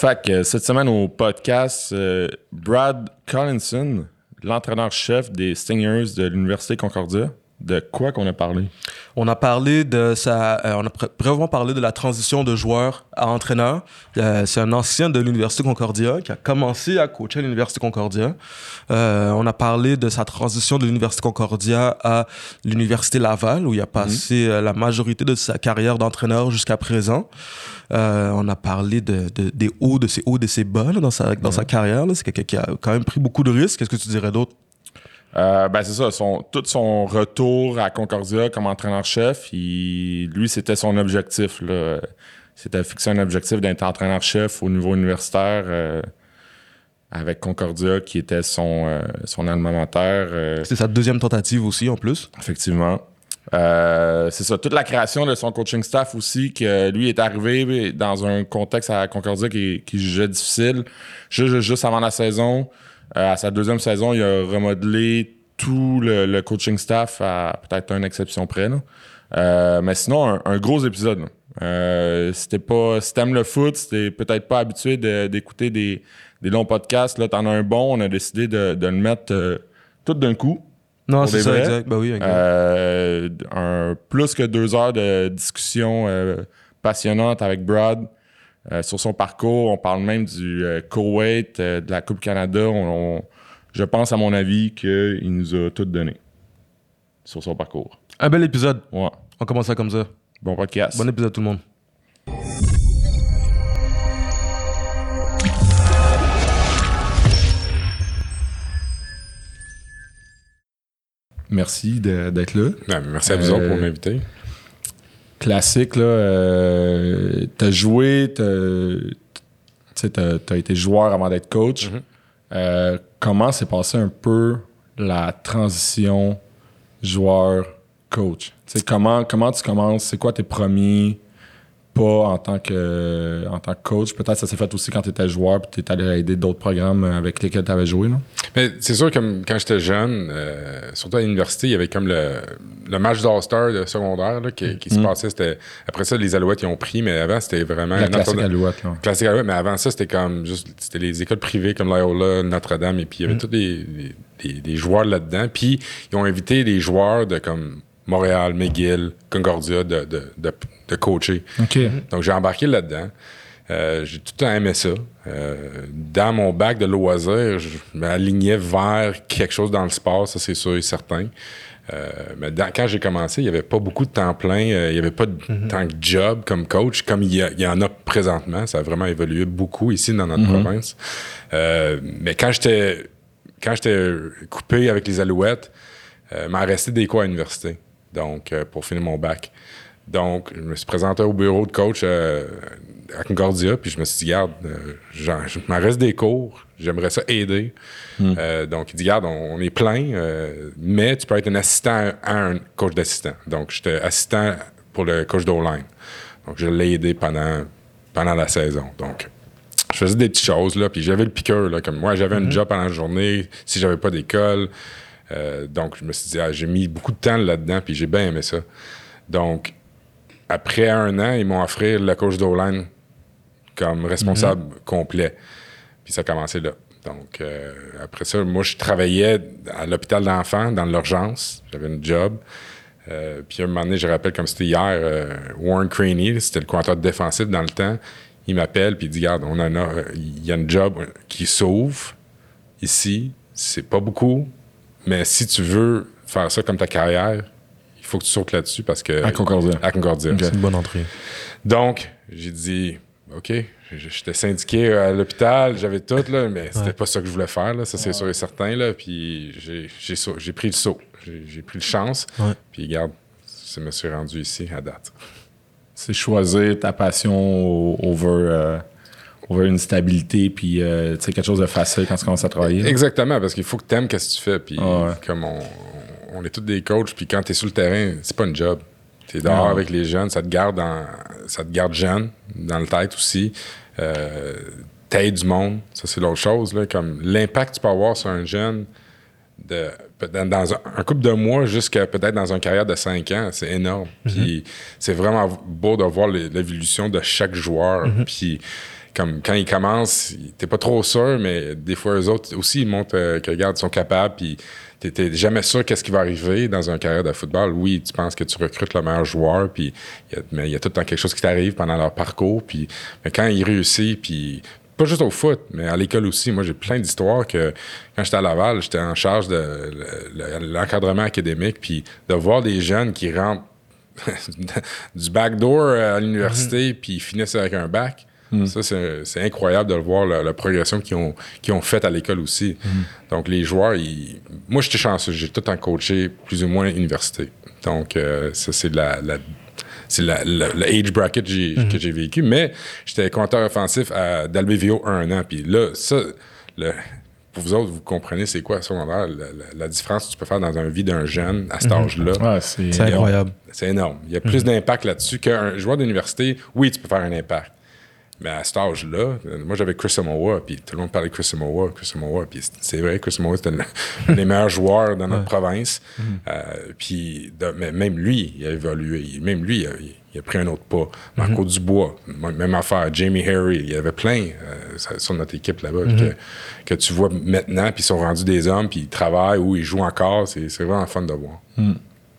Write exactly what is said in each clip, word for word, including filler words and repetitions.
Fait que cette semaine au podcast, euh, Brad Collinson, l'entraîneur-chef des Stingers de l'Université Concordia. De quoi qu'on a parlé? On a parlé de sa, euh, on a pr- brièvement parlé de la transition de joueur à entraîneur. Euh, c'est un ancien de l'Université Concordia qui a commencé à coacher à l'Université Concordia. Euh, on a parlé de sa transition de l'Université Concordia à l'Université Laval, où il a passé mm-hmm. euh, la majorité de sa carrière d'entraîneur jusqu'à présent. Euh, on a parlé de, de, des hauts, de ses hauts, de ses bas là, dans, sa, dans mm-hmm. sa carrière. Là. C'est quelqu'un qui a quand même pris beaucoup de risques. Qu'est-ce que tu dirais d'autre? Euh, ben c'est ça, son, tout son retour à Concordia comme entraîneur-chef, il, lui, c'était son objectif. Là. C'était fixé un objectif d'être entraîneur-chef au niveau universitaire euh, avec Concordia, qui était son, euh, son alma mater. Euh, c'est sa deuxième tentative aussi, en plus. Effectivement. Euh, c'est ça, toute la création de son coaching staff aussi, que lui est arrivé dans un contexte à Concordia qui, qui jugeait difficile. Juste, juste avant la saison, Euh, à sa deuxième saison, il a remodelé tout le, le coaching staff à peut-être une exception près. Là. Euh, mais sinon, un, un gros épisode. Euh, c'était pas, si t'aimes le foot, c'était peut-être pas habitué de, d'écouter des, des longs podcasts. Là, t'en as un bon, on a décidé de, de le mettre euh, tout d'un coup. Non, c'est ça, exact. Ben oui, exact. Euh, un, plus que deux heures de discussion euh, passionnante avec Brad. Euh, sur son parcours, on parle même du euh, Koweït, euh, de la Coupe Canada. On, on, je pense, à mon avis, qu'il nous a tout donné sur son parcours. Un bel épisode. Ouais. On commence ça comme ça. Bon podcast. Bon épisode, tout le monde. Merci de, d'être là. Ben, merci à vous euh, autres pour m'inviter. Classique, là, euh, t'as joué, t'as, t'as, t'as été joueur avant d'être coach. Mm-hmm. Euh, comment s'est passé un peu la transition joueur-coach? T'sais, comment, comment tu commences? C'est quoi tes premiers pas en tant que, en tant que coach? Peut-être que ça s'est fait aussi quand tu étais joueur et tu es allé aider d'autres programmes avec lesquels tu avais joué. Là? Mais c'est sûr, comme quand j'étais jeune, euh, surtout à l'université, il y avait comme le, le match d'All-Star de secondaire là, qui, qui mm. se passait. C'était, après ça, les Alouettes, ils ont pris, mais avant, c'était vraiment... La classique de... Alouette. Là. Classique Alouette, mais avant ça, c'était comme juste... C'était les écoles privées comme Loyola, Notre-Dame, et puis il y avait mm. tous les, les, les, les joueurs là-dedans. Puis ils ont invité les joueurs de comme... Montréal, McGill, Concordia, de, de, de, de coacher. Okay. Donc, j'ai embarqué là-dedans. Euh, j'ai tout le temps aimé ça. Euh, dans mon bac de loisirs, je m'alignais vers quelque chose dans le sport, ça, c'est sûr et certain. Euh, mais dans, quand j'ai commencé, il n'y avait pas beaucoup de temps plein. Euh, il n'y avait pas de mm-hmm. tant de job comme coach, comme il y, a, il y en a présentement. Ça a vraiment évolué beaucoup ici dans notre mm-hmm. province. Euh, mais quand j'étais, quand j'étais coupé avec les Alouettes, euh, il m'en restait des cours à l'université. Donc, euh, pour finir mon bac. Donc, je me suis présenté au bureau de coach euh, à Concordia, puis je me suis dit, regarde, euh, genre, je m'en reste des cours, j'aimerais ça aider. Mm. Euh, donc, il dit, regarde, on, on est plein, euh, mais tu peux être un assistant à un coach d'assistant. Donc, j'étais assistant pour le coach d'O-line. Donc, je l'ai aidé pendant, pendant la saison. Donc, je faisais des petites choses, là, puis j'avais le piqueur, là, comme moi, j'avais mm-hmm. un job pendant la journée, si j'avais pas d'école. Euh, donc, je me suis dit, ah, j'ai mis beaucoup de temps là-dedans, puis j'ai bien aimé ça. Donc, après un an, ils m'ont offert le coach d'O-line comme responsable mm-hmm. complet. Puis ça a commencé là. Donc, euh, après ça, moi, je travaillais à l'hôpital d'enfants, dans l'urgence. J'avais un job. Euh, puis à un moment donné, je rappelle comme c'était hier, euh, Warren Craney, c'était le coordinateur défensif dans le temps. Il m'appelle, puis il dit, regarde, on en a, il y a un job qui s'ouvre ici. C'est pas beaucoup. Mais si tu veux faire ça comme ta carrière, il faut que tu sautes là-dessus parce que... À Concordia. À Concordia. Okay. C'est une bonne entrée. Donc, j'ai dit, OK, j'étais syndiqué à l'hôpital, j'avais tout, là, mais c'était ouais. pas ça que je voulais faire, là, ça c'est ouais. sûr et certain. Là, puis j'ai, j'ai, j'ai pris le saut, j'ai, j'ai pris le chance, ouais. puis regarde, je me suis rendu ici à date. C'est choisir ta passion over... Euh... over une stabilité, puis euh, tu sais, quelque chose de facile quand tu commences à travailler. Exactement, parce qu'il faut que tu aimes ce que tu fais. Puis ah ouais. comme on, on est tous des coachs, puis quand tu es sur le terrain, c'est pas une job. Tu es dehors ah. avec les jeunes, ça te garde dans, ça te garde jeune, dans le tête aussi. Euh, t'aides du monde, ça c'est l'autre chose. Là, comme l'impact que tu peux avoir sur un jeune de, dans, dans un, un couple de mois jusqu'à peut-être dans une carrière de cinq ans, c'est énorme. Mm-hmm. Puis c'est vraiment beau de voir l'évolution de chaque joueur. Mm-hmm. Puis comme quand ils commencent, t'es pas trop sûr, mais des fois, eux autres aussi, ils montrent euh, que, regarde, ils sont capables, puis t'es jamais sûr qu'est-ce qui va arriver dans une carrière de football. Oui, tu penses que tu recrutes le meilleur joueur, puis y a, mais il y a tout le temps quelque chose qui t'arrive pendant leur parcours, puis mais quand ils réussissent, puis pas juste au foot, mais à l'école aussi. Moi, j'ai plein d'histoires que quand j'étais à Laval, j'étais en charge de l'encadrement académique, puis de voir des jeunes qui rentrent du backdoor à l'université, mm-hmm. puis ils finissent avec un bac. Mm. Ça, c'est incroyable de le voir, la, la progression qu'ils ont, qu'ils ont faite à l'école aussi. Mm. Donc, les joueurs, ils... moi, j'étais chanceux. J'ai tout le temps coaché plus ou moins à l'université. Donc, euh, ça, c'est la... la c'est le age bracket mm-hmm. que j'ai vécu. Mais j'étais compteur offensif à d'A L B V O un an. Puis là, ça, le, pour vous autres, vous comprenez c'est quoi, secondaire, la, la, la différence que tu peux faire dans la vie d'un jeune à cet mm-hmm. âge-là. Ouais, c'est incroyable. C'est énorme. Il y a plus mm-hmm. d'impact là-dessus qu'un joueur d'université. Oui, tu peux faire un impact. Mais à cet âge-là, moi, j'avais Chris Samoa, puis tout le monde parlait de Chris Samoa, Chris Samoa, puis c'est vrai, Chris Samoa, c'était un des meilleurs joueurs dans notre ouais. province. Mm-hmm. euh, puis de, même lui, il a évolué. Même lui, il a, il a pris un autre pas. Marco mm-hmm. Dubois, même affaire. Jamie Harry, il y avait plein euh, sur notre équipe là-bas mm-hmm. que, que tu vois maintenant, puis ils sont rendus des hommes, puis ils travaillent ou ils jouent encore. C'est vraiment fun de voir. Mm.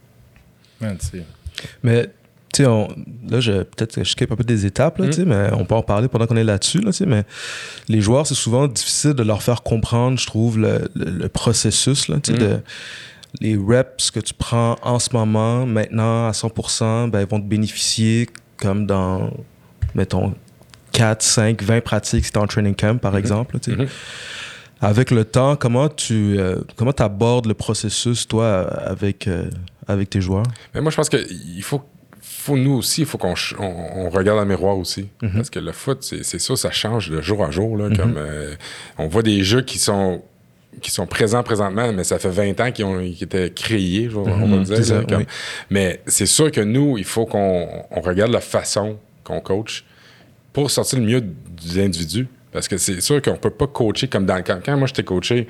Man, mais... Tu sais, là, peut-être que je skip un peu des étapes, là, mm. mais on peut en parler pendant qu'on est là-dessus, là, mais les joueurs, c'est souvent difficile de leur faire comprendre, je trouve, le, le, le processus, là, mm. de, les reps que tu prends en ce moment, maintenant, à cent pour cent, ben, ils vont te bénéficier comme dans, mettons, quatre, cinq, vingt pratiques si tu es en training camp, par mm-hmm. exemple. Là, mm-hmm. Avec le temps, comment tu euh, comment abordes le processus, toi, avec, euh, avec tes joueurs? Mais moi, je pense qu'il faut Faut, nous aussi, il faut qu'on on, on regarde dans le miroir aussi. Mm-hmm. Parce que le foot, c'est ça, ça change de jour à jour. Là, mm-hmm. comme, euh, on voit des jeux qui sont, qui sont présents présentement, mais ça fait vingt ans qu'ils qu étaient créés, mm-hmm. on va dire. Ça, là, comme, oui. Mais c'est sûr que nous, il faut qu'on on regarde la façon qu'on coach pour sortir le mieux des individus. Parce que c'est sûr qu'on peut pas coacher comme dans le camp. Quand moi, j'étais coaché,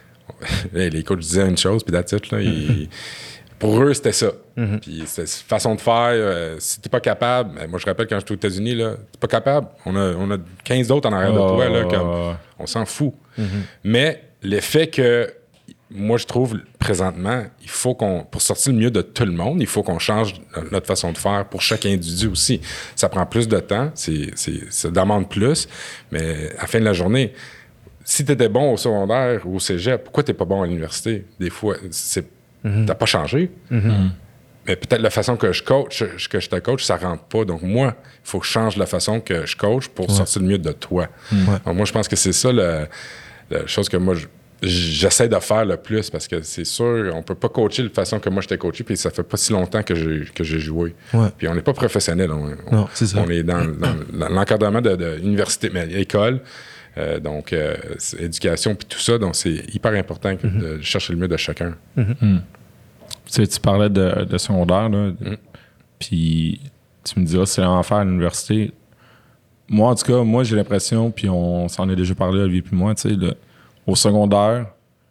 les coachs disaient une chose, puis that's it, là, ils, pour eux, c'était ça. Mm-hmm. Puis c'était façon de faire. Euh, si t'es pas capable, ben, moi je rappelle quand j'étais aux États-Unis, là, t'es pas capable, on a, on a quinze autres en arrière oh, de toi, là, comme, on s'en fout. Mm-hmm. Mais l'effet que moi je trouve présentement, il faut qu'on, pour sortir le mieux de tout le monde, il faut qu'on change notre façon de faire pour chaque individu aussi. Ça prend plus de temps, c'est, c'est, ça demande plus, mais à la fin de la journée, si t'étais bon au secondaire ou au cégep, pourquoi t'es pas bon à l'université? Des fois, c'est Mm-hmm. T'as pas changé. Mm-hmm. Mais peut-être la façon que je coach, que je te coach, ça rentre pas. Donc moi, il faut que je change la façon que je coach pour ouais. sortir le mieux de toi. Mm-hmm. Donc moi, je pense que c'est ça la, la chose que moi, j'essaie de faire le plus parce que c'est sûr, on peut pas coacher de la façon que moi je t'ai coaché puis ça fait pas si longtemps que j'ai que j'ai joué. Ouais. Puis on n'est pas professionnel. On, non, c'est ça. on est dans, dans l'encadrement de, de l'université, mais l'école. Euh, donc, euh, éducation puis tout ça. Donc, c'est hyper important mm-hmm. de chercher le mieux de chacun. Mm-hmm. Mm. Tu sais, tu parlais de, de secondaire, là, mm. puis tu me diras, c'est l'enfer à l'université. Moi, en tout cas, moi, j'ai l'impression, puis on s'en est déjà parlé, Olivier puis moi, tu sais, le, au secondaire,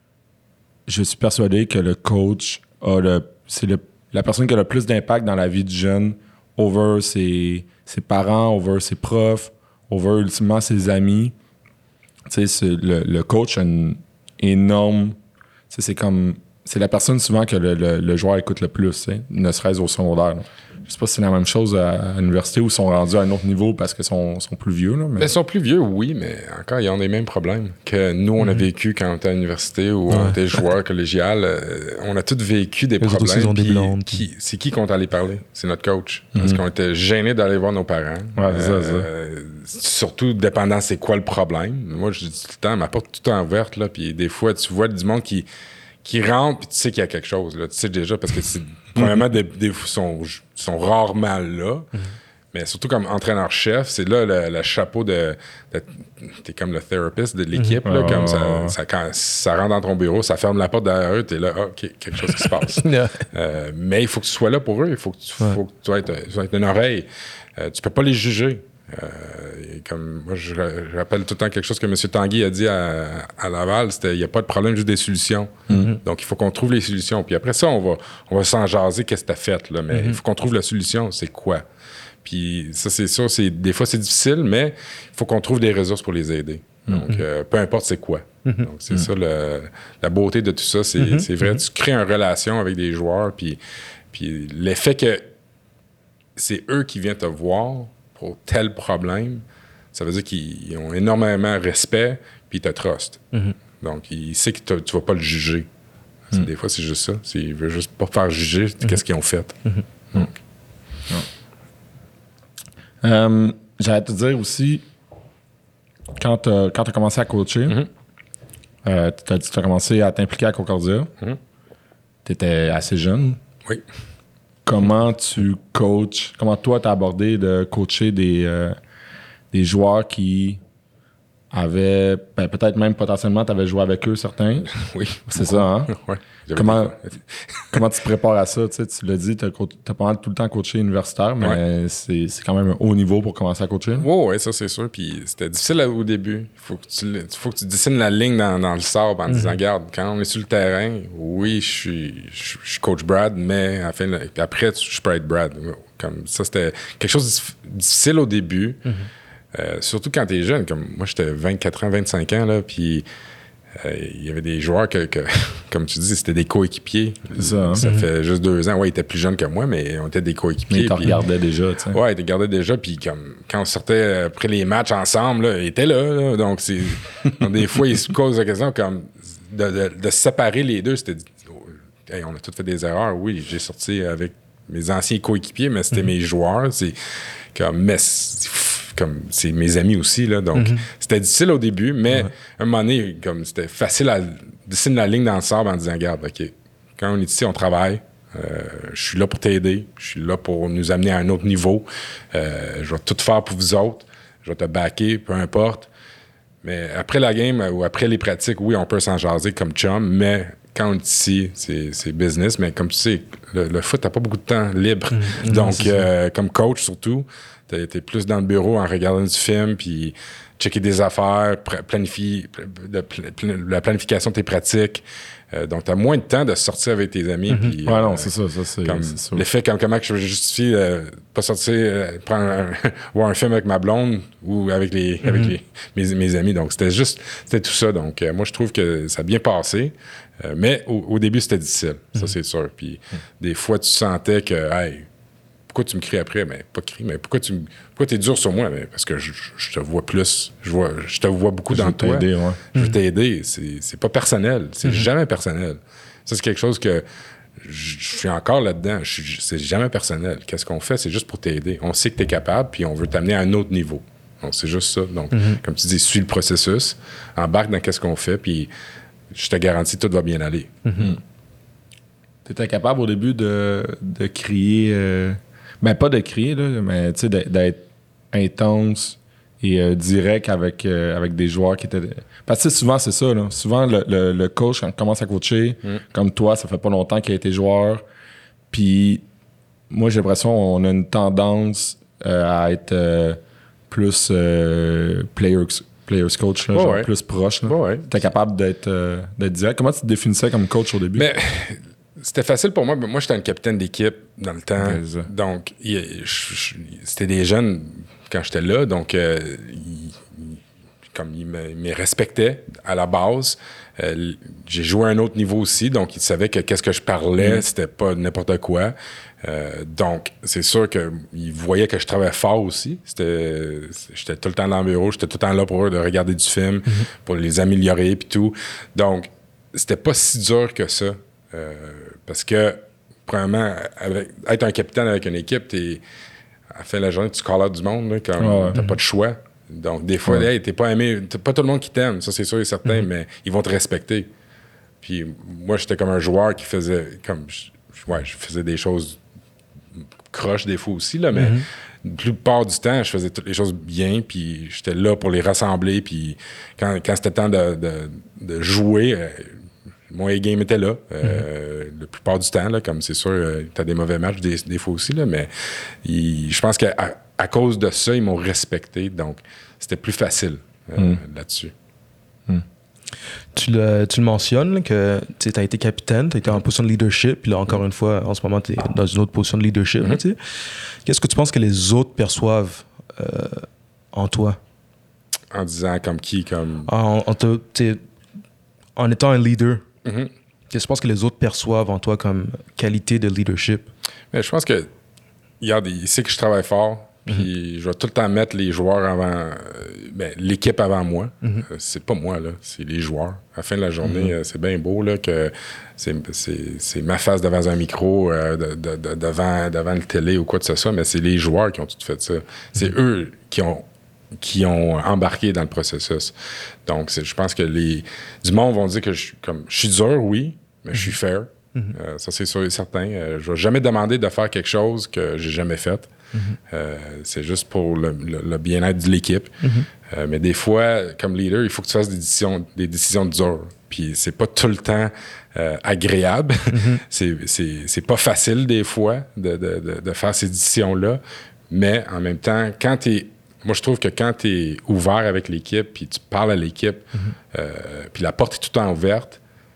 je suis persuadé que le coach a le, c'est le, la personne qui a le plus d'impact dans la vie du jeune, over ses, ses parents, over ses profs, over ultimement ses amis. Tu sais, le, le coach a une énorme... Tu sais, c'est comme... C'est la personne souvent que le, le, le joueur écoute le plus, tu sais, ne serait-ce au secondaire. Là. Je sais pas si c'est la même chose à, à l'université où ils sont rendus à un autre niveau parce qu'ils sont, sont plus vieux. Là, mais... mais ils sont plus vieux, oui, mais encore, ils ont les mêmes problèmes que nous, on a mm-hmm. vécu quand on était à l'université ou ouais. on était joueur collégial. Euh, on a tous vécu des les problèmes. Des blondes, qui, c'est qui qu'on allait parler? C'est notre coach. Mm-hmm. Parce qu'on était gênés d'aller voir nos parents. Ouais, c'est euh, ça, euh, surtout dépendant c'est quoi le problème. Moi, je dis tout le temps, ma porte tout le temps ouverte, là, puis des fois, tu vois du monde qui... qui rentre, puis tu sais qu'il y a quelque chose, là. Tu sais déjà, parce que c'est, premièrement, des, des sont, sont rarement là, mm-hmm. mais surtout comme entraîneur-chef, c'est là le, le chapeau de... de t'es comme le thérapeute de l'équipe, mm-hmm. là, comme ça, ça, quand ça rentre dans ton bureau, ça ferme la porte derrière eux, t'es là, ah, OK, quelque chose qui se passe. euh, mais il faut que tu sois là pour eux, il faut que tu, ouais. faut que tu sois être, tu sois être une oreille. Euh, tu peux pas les juger. Euh, comme moi, je, je rappelle tout le temps quelque chose que M. Tanguy a dit à, à Laval, c'était il n'y a pas de problème, juste des solutions. Mm-hmm. Donc, il faut qu'on trouve les solutions. Puis après ça, on va, on va s'en jaser, qu'est-ce que tu as fait. Là, mais mm-hmm. il faut qu'on trouve la solution, c'est quoi? Puis ça, c'est sûr, c'est, des fois, c'est difficile, mais il faut qu'on trouve des ressources pour les aider. Donc, mm-hmm. euh, peu importe c'est quoi. Mm-hmm. Donc, c'est mm-hmm. ça, le, la beauté de tout ça. C'est, mm-hmm. c'est vrai, mm-hmm. tu crées une relation avec des joueurs, puis, puis l'effet que c'est eux qui viennent te voir pour tel problème, ça veut dire qu'ils ont énormément de respect, puis ils te trustent. Mm-hmm. Donc, ils savent que tu vas pas le juger. Mm-hmm. Des fois, c'est juste ça. C'est, ils veulent juste pas faire juger mm-hmm. qu'est-ce qu'ils ont fait. Mm-hmm. Donc. Mm-hmm. Euh, j'allais te dire aussi, quand tu as commencé à coacher, mm-hmm. euh, tu as commencé à t'impliquer à Concordia. Mm-hmm. Tu étais assez jeune. Oui. Comment tu coaches, comment toi tu as abordé de coacher des, euh, des joueurs qui avaient, ben, peut-être même potentiellement, tu avais joué avec eux certains. Oui. C'est ça, hein? Oui. Comment, comment tu te prépares à ça? Tu sais, tu l'as dit, tu as pas mal tout le temps coaché universitaire, mais ouais. c'est, c'est quand même un haut niveau pour commencer à coacher. Oui, oui, ça c'est sûr. Puis c'était difficile au début. Il faut que tu faut que tu dessines la ligne dans, dans le sable en mm-hmm. disant, regarde, quand on est sur le terrain, oui, je suis, je, je suis coach Brad, mais enfin, puis après, je peux être Brad. Comme ça, c'était quelque chose de difficile au début. Mm-hmm. Euh, surtout quand tu es jeune. Comme moi, j'étais vingt-quatre ans, vingt-cinq ans, là, puis il euh, y avait des joueurs que, que comme tu dis, c'était des coéquipiers. Ça, hein? ça mm-hmm. fait juste deux ans. Ouais, ils étaient plus jeunes que moi, mais on était des coéquipiers. Mais ils te regardaient déjà, tu sais. Ouais, ils te regardaient déjà. Puis comme, quand on sortait après les matchs ensemble, là, ils étaient là. là donc, c'est, donc, des fois, ils se posent la question comme de, de, de séparer les deux. C'était oh, hey, on a tous fait des erreurs. Oui, j'ai sorti avec mes anciens coéquipiers, mais c'était mm-hmm. mes joueurs. C'est comme, mais c'est, comme c'est mes amis aussi, là, donc mm-hmm. c'était difficile au début, mais ouais. à un moment donné, comme c'était facile à dessiner la ligne dans le sable en disant, regarde, OK, quand on est ici, on travaille, euh, je suis là pour t'aider, je suis là pour nous amener à un autre niveau, euh, je vais tout faire pour vous autres, je vais te backer, peu importe, mais après la game ou après les pratiques, oui, on peut s'en jaser comme chum, mais quand on est ici, c'est, c'est business, mais comme tu sais, le, le foot, t'as pas beaucoup de temps libre, mmh, donc euh, comme coach surtout, t'es, t'es plus dans le bureau en regardant du film, puis checker des affaires, planifier de, de, la planification de tes pratiques. Euh, donc, t'as moins de temps de sortir avec tes amis. Mm-hmm. Puis, ouais, euh, non, c'est ça. ça c'est, comme c'est sûr. L'effet, comme comment que je justifie euh, pas sortir, euh, prendre un, voir un film avec ma blonde ou avec, les, mm-hmm. avec les, mes, mes amis. Donc, c'était juste, c'était tout ça. Donc, euh, moi, je trouve que ça a bien passé. Euh, mais au, au début, c'était difficile. Mm-hmm. Ça, c'est sûr. Puis, mm-hmm. des fois, tu sentais que, hey, pourquoi tu me cries après? Mais pas crie, mais pourquoi tu pourquoi t'es dur sur moi? Mais parce que je, je te vois plus, je vois, je te vois beaucoup je dans toi. Ouais. Je veux t'aider. C'est, c'est pas personnel. C'est mm-hmm. jamais personnel. Ça, c'est quelque chose que je, je suis encore là-dedans. Je, je, c'est jamais personnel. Qu'est-ce qu'on fait? C'est juste pour t'aider. On sait que t'es capable, puis on veut t'amener à un autre niveau. Donc, c'est juste ça. Donc, mm-hmm. comme tu dis, suis le processus, embarque dans qu'est-ce qu'on fait, puis je te garantis tout va bien aller. Mm-hmm. T'étais capable au début de, de crier... Euh... Ben, pas de crier, là, mais tu sais, d'être intense et euh, direct avec, euh, avec des joueurs qui étaient... Parce que souvent, c'est ça, là. Souvent, le, le, le coach, quand il commence à coacher, mm. comme toi, ça fait pas longtemps qu'il a été joueur. Puis, moi, j'ai l'impression qu'on a une tendance euh, à être euh, plus euh, players, players coach, là, oh, genre ouais. plus proche. Là. Oh, ouais. T'es capable d'être, euh, d'être direct. Comment tu te définissais comme coach au début? Mais... C'était facile pour moi. Moi, j'étais un capitaine d'équipe dans le temps. Okay, donc, il, je, je, c'était des jeunes quand j'étais là. Donc, euh, il, comme ils me, me respectaient à la base. Euh, j'ai joué à un autre niveau aussi. Donc, ils savaient que qu'est-ce que je parlais, mm. c'était pas n'importe quoi. Euh, donc, c'est sûr qu'ils voyaient que je travaillais fort aussi. C'était, j'étais tout le temps dans le bureau. J'étais tout le temps là pour eux de regarder du film, mm-hmm. pour les améliorer et tout. Donc, c'était pas si dur que ça. Euh, parce que, premièrement, avec, être un capitaine avec une équipe, t'es, à la fin de la journée, tu call out du monde, là, comme ouais, t'as mm-hmm. pas de choix. Donc, des fois, ouais. hey, t'es pas aimé, t'es pas tout le monde qui t'aime, ça c'est sûr et certain, mm-hmm. mais ils vont te respecter. Puis moi, j'étais comme un joueur qui faisait, comme, je, ouais, je faisais des choses croches des fois aussi, là, mais mm-hmm. la plupart du temps, je faisais toutes les choses bien, puis j'étais là pour les rassembler, puis quand, quand c'était temps de, de, de jouer, euh, mon A-game était là, euh, mm-hmm. la plupart du temps, là, comme c'est sûr, euh, t'as des mauvais matchs des, des fois aussi, là, mais il, je pense qu'à à cause de ça, ils m'ont respecté, donc c'était plus facile euh, mm. là-dessus. Mm. Tu le, tu le mentionnes là, que tu as été capitaine, tu as été en position de leadership, puis là, encore une fois, en ce moment, tu es dans une autre position de leadership. Mm-hmm. Tu sais. Qu'est-ce que tu penses que les autres perçoivent euh, en toi? En disant comme qui, comme... En, en, te, t'sais, en étant un leader, Mm-hmm. qu'est-ce que tu penses que les autres perçoivent en toi comme qualité de leadership? Mais je pense que, regarde, il sait que je travaille fort, puis mm-hmm. je vais tout le temps mettre les joueurs avant, euh, ben, l'équipe avant moi. Mm-hmm. Euh, c'est pas moi, là, c'est les joueurs. À la fin de la journée, mm-hmm. euh, c'est bien beau, là, que c'est, c'est, c'est ma face devant un micro, euh, de, de, de, devant, devant le télé ou quoi que ce soit, mais c'est les joueurs qui ont tout fait ça. C'est mm-hmm. eux qui ont qui ont embarqué dans le processus. Donc, c'est, je pense que les du monde vont dire que je, comme, je suis dur, oui, mais mm-hmm. je suis fair. Mm-hmm. Euh, ça, c'est sûr et certain. Euh, je ne vais jamais demander de faire quelque chose que j'ai jamais fait. Mm-hmm. Euh, c'est juste pour le, le, le bien-être de l'équipe. Mm-hmm. Euh, mais des fois, comme leader, il faut que tu fasses des décisions, des décisions dures. Puis c'est pas tout le temps euh, agréable. Mm-hmm. c'est, c'est, c'est pas facile des fois de, de, de, de faire ces décisions-là. Mais en même temps, quand tu es Moi, je trouve que quand tu es ouvert avec l'équipe, puis tu parles à l'équipe, mm-hmm. euh, puis la porte est tout le temps ouverte,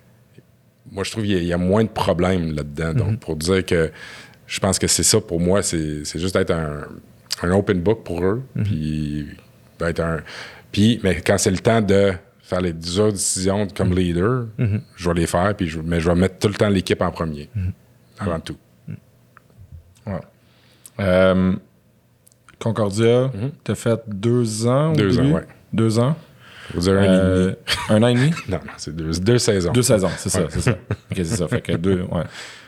moi, je trouve qu'il y, y a moins de problèmes là-dedans. Mm-hmm. Donc, pour dire que je pense que c'est ça pour moi, c'est, c'est juste d'être un, un open book pour eux, mm-hmm. puis d'être un... Puis, mais quand c'est le temps de faire les dures décisions comme mm-hmm. leader, mm-hmm. je vais les faire, puis je, mais je vais mettre tout le temps l'équipe en premier, mm-hmm. avant tout. Mm-hmm. Ouais. Euh... Concordia, mm-hmm. t'as fait deux ans au Deux début? ans, oui. Deux ans? Vous dire un euh, an et demi. Un an et demi? Non, non, c'est deux, deux saisons. Deux saisons, c'est ça, ouais. c'est ça. OK, c'est ça. Fait que deux, ouais.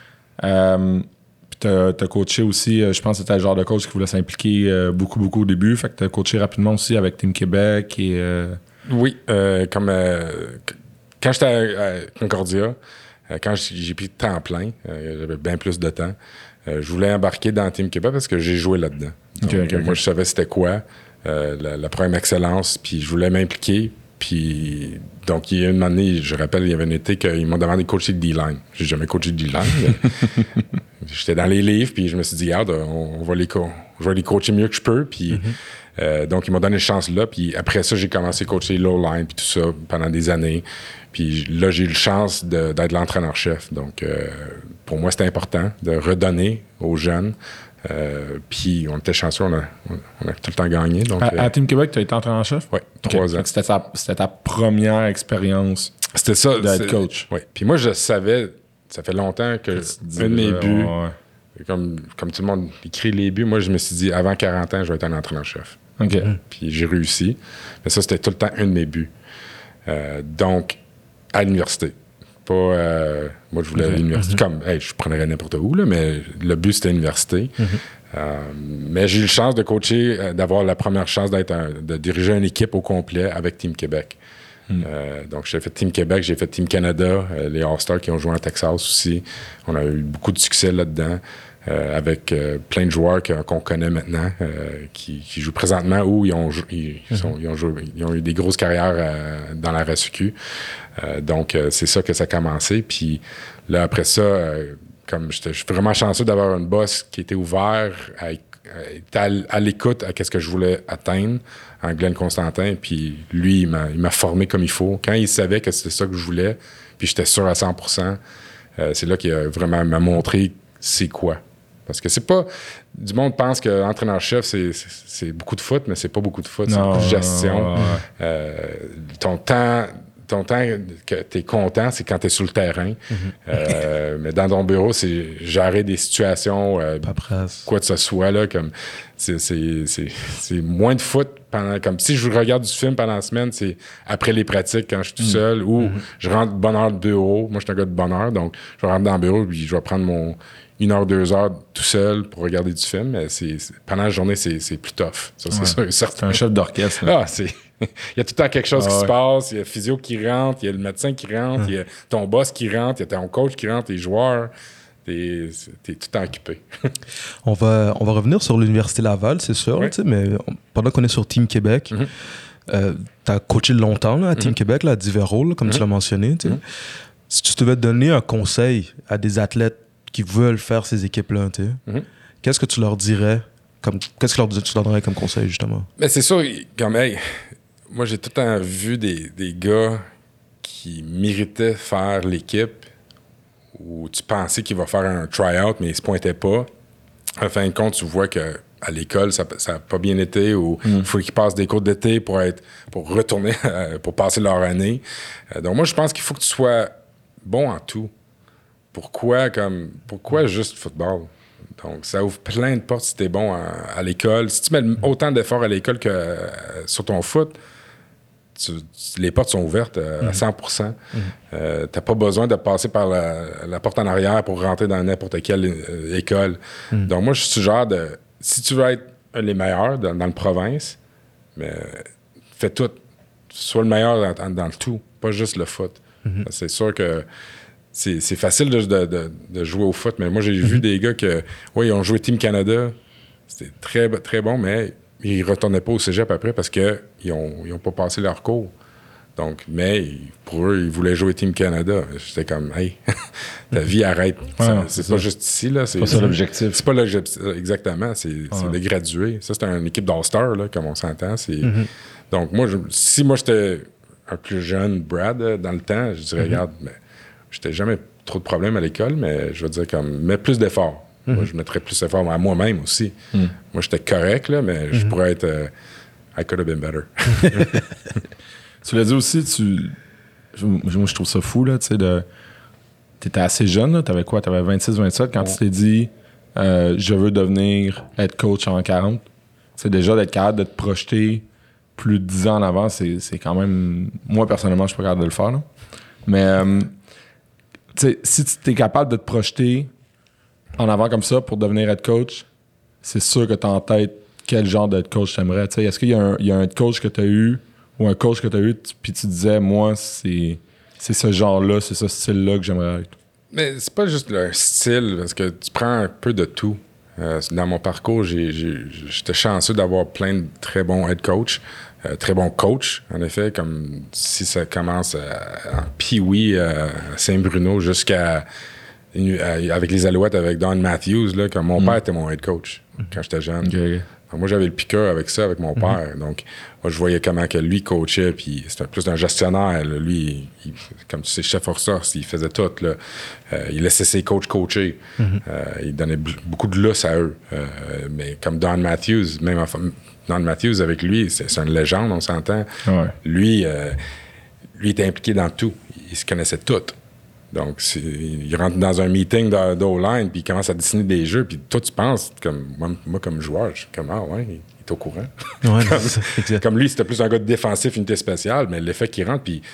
Euh, puis t'as, t'as coaché aussi, je pense que c'était le genre de coach qui voulait s'impliquer euh, beaucoup, beaucoup au début. Fait que t'as coaché rapidement aussi avec Team Québec et... Euh... Oui, euh, comme... Euh, quand j'étais à, à Concordia, euh, quand j'ai pris temps plein, euh, j'avais bien plus de temps, euh, je voulais embarquer dans Team Québec parce que j'ai joué là-dedans. Donc, okay, okay, moi, okay. je savais c'était quoi, euh, la, la première excellence, puis je voulais m'impliquer. Puis, donc, il y a une année, je rappelle, il y avait un été qu'ils m'ont demandé de coacher le D-line. J'ai jamais coaché le D-line. J'étais dans les livres, puis je me suis dit, regarde, on, on va les co- je vais les coacher mieux que je peux. Puis, mm-hmm. euh, donc, ils m'ont donné cette chance-là. Puis après ça, j'ai commencé à coacher low-line, puis tout ça, pendant des années. Puis là, j'ai eu la chance de, d'être l'entraîneur-chef. Donc, euh, pour moi, c'était important de redonner aux jeunes. Euh, puis on était chanceux, on a, on a tout le temps gagné. Donc, à, euh, à Team Québec, tu as été entraîneur-chef? Oui, trois okay. ans. C'était ta, c'était ta première expérience c'était ça, d'être c'est, coach? Oui. Puis moi, je savais, ça fait longtemps que un de mes buts, ouais, ouais. Comme, comme tout le monde écrit les buts, moi, je me suis dit, avant quarante ans, je vais être un entraîneur-chef. OK. Puis j'ai réussi. Mais ça, c'était tout le temps un de mes buts. Euh, donc, à l'université. Pas, euh, moi, je voulais okay. aller à l'université. Mm-hmm. Comme, hey, je prendrais n'importe où, là, mais le but, c'était l'université. Mm-hmm. Euh, mais j'ai eu la chance de coacher, euh, d'avoir la première chance d'être un, de diriger une équipe au complet avec Team Québec. Mm. Euh, donc, j'ai fait Team Québec, j'ai fait Team Canada, euh, les All-Stars qui ont joué en Texas aussi. On a eu beaucoup de succès là-dedans. Euh, avec euh, plein de joueurs que, qu'on connaît maintenant, euh, qui, qui jouent présentement ou ils ont, ils, ils, sont, ils, ont, joué, ils ont eu des grosses carrières euh, dans la R S E Q. Euh, donc, euh, c'est ça que ça a commencé. Puis là, après ça, euh, comme j'étais, je suis vraiment chanceux d'avoir une boss qui était ouvert, à, à, à, à l'écoute à ce que je voulais atteindre, en Glenn Constantin. Puis lui, il m'a, il m'a formé comme il faut. Quand il savait que c'était ça que je voulais, puis j'étais sûr à cent pour cent, euh, c'est là qu'il a vraiment m'a montré c'est quoi. Parce que c'est pas... Du monde pense que l'entraîneur-chef, c'est, c'est, c'est beaucoup de foot, mais c'est pas beaucoup de foot, c'est non, beaucoup de gestion. Ouais. Euh, ton temps... Ton temps que tu es content, c'est quand tu es sur le terrain. Mm-hmm. Euh, mais dans ton bureau, c'est gérer des situations, euh, quoi que ce soit. Là, comme c'est, c'est, c'est, c'est moins de foot. Pendant, comme si je regarde du film pendant la semaine, c'est après les pratiques quand je suis tout seul, mm-hmm. ou mm-hmm. je rentre de bonne heure de bureau. Moi, je suis un gars de bonne heure, donc je vais rentrer dans le bureau puis je vais prendre mon une heure, deux heures tout seul pour regarder du film. Mais c'est, c'est, pendant la journée, c'est, c'est plus tough. Ça, c'est ouais. sûr, c'est un chef d'orchestre. Là. Ah, c'est... Il y a tout le temps quelque chose ah, qui ouais. se passe. Il y a le physio qui rentre, il y a le médecin qui rentre, il hum. y a ton boss qui rentre, il y a ton coach qui rentre, les joueurs. T'es, t'es tout le temps occupé. on, va, on va revenir sur l'Université Laval, c'est sûr, oui. mais on, pendant qu'on est sur Team Québec, mm-hmm. euh, tu as coaché longtemps là, à Team mm-hmm. Québec, là, à divers rôles, comme mm-hmm. tu l'as mentionné. Mm-hmm. Si tu devais donner un conseil à des athlètes qui veulent faire ces équipes-là, mm-hmm. qu'est-ce que tu leur dirais? Comme, qu'est-ce que leur, tu leur donnerais comme conseil, justement? Mais c'est sûr, comme, hey, moi, j'ai tout le temps vu des, des gars qui méritait faire l'équipe, où tu pensais qu'il va faire un try-out, mais il se pointait pas. En fin de compte, tu vois que à l'école, ça n'a pas bien été, ou il mm. faut qu'ils passent des cours d'été pour être pour retourner, pour passer leur année. Euh, donc moi, je pense qu'il faut que tu sois bon en tout. Pourquoi comme pourquoi juste football? Donc, ça ouvre plein de portes si tu es bon à, à l'école. Si tu mets autant d'efforts à l'école que euh, sur ton foot, tu, tu, les portes sont ouvertes euh, à cent pour cent. Mm-hmm. Euh, tu n'as pas besoin de passer par la, la porte en arrière pour rentrer dans n'importe quelle euh, école. Mm-hmm. Donc, moi, je suis genre de... Si tu veux être un des meilleurs dans, dans la province, mais fais tout. Sois le meilleur dans, dans le tout, pas juste le foot. Mm-hmm. C'est sûr que C'est, c'est facile de, de, de, de jouer au foot, mais moi, j'ai mm-hmm. vu des gars que, oui, ils ont joué Team Canada, c'était très, très bon, mais ils ne retournaient pas au cégep après parce qu'ils n'ont ils ont pas passé leur cours. Donc, mais pour eux, ils voulaient jouer Team Canada. J'étais comme, hey, ta vie arrête. Ouais, ça, c'est, c'est pas ça. Juste ici, là. C'est pas ça l'objectif. C'est pas l'objectif, exactement. C'est, ouais. c'est de graduer. Ça, c'est une équipe d'All-Star, là, comme on s'entend. C'est... Mm-hmm. Donc, moi, je, si moi, j'étais un plus jeune Brad, dans le temps, je dirais, mm-hmm. regarde, mais, j'étais jamais trop de problèmes à l'école, mais je veux dire, comme, mets plus d'efforts. Mm-hmm. Moi, je mettrais plus d'efforts à moi-même aussi. Mm. Moi, j'étais correct, là, mais mm-hmm. je pourrais être... Uh, I could have been better. Tu l'as dit aussi, tu... Moi, je trouve ça fou, là, tu sais, de... T'étais assez jeune, là, t'avais quoi? T'avais vingt-six vingt-sept quand oh. tu t'es dit euh, « Je veux devenir head coach en quarante ». C'est déjà d'être capable de te projeter plus de dix ans en avant, c'est, c'est quand même... Moi, personnellement, je suis pas capable de le faire, là. Mais... Euh, T'sais, si tu es capable de te projeter en avant comme ça pour devenir head coach, c'est sûr que tu as en tête quel genre de head coach tu aimerais. T'sais, est-ce qu'il y a, un, il y a un head coach que tu as eu ou un coach que tu as eu puis tu disais, moi, c'est, c'est ce genre-là, c'est ce style-là que j'aimerais être? Mais c'est pas juste un style, parce que tu prends un peu de tout. Euh, dans mon parcours, j'ai, j'ai, j'étais chanceux d'avoir plein de très bons head coachs. Euh, très bon coach, en effet, comme si ça commence à, en Pee-wee euh, à Saint-Bruno jusqu'à à, avec les Alouettes avec Don Matthews, là, comme mon mm. père était mon head coach mm. quand j'étais jeune. Okay. Donc, moi, j'avais le piqueur avec ça, avec mon mm. père. Donc, moi, je voyais comment que lui coachait, puis c'était plus un gestionnaire. Là. Lui, il, comme tu sais, chef hors source, il faisait tout. Là. Euh, il laissait ses coachs coacher. Mm. Euh, il donnait b- beaucoup de lousse à eux. Euh, mais comme Don Matthews, même en Don Matthews, avec lui, c'est, c'est une légende, on s'entend. Ouais. Lui, euh, lui était impliqué dans tout. Il se connaissait tout. Donc, c'est, il rentre dans un meeting de, d'O-line, puis il commence à dessiner des jeux, puis toi, tu penses, comme moi, moi comme joueur, je suis comme, ah ouais, il est au courant. Ouais, comme, comme lui, c'était plus un gars de défensif, unité spéciale, mais l'effet qu'il rentre, puis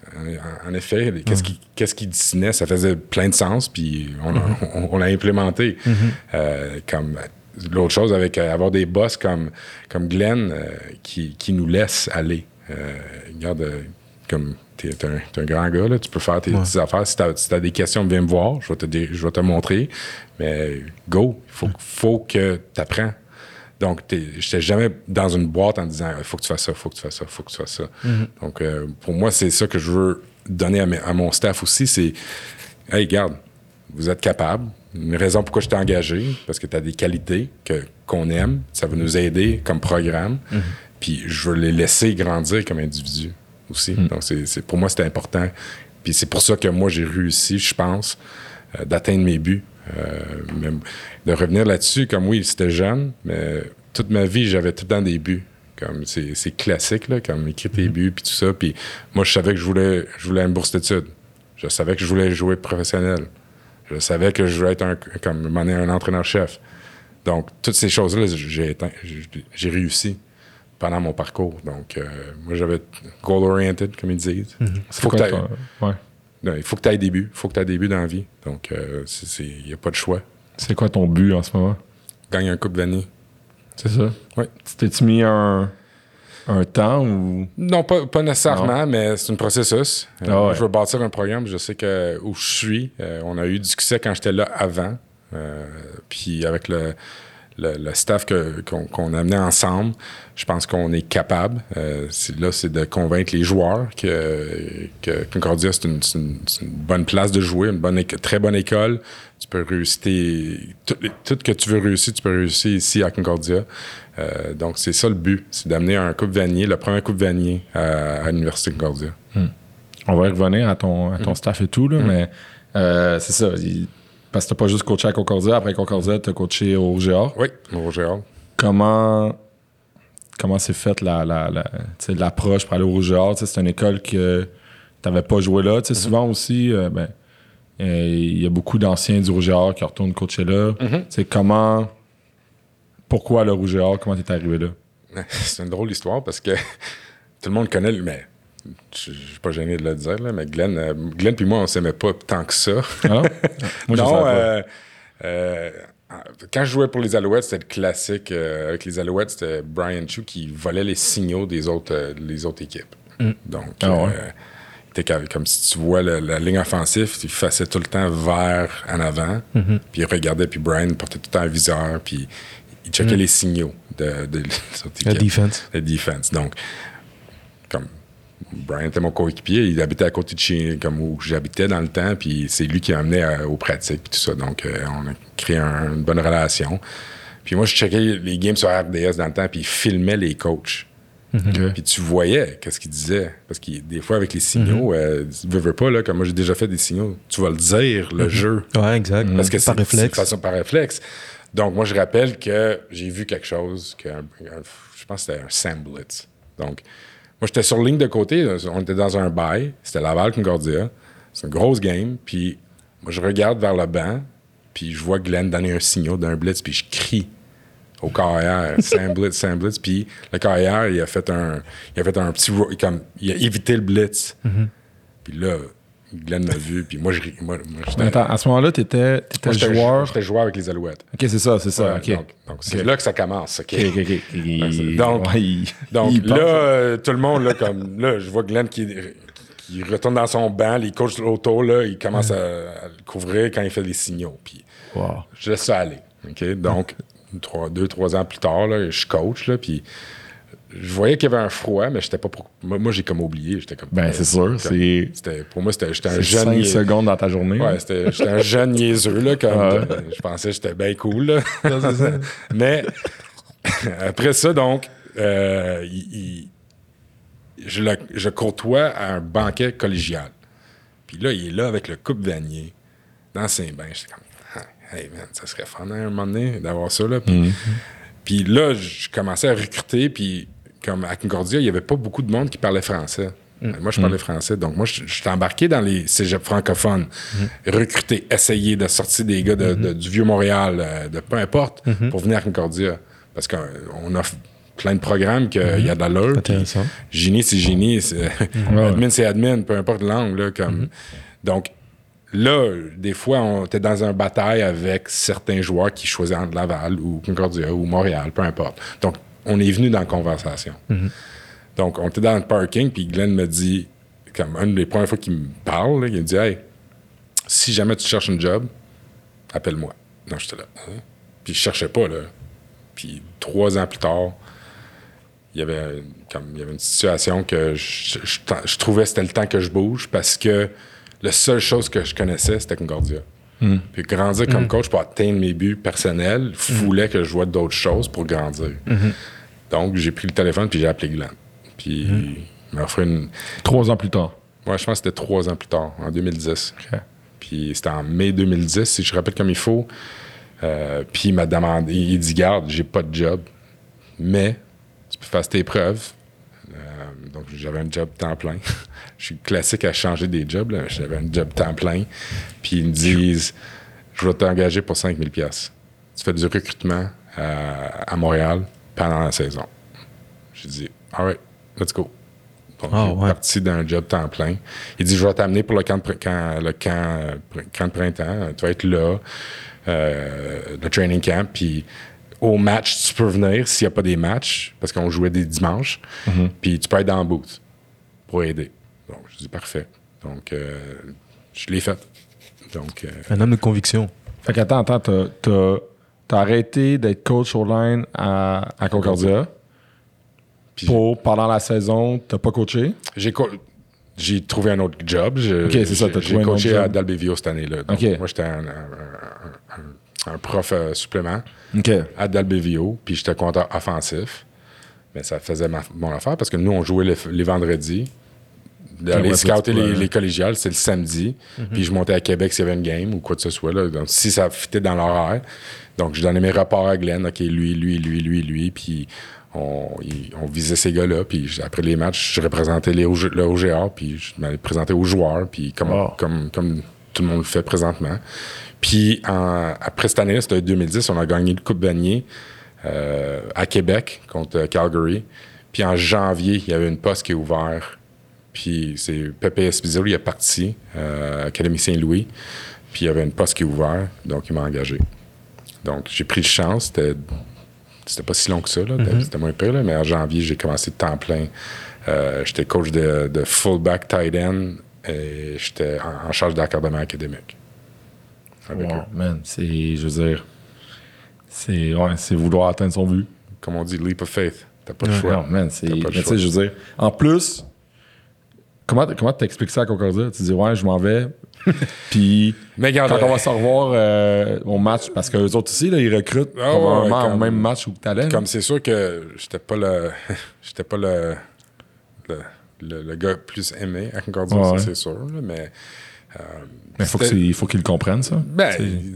en, en effet, qu'est-ce, mm-hmm. qu'il, qu'est-ce qu'il dessinait, ça faisait plein de sens, puis on, mm-hmm. on, on l'a implémenté. Mm-hmm. Euh, comme... L'autre chose avec euh, avoir des boss comme, comme Glenn euh, qui, qui nous laissent aller. Euh, regarde, euh, comme t'es, t'es, un, t'es un grand gars, là, tu peux faire tes ouais. petites affaires. Si t'as, si t'as des questions, viens me voir, je vais te, je vais te montrer. Mais go, il faut, faut que t'apprennes. Donc, j'étais jamais dans une boîte en disant il faut que tu fasses ça, il faut que tu fasses ça, il faut que tu fasses ça. Mm-hmm. Donc, euh, pour moi, c'est ça que je veux donner à, mes, à mon staff aussi, c'est hey, regarde, vous êtes capable. Une raison pourquoi je t'ai engagé, parce que tu as des qualités que, qu'on aime, ça va nous aider comme programme, mm-hmm. puis je veux les laisser grandir comme individus aussi. Mm. Donc, c'est, c'est, pour moi, c'était important. Puis c'est pour ça que moi, j'ai réussi, je pense, euh, d'atteindre mes buts. Euh, même de revenir là-dessus, comme oui, c'était jeune, mais toute ma vie, j'avais tout le temps des buts. Comme c'est, c'est classique, là, comme écrire tes mm-hmm. buts, puis tout ça. Puis moi, je savais que je voulais, je voulais une bourse d'études. Je savais que je voulais jouer professionnel. Je savais que je voulais être un, comme, un entraîneur-chef. Donc, toutes ces choses-là, j'ai, éteint, j'ai, j'ai réussi pendant mon parcours. Donc, euh, moi, j'avais goal-oriented, comme ils disent. Mm-hmm. Faut que ton... ouais. Non, il faut que tu aies des buts. Il faut que tu aies des buts dans la vie. Donc, il n'y a pas de choix. C'est quoi ton but en ce moment? Gagner un coupe Vanier. C'est ça? Oui. T'es-tu mis un... Un temps ou... Non, pas, pas nécessairement, non. Mais c'est un processus. Euh, ah ouais. Je veux bâtir un programme. Je sais que où je suis, euh, on a eu du succès quand j'étais là avant. Euh, puis avec le, le, le staff que, qu'on, qu'on amenait ensemble, je pense qu'on est capable. Euh, c'est, là, c'est de convaincre les joueurs que, que Concordia, c'est une, c'est, une, c'est une bonne place de jouer, une bonne, très bonne école. Tu peux réussir... Tout, tout que tu veux réussir, tu peux réussir ici à Concordia. Euh, donc, c'est ça le but, c'est d'amener un coupe Vanier, le premier coupe Vanier à, à l'Université de Concordia. Hmm. On va y revenir à ton, à ton mm-hmm. staff et tout, là, mm-hmm. mais euh, c'est ça. Il, parce que t'as pas juste coaché à Concordia. Après Concordia, t'as coaché au Rouge-et-Or. Oui, au Rouge-et-Or. Comment, comment c'est fait la, la, la, l'approche pour aller au Rouge-et-Or? C'est une école que t'avais pas joué là. Mm-hmm. Souvent aussi, euh, ben, il euh, y a beaucoup d'anciens du Rouge-et-Or qui retournent coacher là. Mm-hmm. Comment... Pourquoi le Rouge-et-Or? Comment t'es arrivé là? C'est une drôle d'histoire parce que tout le monde connaît, mais je ne suis pas gêné de le dire, là, mais Glenn, euh, Glenn puis moi, on s'aimait pas tant que ça. Ah non? Moi, non, euh, euh, quand je jouais pour les Alouettes, c'était le classique. Euh, avec les Alouettes, c'était Brian Chu qui volait les signaux des autres, euh, les autres équipes. Mm. Donc, ah ouais. euh, Comme, comme si tu vois le, la ligne offensive, il faisait tout le temps vers en avant, mm-hmm. puis il regardait, puis Brian portait tout le temps un viseur, puis il checkait mm. les signaux de, de, de la défense. La défense. Donc, comme Brian était mon coéquipier, il habitait à côté de chez comme où j'habitais dans le temps, puis c'est lui qui m'a amené à, aux pratiques, puis tout ça. Donc, euh, on a créé un, une bonne relation. Puis moi, je checkais les games sur R D S dans le temps, puis il filmait les coachs. Mm-hmm. Puis tu voyais qu'est-ce qu'il disait. Parce que des fois, avec les signaux, mm-hmm. euh, tu veux, veux pas, là, comme moi j'ai déjà fait des signons, tu vas le dire, le mm-hmm. jeu. Ouais, exact. Parce que par c'est, réflexe. C'est de façon par réflexe. Donc, moi, je rappelle que j'ai vu quelque chose, que, je pense que c'était un Sam Blitz. Donc, moi, j'étais sur ligne de côté, on était dans un bail, c'était Laval-Concordia, c'est une grosse game, puis moi, je regarde vers le banc, puis je vois Glenn donner un signal d'un blitz, puis je crie au carrière, Sam Blitz, Sam Blitz, puis le carrière, il a fait un, il a fait un petit, comme, il a évité le blitz. Mm-hmm. Puis là, Glenn m'a vu, puis moi, je, moi, moi j'étais... Attends, à ce moment-là, t'étais, t'étais moi, j'étais joueur... J'étais joueur avec les Alouettes. OK, c'est ça, c'est ça, ouais, OK. Donc, donc c'est okay. là que ça commence, OK? OK, OK, OK. Il... Donc, ouais, il... donc il là, euh, tout le monde, là, comme, là, je vois Glenn qui, qui retourne dans son banc, les coachs autour, là, il commence mm. à, à le couvrir quand il fait des signaux, puis wow. je laisse ça aller, OK? Donc, trois, deux, trois ans plus tard, là, je coach, là, puis... Je voyais qu'il y avait un froid, mais j'étais pas pour... Moi, moi j'ai comme oublié. J'étais comme... Ben, c'est sûr. Comme... C'est... C'était... Pour moi, c'était... j'étais un c'est jeune... cinq niais... secondes dans ta journée. Ouais, c'était... j'étais un jeune niaiseux, là, comme... Ah ouais. Je pensais que j'étais bien cool, là. Non, c'est ça. Mais, après ça, donc, euh, il, il... Je, le... je côtoie à un banquet collégial. Puis là, il est là avec le coupe Vanier, dans ses bains. J'étais comme... Hey, man, ça serait fun, hein, un moment donné, d'avoir ça, là. Puis, mm-hmm. puis là, je commençais à recruter, puis... Comme à Concordia, il n'y avait pas beaucoup de monde qui parlait français. Mm. Moi, je parlais mm. français. Donc, moi, je suis embarqué dans les cégeps francophones, mm. recruter, essayer de sortir des gars de, mm-hmm. de, du Vieux-Montréal, de peu importe, mm-hmm. pour venir à Concordia. Parce qu'on offre plein de programmes qu'il mm-hmm. y a de l'allure. Intéressant. Génie, c'est génie. C'est... Mm-hmm. Admin, c'est admin, peu importe la langue. Là, comme... Mm-hmm. Donc, là, des fois, on était dans une bataille avec certains joueurs qui choisissaient entre Laval ou Concordia ou Montréal, peu importe. Donc, on est venu dans la conversation. Mm-hmm. Donc, on était dans le parking, puis Glenn me dit, comme une des premières fois qu'il me parle, là, il me dit « Hey, si jamais tu cherches un job, appelle-moi. » Non, j'étais là. Hein? Puis je cherchais pas, là. Puis trois ans plus tard, il y avait, comme, il y avait une situation que je, je, je trouvais que c'était le temps que je bouge, parce que la seule chose que je connaissais, c'était Concordia. Mm. Puis grandir comme mm. coach pour atteindre mes buts personnels, il mm. voulait que je voie d'autres choses pour grandir. Mm-hmm. Donc, j'ai pris le téléphone puis j'ai appelé Glenn. Puis mm. il m'a offert une... Trois ans plus tard? Ouais, je pense que c'était trois ans plus tard, en deux mille dix. Okay. Puis c'était en mai deux mille dix, si je rappelle comme il faut. Euh, puis il m'a demandé, il dit « Garde, j'ai pas de job, mais tu peux faire tes preuves. Euh, » Donc, j'avais un job temps plein. Je suis classique à changer des jobs. Là. J'avais un job temps plein. Puis ils me disent, je vais t'engager pour cinq mille dollars. Tu fais du recrutement à, à Montréal pendant la saison. J'ai dit, all right, let's go. Donc, oh, je suis ouais. parti d'un job temps plein. Il dit, je vais t'amener pour le camp de, camp, le camp, camp de printemps. Tu vas être là, euh, le training camp. Puis au match, tu peux venir s'il n'y a pas des matchs, parce qu'on jouait des dimanches. Mm-hmm. Puis tu peux être dans le booth pour aider. Donc, je dis parfait. Donc, euh, je l'ai fait. Donc, euh... un homme de conviction. Fait qu'attends, attends, t'as, t'as, t'as arrêté d'être coach au line à, à Concordia. Puis pour, pendant la saison, t'as pas coaché? J'ai, co- j'ai trouvé un autre job. Je, OK, c'est ça, t'as j'ai trouvé coaché un autre à job. Dalbevio cette année-là. Donc, okay. moi, j'étais un, un, un, un prof euh, supplément okay. à Dalbevio. Puis j'étais compteur offensif. Mais ça faisait ma, mon affaire parce que nous, on jouait les, les vendredis. d'aller ouais, scouter tu peux, les, euh, les collégiales, c'est le samedi. Mm-hmm. Puis je montais à Québec s'il y avait une game ou quoi que ce soit. Là. Donc, si ça fitait dans l'horaire. Donc, je donnais mes rapports à Glenn. OK, lui, lui, lui, lui, lui. Puis on, il, on visait ces gars-là. Puis après les matchs, je représentais les, le O G A. Puis je m'allais présenter aux joueurs. Puis comme, wow. comme, comme tout le monde le fait présentement. Puis en, après cette année-là, c'était deux mille dix, on a gagné le Coupe Vanier euh, à Québec contre Calgary. Puis en janvier, il y avait une poste qui est ouverte. Puis c'est Pepe Esposito, il est parti, euh, Académie Saint-Louis. Puis il y avait une poste qui est ouverte, donc il m'a engagé. Donc j'ai pris de chance, c'était, c'était pas si long que ça, là, mm-hmm. c'était moins pire, là, mais en janvier, j'ai commencé de temps plein. Euh, j'étais coach de, de fullback tight end et j'étais en, en charge d'accompagnement académique. Wow, eux. Man, c'est, je veux dire, c'est, ouais, c'est vouloir atteindre son but. Comme on dit, leap of faith. T'as pas de Ouais, choix. non, man, c'est, T'as pas de mais tu sais, je veux dire, en plus, comment, comment t'expliques ça à Concordia? Tu dis, ouais, je m'en vais, puis quand on va se revoir euh, au match, parce qu'eux autres aussi, là, ils recrutent oh, probablement ouais, au même match où t'allais. Comme c'est sûr que j'étais pas le j'étais pas le le, le le gars plus aimé à Concordia, ouais, ça ouais. c'est sûr, là, mais euh, mais faut que il faut qu'ils le comprennent, ça. Ben, ils,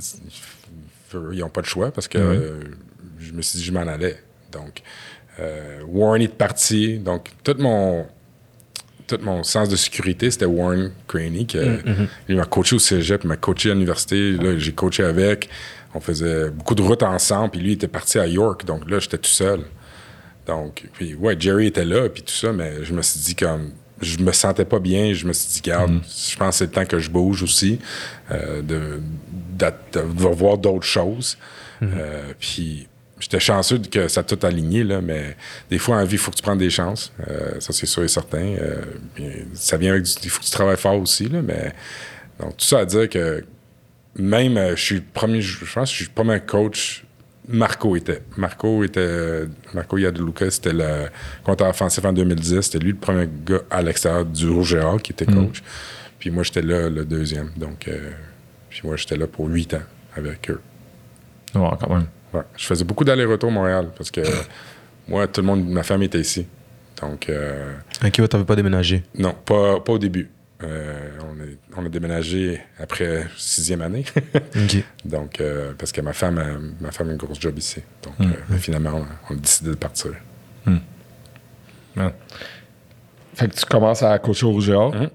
ils ont pas de choix parce que ouais. euh, je me suis dit je m'en allais. Donc euh, Warren est parti, donc tout mon tout mon sens de sécurité, c'était Warren Craney, qui mm-hmm. il m'a coaché au cégep, il m'a coaché à l'université. Là, j'ai coaché avec. On faisait beaucoup de routes ensemble. Puis lui, il était parti à York. Donc là, j'étais tout seul. Donc, puis ouais, Jerry était là, puis tout ça, mais je me suis dit comme... Je me sentais pas bien. Je me suis dit, garde, mm-hmm. je pense que c'est le temps que je bouge aussi, euh, de, de, de, de voir d'autres choses. Mm-hmm. Euh, puis... J'étais chanceux que ça tout aligné, là, mais des fois, en vie, il faut que tu prennes des chances. Euh, ça, c'est sûr et certain. Euh, ça vient avec du... Il faut que tu travailles fort aussi, là, mais... Donc, tout ça à dire que même, euh, je suis le premier... Je pense que je suis le premier coach... Marco était. Marco était... Marco Iadaluca, c'était le compteur offensif en deux mille dix. C'était lui le premier gars à l'extérieur du O G A qui était coach. Mm. Puis moi, j'étais là le deuxième. Donc, euh, puis moi, j'étais là pour huit ans avec eux. Ouais, quand même. Ouais. Je faisais beaucoup d'allers-retours à Montréal parce que moi, tout le monde, ma famille était ici. Donc. Euh, ok, ouais, t'avais pas déménagé? Non, pas, pas au début. Euh, on, est, on a déménagé après sixième année. Okay. Donc, euh, parce que ma femme, a, ma femme a une grosse job ici. Donc, mm. euh, finalement, on, on a décidé de partir. Mm. Ouais. Fait que tu commences à coacher au O G A. Mm.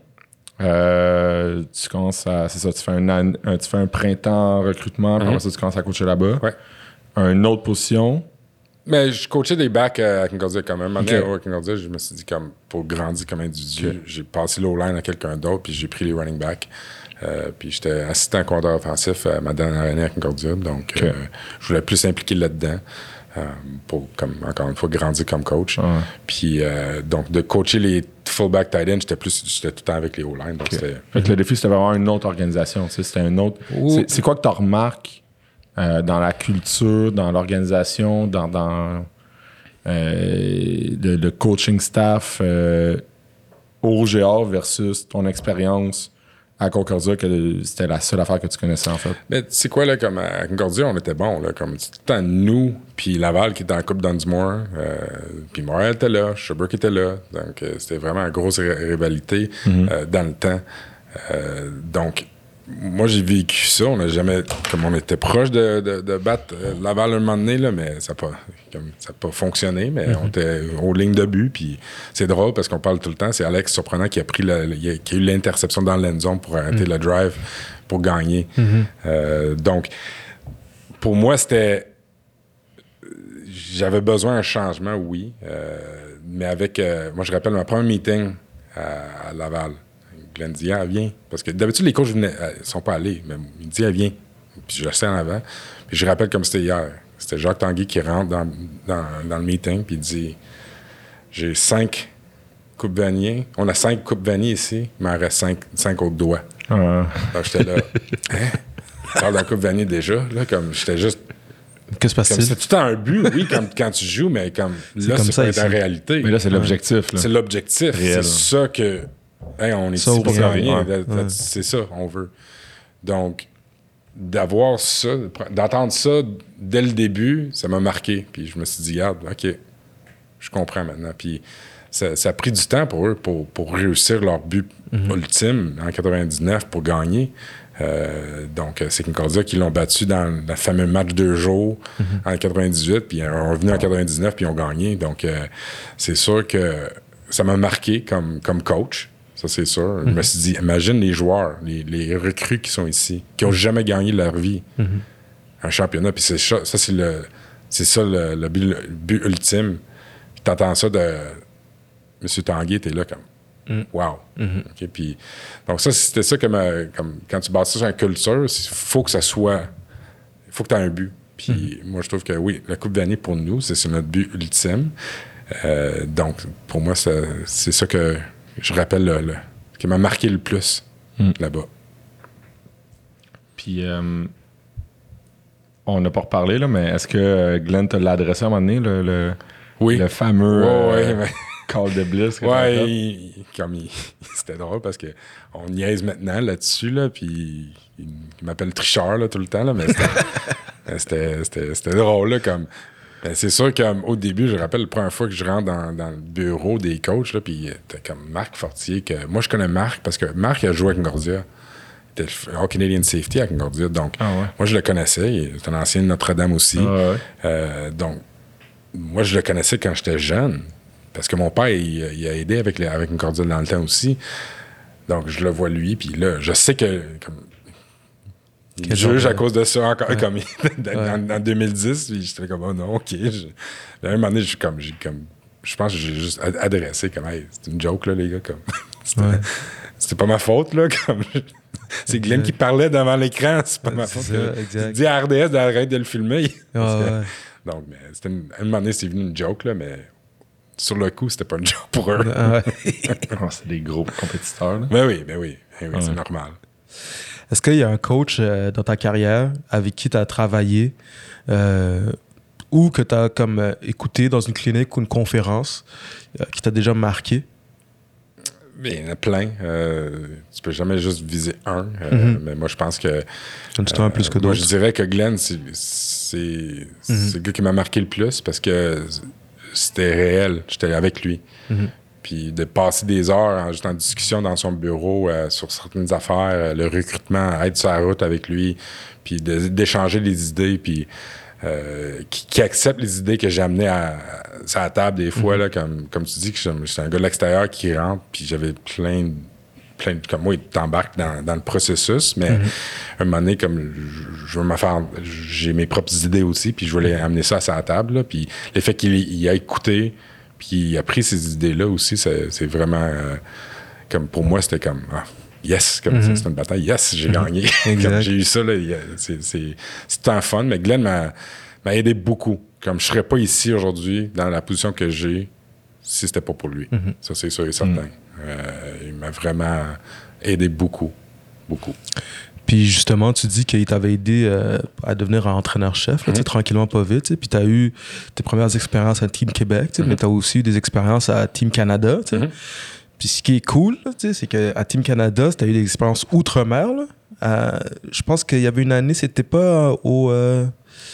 Euh, tu commences à. C'est ça, tu fais un, an, un, tu fais un printemps recrutement, puis mm-hmm. après ça, tu commences à coacher là-bas. Ouais. Une autre position. Mais je coachais des backs à Concordia quand même. Okay. À Concordia, je me suis dit, comme, pour grandir comme individu, okay. j'ai passé l'O-line à quelqu'un d'autre, puis j'ai pris les running backs. Euh, puis j'étais assistant compteur offensif à ma dernière année à Concordia. Donc, okay. euh, je voulais plus s'impliquer là-dedans. Euh, pour, comme, encore une fois, grandir comme coach. Ouais. Puis, euh, donc, de coacher les fullback tight end, j'étais plus, j'étais tout le temps avec les O-line. Donc, okay. c'était... Fait que le défi, c'était vraiment une autre organisation. Tu sais, c'était un autre. C'est, c'est quoi que tu remarques euh, dans la culture, dans l'organisation, dans, dans euh, le, le coaching staff euh, au G A versus ton expérience à Concordia, que c'était la seule affaire que tu connaissais, en fait? Mais c'est quoi, là, comme à Concordia, on était bons, là, comme tout le temps nous, puis Laval qui était en Coupe Dunsmore, euh, puis Montréal était là, Sherbrooke était là, donc euh, c'était vraiment une grosse r- rivalité mm-hmm. euh, dans le temps. Euh, donc, moi, j'ai vécu ça, on n'a jamais, comme on était proche de, de, de battre euh, Laval un moment donné, là, mais ça n'a pas, pas fonctionné, mais mm-hmm. on était aux lignes de but, puis c'est drôle parce qu'on parle tout le temps, c'est Alex Surprenant qui a pris la, qui a eu l'interception dans l'end zone pour arrêter mm-hmm. le drive pour gagner. Mm-hmm. Euh, donc, pour moi, c'était, j'avais besoin d'un changement, oui, euh, mais avec, euh, moi, je rappelle ma première meeting à, à Laval. Glenn dit, ah, viens. Parce que d'habitude, les coachs ne sont pas allés. Mais il dit, ah, viens. Puis je restais en avant. Puis je rappelle comme c'était hier. C'était Jacques Tanguay qui rentre dans, dans, dans le meeting. Puis il dit, j'ai cinq coupes Vanier. On a cinq coupes Vanier ici. Il m'en reste cinq, cinq autres doigts. Uh-huh. Donc j'étais là, hein? On parle d'un coupe Vanier déjà. Là, comme j'étais juste. Que se passe-t-il? C'est tout un but, oui, quand, quand tu joues, mais comme c'est là, comme c'est ça, pas ici. la réalité. Mais là, c'est ouais. l'objectif. Là. C'est l'objectif. Réel. C'est ça que. Hey, on est ça, ici pour gagner. ouais. Ouais. C'est ça, on veut. Donc, d'avoir ça, d'entendre ça dès le début, ça m'a marqué. Puis je me suis dit, regarde, OK, je comprends maintenant. Puis ça, ça a pris du temps pour eux pour, pour réussir leur but mm-hmm. ultime en quatre-vingt-dix-neuf pour gagner. Euh, donc, c'est Concordia qui l'ont battu dans le fameux match deux jours mm-hmm. en quatre-vingt-dix-huit, puis ils sont revenus en quatre-vingt-dix-neuf, puis ils ont gagné. Donc, euh, c'est sûr que ça m'a marqué comme, comme coach. Ça, c'est sûr. Mm-hmm. Je me suis dit, imagine les joueurs, les, les recrues qui sont ici, qui n'ont jamais gagné de leur vie mm-hmm. un championnat. Puis c'est ça, ça c'est le, c'est ça le, le, but, le but ultime. Puis t'entends ça de M. Tanguay, t'es là comme, mm. wow. Mm-hmm. Okay, puis, donc ça, c'était ça comme, comme quand tu bases ça sur une culture, il faut que ça soit, il faut que tu aies un but. Puis mm-hmm. moi, je trouve que oui, la Coupe d'année pour nous, c'est, c'est notre but ultime. Euh, donc, pour moi, c'est, c'est ça que je rappelle, le, le, qui m'a marqué le plus mm. là-bas. Puis, euh, on n'a pas reparlé, là, mais est-ce que Glenn te l'a adressé à un moment donné, le, le, oui. le fameux oh, euh, oui, mais... call de Bliss? Que ouais, il, il, comme il, c'était drôle parce qu'on niaise maintenant là-dessus, là, puis il, il m'appelle tricheur là, tout le temps, là, mais c'était, c'était, c'était, c'était drôle, là, comme... Ben, c'est sûr qu'au début, je rappelle la première fois que je rentre dans, dans le bureau des coachs, là, puis t'as comme Marc Fortier, que moi je connais Marc parce que Marc a joué à Concordia. Il était All Canadian Safety à Concordia, donc ah ouais. moi je le connaissais. Il est un ancien de Notre-Dame aussi. Ah ouais. euh, donc, moi je le connaissais quand j'étais jeune, parce que mon père, il, il a aidé avec, les, avec Concordia dans le temps aussi. Donc, je le vois lui, puis là, je sais que... Comme, il juge à cause de ça encore, ouais. comme en, en deux mille dix, puis j'étais comme, oh non, OK. Je, à un moment donné, je, comme, j'ai, comme, je pense que j'ai juste adressé comme, hey, c'est une joke, là, les gars, comme, c'était, ouais. c'était pas ma faute, là, comme, c'est Glenn exact. Qui parlait devant l'écran, c'est pas ma faute. Ça, tu dis à R D S d'arrêter de le filmer. Oh, ouais. que, donc, mais c'était une, à un moment donné, c'est venu une joke, là, mais sur le coup, c'était pas une joke pour eux. Ah ouais. oh, c'est des gros compétiteurs, là. Ben oui, ben oui, ben oui ouais. c'est normal. Est-ce qu'il y a un coach euh, dans ta carrière avec qui tu as travaillé euh, ou que tu as comme euh, écouté dans une clinique ou une conférence euh, qui t'a déjà marqué? Bien, il y en a plein. Euh, tu peux jamais juste viser un. Euh, mm-hmm. Mais moi, je pense que... Euh, un plus que d'autres. Moi, je dirais que Glenn, c'est, c'est, mm-hmm. c'est le gars qui m'a marqué le plus parce que c'était réel. J'étais avec lui. Mm-hmm. Puis de passer des heures en, juste en discussion dans son bureau euh, sur certaines affaires, euh, le recrutement, être sur la route avec lui, puis de, d'échanger les idées, puis euh, qui, qui accepte les idées que j'amenais à, à, à la table des fois, mm-hmm. là, comme, comme tu dis, que j'étais un gars de l'extérieur qui rentre, puis j'avais plein de... Plein de, comme moi, il t'embarque dans, dans le processus, mais mm-hmm. un moment donné, comme je, je veux me faire... J'ai mes propres idées aussi, puis je voulais mm-hmm. amener ça à sa table, là, puis le fait qu'il il a écouté... Puis il a pris ces idées-là aussi, c'est, c'est vraiment... Euh, comme pour moi, c'était comme... Ah, yes! Comme mm-hmm. ça, c'était une bataille. Yes! J'ai mm-hmm. gagné. Comme j'ai eu ça, là. C'est, c'est, c'est un fun. Mais Glenn m'a, m'a aidé beaucoup. Comme je serais pas ici aujourd'hui, dans la position que j'ai, si c'était pas pour lui. Mm-hmm. Ça, c'est sûr et certain. Mm-hmm. Euh, il m'a vraiment aidé beaucoup. Beaucoup. Puis justement, tu dis qu'il t'avait aidé euh, à devenir un entraîneur-chef, là, mm-hmm. tranquillement, pas vite. Puis tu as eu tes premières expériences à Team Québec, mm-hmm. mais tu as aussi eu des expériences à Team Canada. Mm-hmm. Puis ce qui est cool, là, c'est qu'à Team Canada, tu as eu des expériences outre-mer. Euh, je pense qu'il y avait une année, c'était pas au, euh,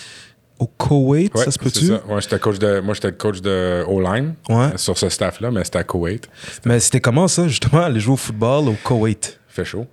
au Koweït, ouais, ça se peut-tu? Ça. Ouais, j'étais coach de, moi, j'étais le coach de O-line ouais. sur ce staff-là, mais c'était à Koweït. C'était... Mais c'était comment ça, justement, aller jouer au football au Koweït? Il fait chaud.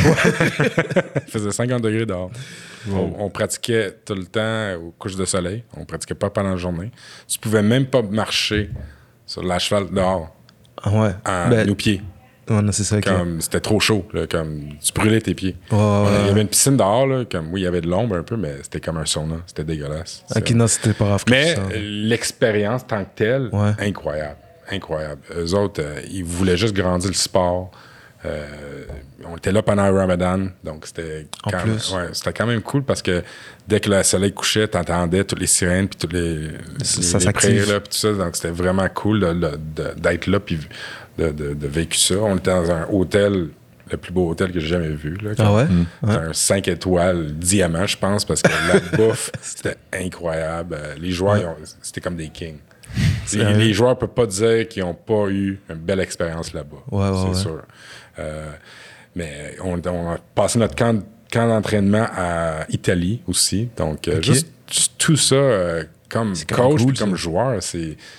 Il faisait cinquante degrés dehors. Wow. On, on pratiquait tout le temps aux couches de soleil. On pratiquait pas pendant la journée. Tu pouvais même pas marcher sur l'asphalte dehors. Ah ouais. En ben, nos pieds. Ouais, non, c'est ça. Comme, okay. C'était trop chaud. Là, comme, tu brûlais tes pieds. Oh, il y ouais. avait une piscine dehors. Là, comme, oui, il y avait de l'ombre un peu, mais c'était comme un sauna. C'était dégueulasse. Ok, non, c'était pas grave. Mais ça. l'expérience tant que telle, ouais. incroyable. Incroyable. Eux autres, euh, ils voulaient juste grandir le sport. Euh, on était là pendant le Ramadan, donc c'était quand, même, ouais, c'était quand même cool parce que dès que le soleil couchait, t'entendais toutes les sirènes puis toutes les, ça les, les prairies là, puis tout ça, donc c'était vraiment cool de, de, de, d'être là puis de, de, de vécu ça. On était dans un hôtel, le plus beau hôtel que j'ai jamais vu. Là, ah ouais? Mmh. C'était un cinq étoiles diamant, je pense, parce que la bouffe, c'était incroyable. Les joueurs, ouais. ils ont, c'était comme des kings. Les, les joueurs ne peuvent pas dire qu'ils n'ont pas eu une belle expérience là-bas. Ouais, ouais, c'est ouais. sûr. Euh, mais on, on a passé notre camp, camp d'entraînement à Italie aussi. Donc, okay. juste, juste tout ça, euh, comme c'est coach cool, comme joueur, c'est,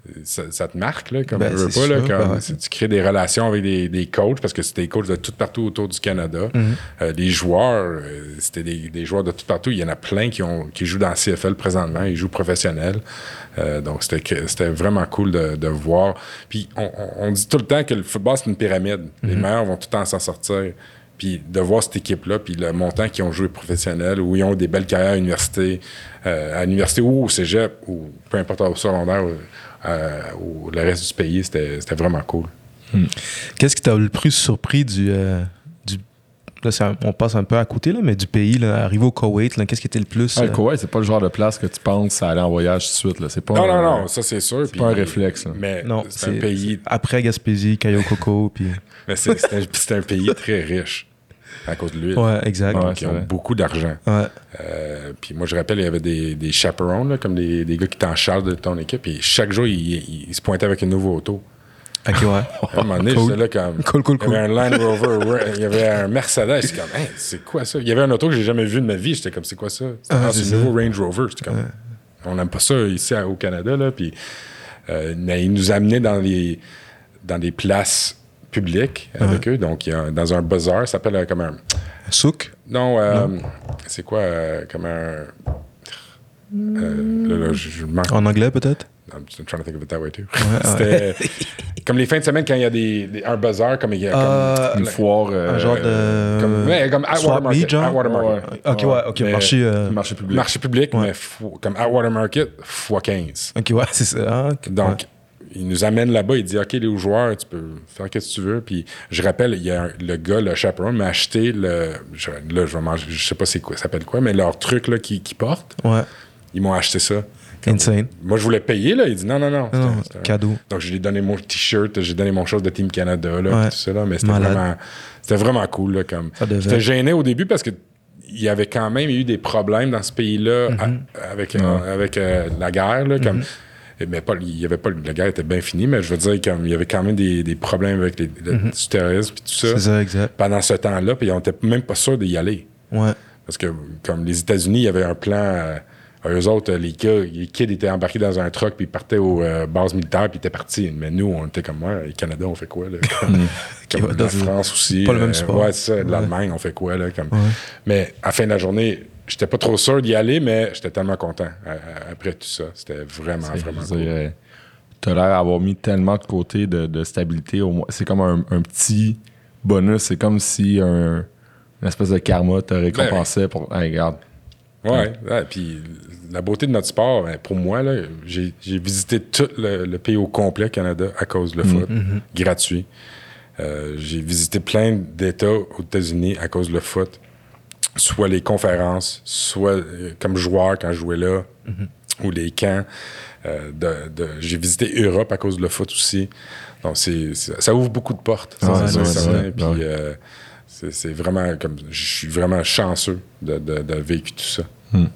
ça, ça te marque, là, comme Ben, tu veux c'est pas, là, sûr, comme, ben ouais. c'est- tu crées des relations avec des, des coachs, parce que c'était des coachs de tout partout autour du Canada. Mm-hmm. Euh, des joueurs, euh, c'était des, des joueurs de tout partout. Il y en a plein qui, ont, qui jouent dans le C F L présentement, ils jouent professionnels. Euh, donc, c'était, c'était vraiment cool de, de voir. Puis, on, on, on dit tout le temps que le football, c'est une pyramide. Mm-hmm. Les meilleurs vont tout le temps s'en sortir. Puis de voir cette équipe-là, puis le montant qu'ils ont joué professionnel, où ils ont des belles carrières à l'université, euh, à l'université ou au cégep, ou peu importe au secondaire, ou, euh, ou le reste du pays, c'était, c'était vraiment cool. Hmm. Qu'est-ce qui t'a le plus surpris du... Euh, du là, c'est un, on passe un peu à côté, là, mais du pays, là, arrivé au Koweït, là, qu'est-ce qui était le plus... Ah, euh, le Koweït, c'est pas le genre de place que tu penses à aller en voyage tout de suite. Là. C'est pas Non, un, non, non, ça c'est sûr. C'est pas un réflexe. Là. Mais non, c'est, c'est un pays... Après Gaspésie, Cayo-Coco, puis... Mais c'est, c'est, un, c'est un pays très riche à cause de l'huile. Ouais, exact. Donc, Ouais, ils ont vrai. beaucoup d'argent. Ouais. Euh, puis moi, je rappelle, il y avait des, des chaperons, là, comme des, des gars qui t'en chargent de ton équipe. Et chaque jour, ils, ils, ils se pointaient avec une nouvelle auto. OK, ouais. À un moment donné, Cool. j'étais là comme... Cool, cool, Il y avait cool. un Land Rover, ouais, il y avait un Mercedes. C'est comme, hey, c'est quoi ça? Il y avait un auto que j'ai jamais vu de ma vie. J'étais comme, c'est quoi ça? C'était, Ah, ah, c'est c'est un nouveau Range Rover. J'étais comme, on n'aime pas ça ici à- au Canada. Là. Puis, euh, mais ils nous amenaient dans, les, dans des places publiques avec eux. Donc, il y a, dans un bazar, ça s'appelle euh, comme un... Souk? Non, euh, c'est quoi? euh, comme un... Euh, là, là, je, je manque. En anglais, peut-être? I'm trying to think of it that way too. Ouais, C'était comme les fins de semaine quand il y a des, des- un buzzer, comme il y a Euh, Une foire. euh, un genre de... comme, ouais, comme Swap Atwater Market. meet, genre? Atwater Market. Ouais. OK, ouais, OK, Mais- marché... euh, marché public. Marché public, Ouais. mais fou- comme Atwater Market, fois quinze. OK, ouais, c'est ça. Ah, OK. Donc, Ouais. il nous amène là-bas, il dit OK, les joueurs, tu peux faire ce que tu veux. Puis, je rappelle, il y a un- le gars, le chaperon, m'a acheté le. Je, là, je vais manger, je sais pas c'est quoi, ça s'appelle quoi, mais leur truc là, qu'ils qu'ils portent, Ouais. ils m'ont acheté ça. Insane. Moi, je voulais payer, là. Il dit non, non, non. C'était- Non, c'était un- cadeau. Donc, je lui ai donné mon t-shirt, j'ai donné mon chose de Team Canada, là, Ouais. puis tout ça, là. Mais c'était Malade. vraiment, c'était vraiment cool, là. Comme, Ça devait. j'étais gêné au début parce que il y avait quand même eu des problèmes dans ce pays-là Mm-hmm. à- avec, euh, avec euh, la guerre, là. Comme, mais pas, il y avait pas, la guerre était bien finie, mais je veux dire, comme, il y avait quand même des, des problèmes avec les, le, du terrorisme et tout ça. Mm-hmm. C'est ça, exact. Pendant ce temps-là, puis on était même pas sûr d'y aller. Ouais. Parce que, comme les États-Unis, il y avait un plan. Euh, eux autres, les gars, les kids étaient embarqués dans un truck, puis ils partaient aux euh, bases militaires, puis ils étaient partis. Mais nous, on était comme moi, le Canada, on fait quoi, là? Comme, comme Ouais, la dans- France aussi. pas le même euh, sport. Ouais, c'est ça. Ouais. L'Allemagne, on fait quoi, là? Comme... Mais à la fin de la journée, j'étais pas trop sûr d'y aller, mais j'étais tellement content euh, après tout ça. C'était vraiment, vraiment Je cool. veux dire, euh, t'as l'air d'avoir mis tellement de côté de, de stabilité. Au moins, c'est comme un, un petit bonus. C'est comme si un, une espèce de karma te récompensait pour. Hey, regarde. Ouais, ouais, puis la beauté de notre sport, ben, pour moi, là, j'ai, j'ai visité tout le, le pays au complet, Canada, à cause du foot, gratuit. Euh, j'ai visité plein d'États aux États-Unis à cause du foot, soit les conférences, soit euh, comme joueur quand je jouais là, ou les camps. Euh, de, de- j'ai visité Europe à cause du foot aussi. Donc, c'est, c'est- ça ouvre beaucoup de portes. Ça, Ouais, c'est sûr ouais, et certain. ouais, Puis, ouais. euh, c'est, c'est vraiment comme. Je suis vraiment chanceux de, de, de vécu tout ça.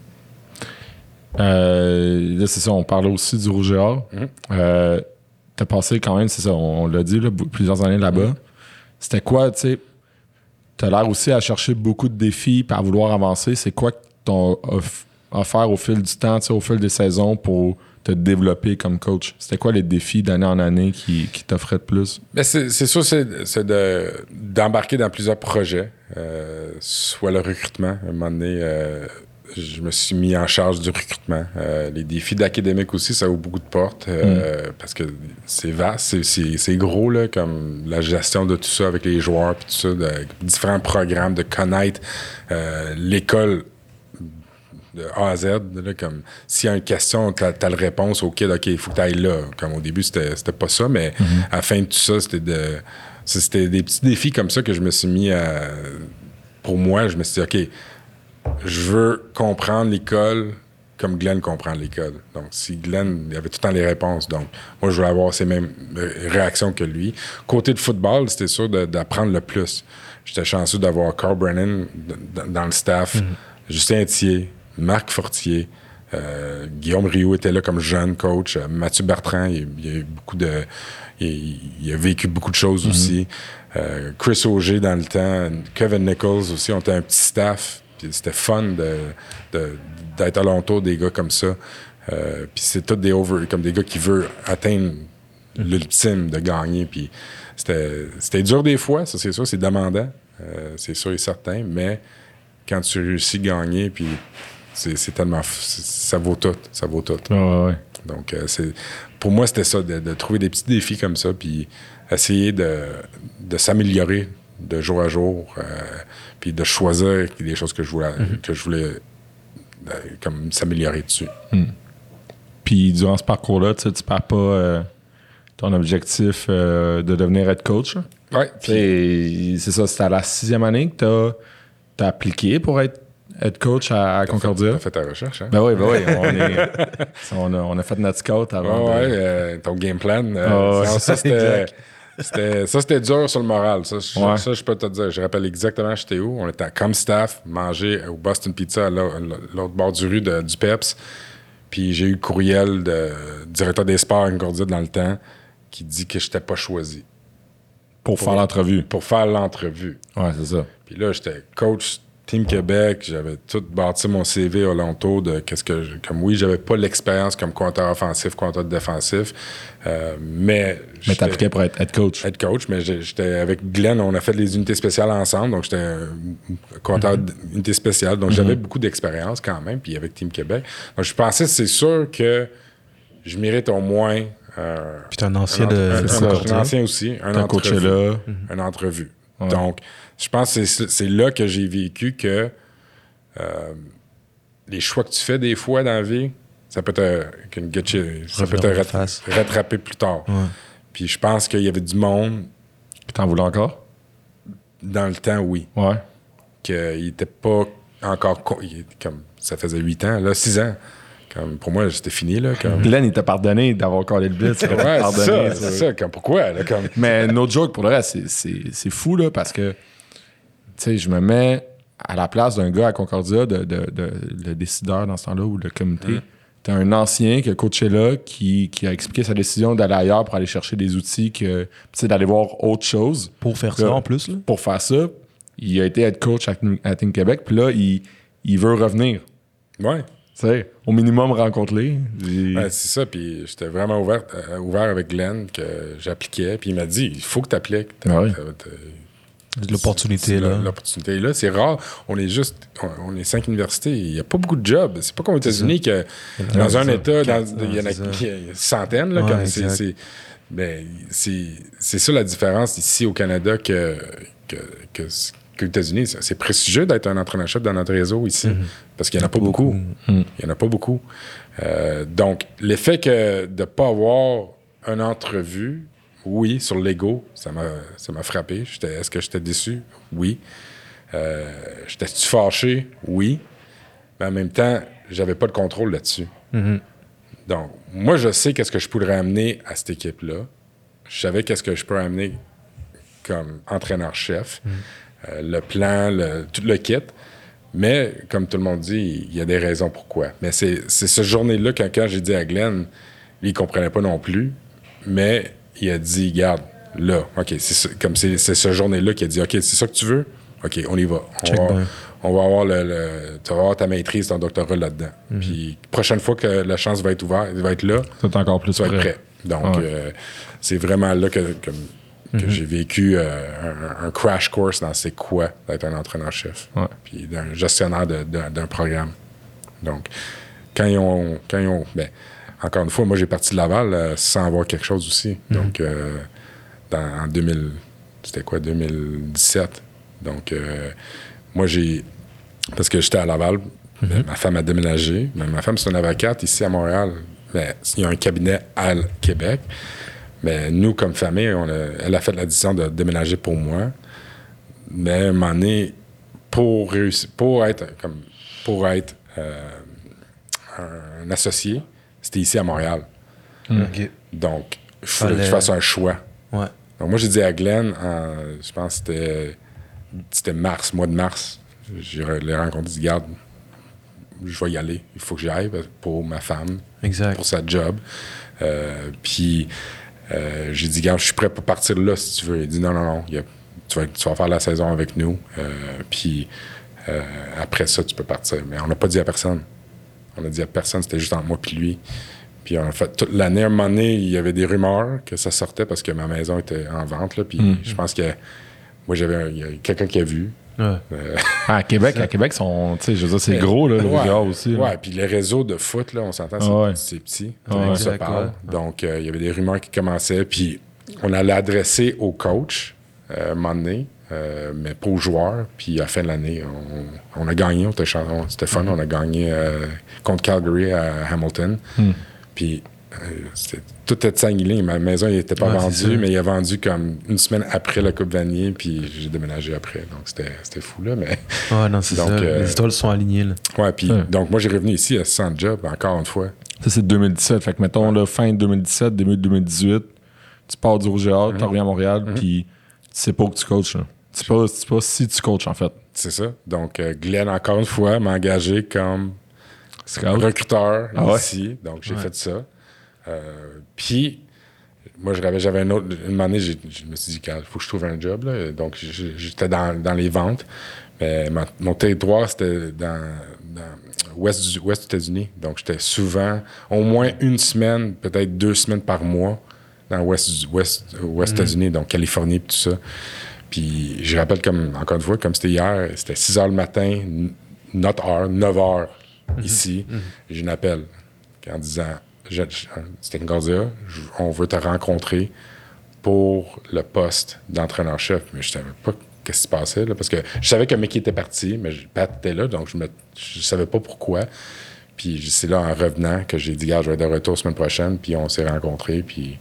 Euh, là, c'est ça, on parlait aussi du Rouge et Or. Mhm. Euh, t'as passé quand même, c'est ça, on, on l'a dit, là, b- plusieurs années là-bas. C'était quoi, tu sais, t'as l'air aussi à chercher beaucoup de défis par vouloir avancer. C'est quoi que t'as off- offert au fil du temps, tu sais, au fil des saisons pour te développer comme coach? C'était quoi les défis d'année en année qui, qui t'offraient de plus? Ben, c'est, c'est sûr, c'est, c'est de, d'embarquer dans plusieurs projets, euh, soit le recrutement. À un moment donné, euh, je me suis mis en charge du recrutement. Euh, les défis d'académique aussi, ça ouvre beaucoup de portes euh, parce que c'est vaste, c'est, c'est, c'est gros, là, comme la gestion de tout ça avec les joueurs, puis tout ça, de différents programmes, de connaître euh, l'école de A à Z, là, comme s'il y a une question, t'as, t'as la réponse, ok, ok, il faut que tu ailles là. Comme au début, c'était, c'était pas ça, mais à la fin de tout ça, c'était de. C'était des petits défis comme ça que je me suis mis à. Pour moi, je me suis dit, ok, je veux comprendre l'école comme Glenn comprend l'école. Donc, si Glenn il avait tout le temps les réponses, donc moi, je voulais avoir ces mêmes réactions que lui. Côté de football, c'était sûr de, d'apprendre le plus. J'étais chanceux d'avoir Carl Brennan d- dans le staff, Justin Etier, Marc Fortier, euh, Guillaume Rioux était là comme jeune coach, euh, Mathieu Bertrand, il, il y a eu beaucoup de... Il, il a vécu beaucoup de choses aussi. Euh, Chris Auger dans le temps, Kevin Nichols aussi, on était un petit staff. Puis c'était fun de, de, d'être alentour des gars comme ça. Euh, puis c'est tous des over, comme des gars qui veulent atteindre l'ultime de gagner. Puis c'était, c'était dur des fois, ça c'est sûr, c'est demandant, euh, c'est sûr et certain, mais quand tu réussis à gagner, puis c'est, c'est tellement... C'est, ça vaut tout, ça vaut tout. Ouais, ouais, ouais. Donc, euh, c'est, pour moi, c'était ça, de, de trouver des petits défis comme ça, puis essayer de, de s'améliorer de jour à jour, euh, puis de choisir des choses que je voulais, mm-hmm. que je voulais euh, comme s'améliorer dessus. Mm. Puis durant ce parcours-là, tu ne perds pas euh, ton objectif euh, de devenir head coach. Oui. Puis... C'est ça, c'était à la sixième année que tu as appliqué pour être head coach à, à Concordia. Tu as fait ta recherche, hein? Ben oui, ben oui. On, est, on, a, on a fait notre scout avant. Oh, de... ouais, euh, ton game plan. Euh, oh, ça, ouais, ça, c'était, c'était, ça, c'était dur sur le moral. Ça, je, ouais. ça, je peux te dire. Je rappelle exactement j'étais où. On était comme staff, manger au Boston Pizza à l'autre bord du rue de, du Peps. Puis j'ai eu le courriel de, du directeur des sports à Concordia dans le temps qui dit que je n'étais pas choisi. Pour, pour faire l'entrevue. Pour faire l'entrevue. Ouais, c'est ça. Puis là, j'étais coach Team Québec, j'avais tout bâti mon C V alentour de qu'est-ce que... Je, comme oui, j'avais pas l'expérience comme compteur offensif, compteur défensif, euh, mais... Mais t'appliquais pour être head coach. Head coach, mais j'étais avec Glenn, on a fait les unités spéciales ensemble, donc j'étais compteur mm-hmm. d'unité spéciale, donc mm-hmm. j'avais beaucoup d'expérience quand même, puis avec Team Québec. Donc je pensais, c'est sûr que je mérite au moins... Euh, puis t'es un ancien un, de... Un, un, un, un ancien aussi, un entrevue. Là. Une entrevue. Ouais. Donc... Je pense que c'est, c'est là que j'ai vécu que euh, les choix que tu fais des fois dans la vie, ça peut te, ça peut te rat- rattraper plus tard. Ouais. Puis je pense qu'il y avait du monde. Puis t'en voulais encore? Dans le temps, oui. Ouais. Qu'il n'était pas encore... Co- il, comme, ça faisait huit ans, là, six ans. Comme, pour moi, c'était fini. Là, comme... Glenn, il t'a pardonné d'avoir collé le blitz. Ouais, pardonné, c'est ça. C'est ça. Comme, pourquoi? Là, comme... Mais no joke, pour le reste, c'est, c'est, c'est fou, là, parce que tu sais, je me mets à la place d'un gars à Concordia, de, de, de, le décideur dans ce temps-là, ou le comité. Mm. T'as un ancien qui a coaché là, qui, qui a expliqué sa décision d'aller ailleurs pour aller chercher des outils, que, tu sais, d'aller voir autre chose. Pour faire là, ça, en plus. Là. Pour faire ça, il a été head coach à, à Team Québec, puis là, il, il veut revenir. Ouais. Tu sais, au minimum, rencontre-les. Ben, c'est ça, puis j'étais vraiment ouvert, euh, ouvert avec Glenn, que j'appliquais, puis il m'a dit, il faut que tu appliques. Ah oui. L'opportunité, là. L'opportunité est là. C'est rare. On est juste... On, on est cinq universités. Il n'y a pas beaucoup de jobs. C'est pas comme aux États-Unis que dans ouais, un ça. État, dans, ouais, il y en a, il y a centaines. Là, ouais, comme c'est, c'est, ben, c'est, c'est ça la différence ici au Canada que, que, que, que aux États-Unis. C'est prestigieux d'être un entraîneur-chef dans notre réseau ici. Mm-hmm. Parce qu'il n'y en a pas beaucoup. beaucoup. Mm. Il n'y en a pas beaucoup. Euh, donc, l'effet que de ne pas avoir une entrevue... Oui, sur l'ego, ça m'a, ça m'a frappé. J'étais, est-ce que j'étais déçu? Oui. Euh, j'étais-tu fâché? Oui. Mais en même temps, j'avais pas de contrôle là-dessus. Mm-hmm. Donc, moi, je sais qu'est-ce que je pourrais amener à cette équipe-là. Je savais qu'est-ce que je peux amener comme entraîneur-chef. Mm-hmm. Euh, le plan, le, tout le kit. Mais, comme tout le monde dit, il y a des raisons pourquoi. Mais c'est, c'est cette journée-là, quand, quand j'ai dit à Glenn, lui, il comprenait pas non plus, mais... Il a dit, regarde, là, OK, c'est ça, comme c'est, c'est cette journée-là qu'il a dit, OK, c'est ça que tu veux? OK, on y va. On, va, on va avoir le, le, tu vas avoir ta maîtrise, ton doctorat là-dedans. Mm-hmm. Puis, prochaine fois que la chance va être ouverte, va être là, c'est encore plus tu vas être prêt. Donc, ouais. euh, c'est vraiment là que, que, que mm-hmm. j'ai vécu euh, un, un crash course dans c'est quoi d'être un entraîneur-chef. Ouais. Puis, d'un gestionnaire de, de, d'un programme. Donc, quand ils ont... Quand ils ont ben, encore une fois, moi, j'ai parti de Laval euh, sans avoir quelque chose aussi. Mm-hmm. Donc, euh, dans, en deux mille... C'était quoi, deux mille dix-sept? Donc, euh, moi, j'ai... Parce que j'étais à Laval, mm-hmm. ben, ma femme a déménagé. Mais ma femme, c'est une avocate ici à Montréal. Ben, il y a un cabinet à Québec. Mais nous, comme famille, on a, elle a fait la décision de déménager pour moi. Mais à un moment donné, pour réussir... Pour être... Comme, pour être euh, un associé... C'était ici à Montréal. Okay. Donc, il fallait Fallait... que je fasse un choix. Ouais. Donc, moi, j'ai dit à Glenn, en, je pense que c'était, c'était mars, mois de mars. Je l'ai rencontré, je dit, regarde, je vais y aller. Il faut que j'y aille pour ma femme, exact. Pour sa job. Euh, puis, euh, j'ai dit, regarde, je suis prêt pour partir là si tu veux. Il dit, non, non, non, a, tu, vas, tu vas faire la saison avec nous. Euh, puis, euh, après ça, tu peux partir. Mais on n'a pas dit à personne. On a dit à personne, c'était juste entre moi puis lui. Puis en fait, toute l'année, à un moment donné, il y avait des rumeurs que ça sortait parce que ma maison était en vente. Là, puis mm. je pense que moi, j'avais un, il y a quelqu'un qui a vu. Ouais. Euh, à Québec, à Québec, sont, je veux dire, c'est mais, gros, là, le ouais, Rivière aussi. Là. Ouais, puis les réseaux de foot, là, on s'entend, c'est, ouais. c'est petit. Ouais, on se exact, parle. Ouais. Donc, euh, il y avait des rumeurs qui commençaient. Puis on allait adresser au coach euh, à un moment donné. Euh, mais pas aux joueurs. Puis à la fin de l'année, on, on a gagné. On était, on, c'était fun. Mm-hmm. On a gagné euh, contre Calgary à Hamilton. Mm. Puis euh, c'était, tout était sanguiné. Ma maison n'était pas ouais, vendue, mais il a vendu comme une semaine après la Coupe Vanier. Puis j'ai déménagé après. Donc c'était, c'était fou, là. Mais, ouais, non, c'est donc, ça. Euh, Les étoiles sont alignées, là. Ouais, puis ouais. donc moi, j'ai revenu ici à sans job, encore une fois. Ça, c'est deux mille dix-sept. Fait que mettons, là, fin deux mille dix-sept, début deux mille dix-huit, tu pars du Rouge et Or, mm-hmm. tu reviens à Montréal, mm-hmm. puis tu sais pas où tu coaches, là. C'est pas, c'est pas si tu coaches, en fait. C'est ça. Donc, euh, Glenn, encore une fois, m'a engagé comme Scout. recruteur ah ici. Ouais? Donc, j'ai ouais. fait ça. Euh, puis, moi, j'avais, j'avais un autre... Une année, j'ai, je me suis dit, il faut que je trouve un job. Là. Donc, j'étais dans, dans les ventes. Mais ma, mon territoire, c'était dans, dans l'ouest du, ouest des États-Unis. Donc, j'étais souvent, au moins une semaine, peut-être deux semaines par mois, dans l'ouest des ouest, ouest mm. États-Unis, donc Californie et tout ça. Puis je rappelle, comme encore une fois, comme c'était hier, c'était six heures le matin, notre heure, neuf heures mm-hmm. ici. Mm-hmm. J'ai un appel en disant, je, je, c'était Concordia, je, on veut te rencontrer pour le poste d'entraîneur-chef. Mais je savais pas ce qui se passait, là, parce que je savais que Mickey était parti, mais Pat était là, donc je ne savais pas pourquoi. Puis c'est là, en revenant, que j'ai dit, gars, je vais être de retour la semaine prochaine, puis on s'est rencontrés, puis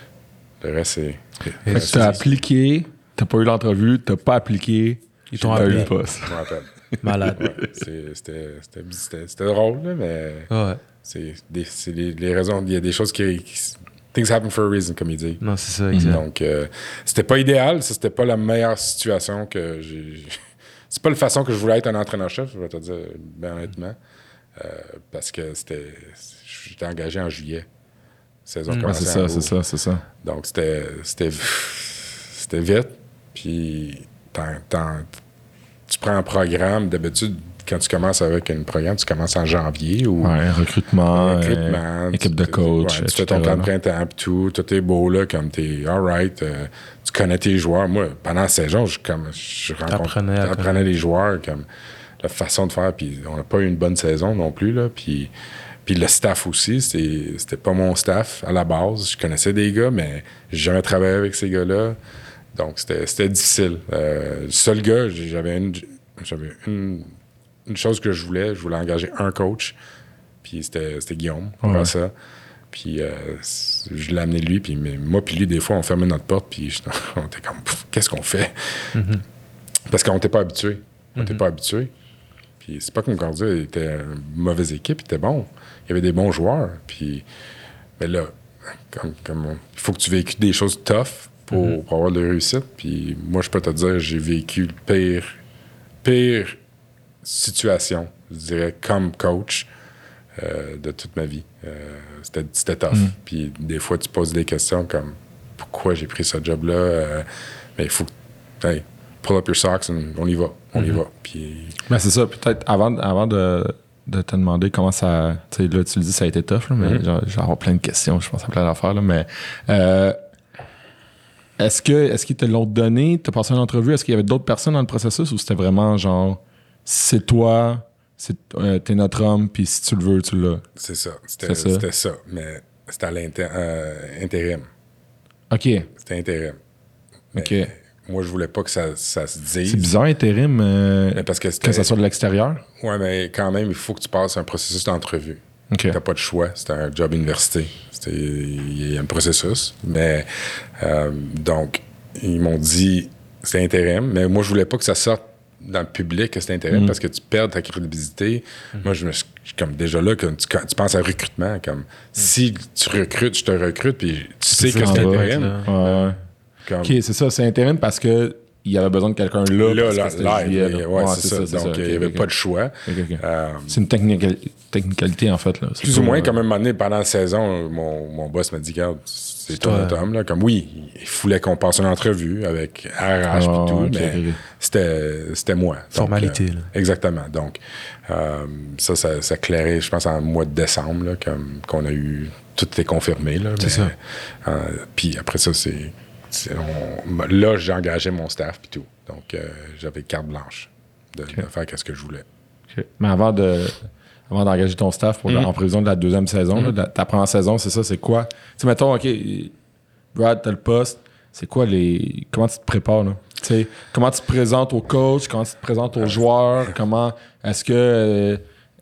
le reste, c'est... Fait que tu as appliqué... T'as pas eu l'entrevue, t'as pas appliqué, ils t'ont appelé. eu le poste. Je m'en rappelle. Malade. Ouais, c'est, c'était, c'était, c'était, c'était drôle, là, mais ouais. c'est, des, c'est les, les raisons. Il y a des choses qui, qui. Things happen for a reason, comme il dit. Non, c'est ça, exact. Donc, euh, c'était pas idéal, ça, c'était pas la meilleure situation que j'ai. C'est pas la façon que je voulais être un entraîneur-chef, je vais te dire, bien honnêtement. Euh, parce que c'était. J'étais engagé en juillet. Saison mmh. commençait ah, c'est ça, c'est ça, c'est ça. Donc, c'était. C'était, c'était vite. Puis, t'en, t'en, tu prends un programme. D'habitude, quand tu commences avec un programme, tu commences en janvier. Ou, ouais, recrutement, recrutement euh, équipe de coach. Ouais, tu fais ton plan de printemps, puis tout. Tout est beau, là, comme t'es all right. Euh, tu connais tes joueurs. Moi, pendant la saison, je, comme, je rencontre, j'apprenais les joueurs, comme la façon de faire. Puis, on n'a pas eu une bonne saison non plus, là. Puis, puis le staff aussi, c'était, c'était pas mon staff à la base. Je connaissais des gars, mais j'ai jamais travaillé avec ces gars-là. Donc, c'était, c'était difficile. Euh, le seul gars, j'avais, une, j'avais une, une chose que je voulais. Je voulais engager un coach. Puis c'était, c'était Guillaume, pour ouais. ça. Puis euh, je l'ai amené lui. Puis mais moi puis lui, des fois, on fermait notre porte. Puis on était comme, qu'est-ce qu'on fait? Mm-hmm. Parce qu'on n'était pas habitué. On n'était mm-hmm. pas habitué. Puis c'est pas que Concordia était une mauvaise équipe. Il était bon. Il y avait des bons joueurs. Puis, mais là, comme, comme on, il faut que tu véhicules des choses tough. Pour, mm-hmm. pour avoir de la réussite. Puis moi, je peux te dire, j'ai vécu le pire, pire situation, je dirais, comme coach euh, de toute ma vie. Euh, c'était, c'était tough. Mm-hmm. Puis des fois, tu poses des questions comme pourquoi j'ai pris ce job-là. Euh, mais il faut que, hey, pull up your socks, and on y va. On mm-hmm. y va. Puis... Mais c'est ça, peut-être avant, avant de, de te demander comment ça. Tu sais, là, tu le dis, ça a été tough, là, mais mm-hmm. genre, je vais avoir plein de questions, je pense à plein d'affaires, là, mais. Euh, Est-ce, que, est-ce qu'ils te l'ont donné? Tu as passé une entrevue? Est-ce qu'il y avait d'autres personnes dans le processus ou c'était vraiment genre, c'est toi, c'est, euh, t'es notre homme, puis si tu le veux, tu l'as? C'est ça. C'était, c'est ça. C'était ça. Mais c'était à l'intérim. Euh, OK. C'était intérim. Mais OK. Moi, je voulais pas que ça, ça se dise. C'est bizarre, intérim, euh, mais parce que, que ça soit de l'extérieur? Oui, mais quand même, il faut que tu passes un processus d'entrevue. Okay. T'as pas de choix. C'était un job université. Il y a un processus. Mais euh, donc, ils m'ont dit c'est intérim. Mais moi, je voulais pas que ça sorte dans le public que c'est intérim mm. parce que tu perds ta crédibilité. Mm. Moi, je me suis comme déjà là, que tu, tu penses à recrutement. Comme mm. si tu recrutes, je te recrute, puis tu sais c'est que c'est intérim. Ouais. Comme... OK, c'est ça. C'est intérim parce que il y avait besoin de quelqu'un là. Là, parce là, que c'était live, juillet, mais là. ouais, Ouais, c'est, ça. c'est Donc, ça. il n'y Ok, avait ok, pas ok. de choix. Ok, ok. Euh, C'est une technica- technicalité, en fait. Là. C'est plus pas, ou moins, euh, comme un moment donné, pendant la saison, mon, mon boss m'a dit, regarde, c'est ton toi. automne. Là. Comme oui, il voulait qu'on passe une entrevue avec R H et Ah, tout, ok, mais ok, ok. C'était, c'était moi. Donc, Formalité, euh, là. Exactement. Donc, euh, ça, ça, ça clairait, je pense, en mois de décembre, là, comme, qu'on a eu. Tout était confirmé. Là, C'est mais, ça. Euh, puis après ça, c'est. c'est on, là, j'ai engagé mon staff puis tout. Donc, euh, j'avais carte blanche de, Okay. de faire ce que je voulais. Ok. Mais avant de avant d'engager ton staff pour Mm-hmm. en prévision de la deuxième saison, là, de la- ta première saison, c'est ça, c'est quoi? Tu sais, mettons, OK, Brad, t'as le poste, c'est quoi les. Comment tu te prépares, là? Tu sais, comment tu te présentes au coach, comment tu te présentes aux joueurs, comment est-ce que. Euh,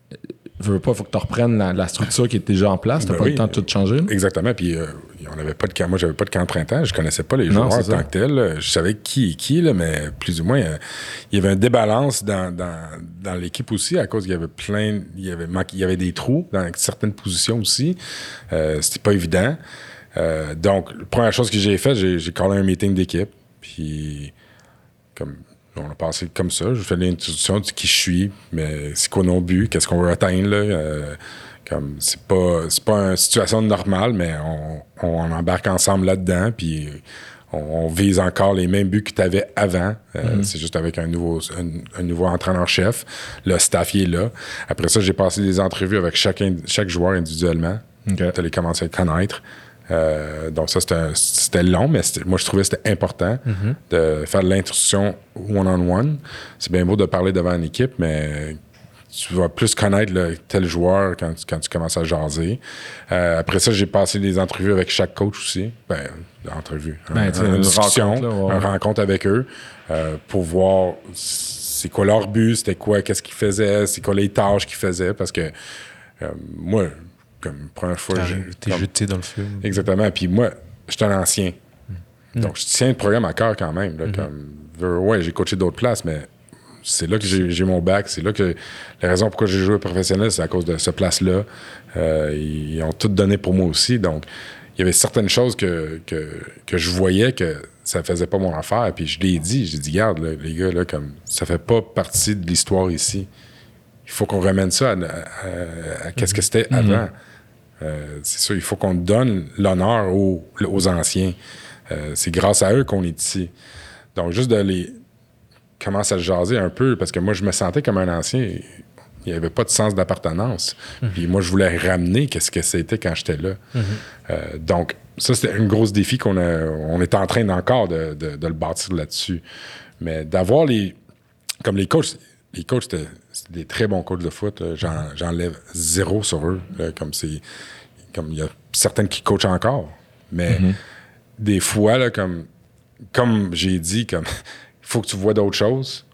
je veux pas, il faut que tu reprennes la, la structure qui est déjà en place. T'as Ben pas oui. le temps de tout changer. Là? Exactement. Puis, euh, on n'avait pas de camp. Moi, j'avais pas de camp de printemps. Je connaissais pas les Non, joueurs en c'est tant ça. que tels. là. Je savais qui est qui, là, mais plus ou moins, euh, il y avait un débalance dans, dans, dans l'équipe aussi, à cause qu'il y avait plein. Il y avait, manqué- il y avait des trous dans certaines positions aussi. Euh, c'était pas évident. Euh, donc, la première chose que j'ai faite, j'ai, j'ai callé un meeting d'équipe. Puis, comme. On a passé comme ça. Je fais l'introduction de qui je suis, mais c'est quoi nos buts, qu'est-ce qu'on veut atteindre, là. Euh, comme c'est pas c'est pas une situation normale, mais on, on embarque ensemble là-dedans, puis on, on vise encore les mêmes buts que tu avais avant. Euh, mm-hmm. C'est juste avec un nouveau un, un nouveau entraîneur-chef. Le staff il est là. Après ça, j'ai passé des entrevues avec chacun, chaque joueur individuellement. Okay. Tu as les commencé à le connaître. Euh, donc ça, c'était, c'était long, mais c'était, moi, je trouvais que c'était important mm-hmm. de faire de l'introduction one-on-one. C'est bien beau de parler devant une équipe, mais tu vas plus connaître le, tel joueur quand, quand tu commences à jaser. Euh, après ça, j'ai passé des entrevues avec chaque coach aussi. Ben, entrevues. Ben, un, une, une discussion, rencontre, là, ouais. une rencontre avec eux euh, pour voir c'est quoi leur but, c'était quoi, qu'est-ce qu'ils faisaient, c'est quoi les tâches qu'ils faisaient. Parce que euh, moi... Comme première fois, T'as, j'ai, t'es comme, jeté dans le feu. Exactement. Puis moi, je suis un ancien. Mm. Donc, je tiens le programme à cœur quand même. Là, mm-hmm. comme, ouais, j'ai coaché d'autres places, mais c'est là que j'ai, j'ai mon bac. C'est là que la raison pourquoi j'ai joué professionnel, c'est à cause de ce place-là. Euh, ils ont tout donné pour moi aussi. Donc, il y avait certaines choses que, que, que je voyais que ça faisait pas mon affaire. Puis je l'ai dit. J'ai dit, garde, là, les gars, là, comme ça fait pas partie de l'histoire ici. Il faut qu'on ramène ça à, à, à, à qu'est-ce que c'était mm-hmm. avant. Euh, c'est ça, il faut qu'on donne l'honneur aux, aux anciens. Euh, c'est grâce à eux qu'on est ici. Donc, juste de les commencer à jaser un peu, parce que moi, je me sentais comme un ancien. Il n'y avait pas de sens d'appartenance. Mm-hmm. Puis moi, je voulais ramener qu'est-ce que c'était quand j'étais là. Mm-hmm. Euh, donc, ça, c'était un gros défi qu'on a, on est en train encore de, de, de le bâtir là-dessus. Mais d'avoir les... Comme les coachs... Les coachs, c'était, c'était des très bons coachs de foot. J'en, j'enlève zéro sur eux. Là, comme c'est, comme il y a certaines qui coachent encore. Mais mm-hmm. des fois, là, comme, comme j'ai dit, comme il faut que tu vois d'autres choses.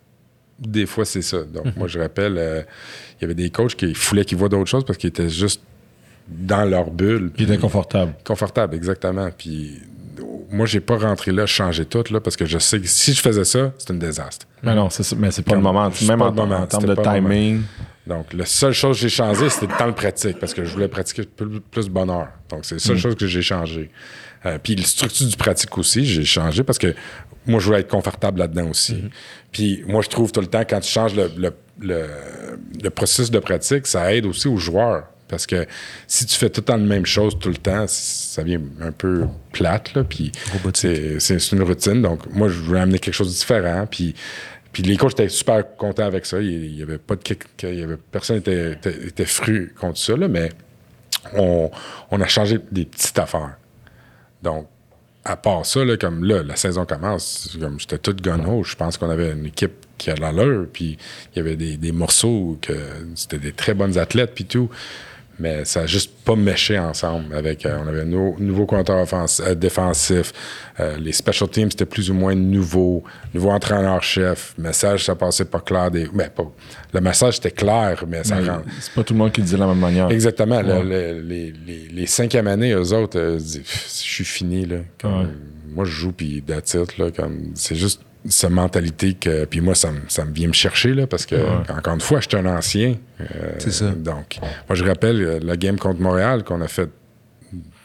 Des fois, c'est ça. Donc, mm-hmm. moi, je rappelle, euh, il y avait des coachs qui voulaient qu'ils voient d'autres choses parce qu'ils étaient juste dans leur bulle. Puis ils étaient confortables. Confortables, exactement. Puis moi, j'ai pas rentré là, changer tout, là, parce que je sais que si je faisais ça, c'est un désastre. Mais non, c'est, mais c'est pas Comme, le moment. Même en, moment. en termes de timing. Donc, la seule chose que j'ai changé, c'était le temps de pratique, parce que je voulais pratiquer plus, plus bonheur. Donc, c'est la seule mm. chose que j'ai changé. Euh, puis, la structure du pratique aussi, j'ai changé parce que moi, je voulais être confortable là-dedans aussi. Mm-hmm. Puis, moi, je trouve tout le temps, quand tu changes le, le, le, le processus de pratique, ça aide aussi aux joueurs. Parce que si tu fais tout le temps la même chose tout le temps, ça devient un peu plate, là, puis c'est, c'est, c'est une routine. Donc, moi, je voulais amener quelque chose de différent, puis, puis les coachs étaient super contents avec ça. Il y avait pas de... Il y avait, personne n'était était, était fru contre ça, là, mais on, on a changé des petites affaires. Donc, à part ça, là, comme là, la saison commence, comme j'étais tout gun-ho, je pense qu'on avait une équipe qui a de l'allure, puis il y avait des, des morceaux que c'était des très bonnes athlètes, puis tout. Mais ça n'a juste pas méché ensemble. Avec, euh, on avait un no, nouveau compteur offensif, euh, défensif. Euh, les special teams, c'était plus ou moins nouveau. Nouveau entraîneur-chef. Le message, ça passait pas clair. Des, ben, pas, le message, était clair, mais ça mais rend... C'est pas tout le monde qui le dit de la même manière. Exactement. Ouais. Le, le, les, les, les cinquième années, eux autres, euh, je suis fini. Là, comme, ouais. Moi, je joue, puis that's it, là, comme, c'est juste cette mentalité que... Puis moi, ça, ça me vient me chercher, là, parce que, ouais. encore une fois, j'étais un ancien. Euh, c'est ça. Donc, moi, je rappelle la game contre Montréal qu'on a fait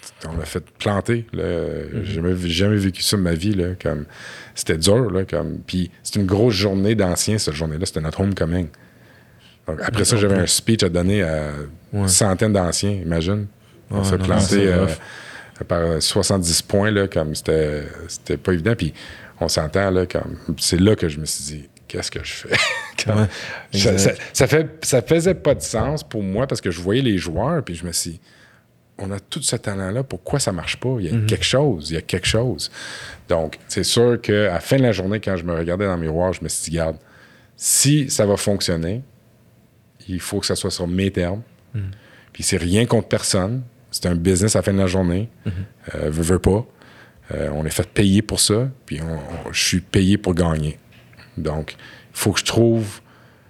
on a fait planter. Là. Mm-hmm. J'ai jamais, jamais vécu ça de ma vie. Là, comme, c'était dur. Là, comme, puis c'était une grosse journée d'anciens, cette journée-là. C'était notre homecoming. Donc, après ça, j'avais un speech à donner à ouais. une centaine d'anciens, imagine. On s'est planté euh, par soixante-dix points, là, comme c'était, c'était pas évident. Puis on s'entend, là, comme, c'est là que je me suis dit, qu'est-ce que je fais? comme, ouais, ça, ça, ça, fait, ça faisait pas de sens pour moi parce que je voyais les joueurs, puis je me suis dit, on a tout ce talent-là, pourquoi ça marche pas? Il y a mm-hmm. quelque chose, il y a quelque chose. Donc, c'est sûr qu'à la fin de la journée, quand je me regardais dans le miroir, je me suis dit, regarde, si ça va fonctionner, il faut que ça soit sur mes termes. Mm-hmm. Puis c'est rien contre personne. C'est un business à la fin de la journée. Mm-hmm. Euh, veux, veux pas. Euh, on est fait payer pour ça, puis on, on, je suis payé pour gagner. Donc, il faut que je trouve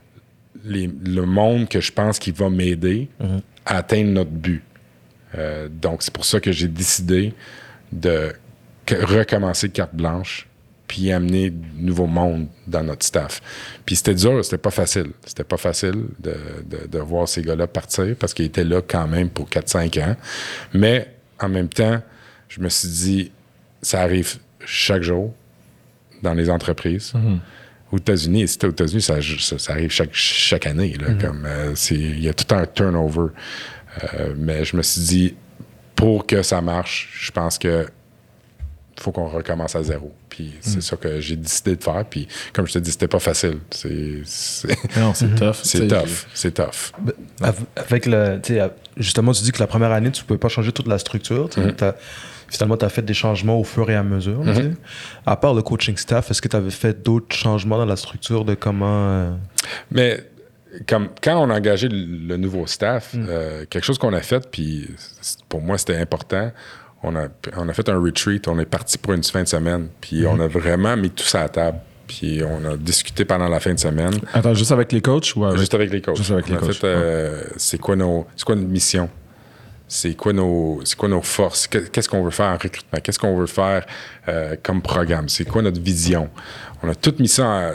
les, le monde que je pense qui va m'aider mm-hmm. à atteindre notre but. Euh, donc, c'est pour ça que j'ai décidé de que, recommencer carte blanche puis amener de nouveau monde dans notre staff. Puis c'était dur, c'était pas facile. C'était pas facile de, de, de voir ces gars-là partir parce qu'ils étaient là quand même pour quatre cinq ans. Mais en même temps, je me suis dit, ça arrive chaque jour dans les entreprises. Mm-hmm. Aux États-Unis, et si t'es aux États-Unis, ça, ça, ça arrive chaque, chaque année. Là, mm-hmm. comme, euh, c'est, il y a tout un turnover. Euh, mais je me suis dit, pour que ça marche, je pense que faut qu'on recommence à zéro. Puis c'est mm. ça que j'ai décidé de faire. Puis comme je te dis, c'était pas facile. C'est, c'est... Non, c'est tough. C'est tough. C'est tough. Avec le, justement, tu dis que la première année, tu ne pouvais pas changer toute la structure. Mm-hmm. T'as, finalement, tu as fait des changements au fur et à mesure. Mm-hmm. À part le coaching staff, est-ce que tu avais fait d'autres changements dans la structure de comment... Euh... Mais... Comme quand on a engagé le, le nouveau staff, mm. euh, quelque chose qu'on a fait, puis pour moi c'était important, on a, on a fait un retreat, on est parti pour une fin de semaine, puis mm. on a vraiment mis tout ça à la table, puis on a discuté pendant la fin de semaine. Attends, juste avec les coachs ou avec... Juste avec les coachs. Juste avec on les a coachs. Fait, euh, ouais. c'est, quoi nos, c'est quoi notre mission? C'est quoi nos, c'est quoi nos forces? Qu'est-ce qu'on veut faire en recrutement? Qu'est-ce qu'on veut faire euh, comme programme? C'est quoi notre vision? On a tout mis ça en,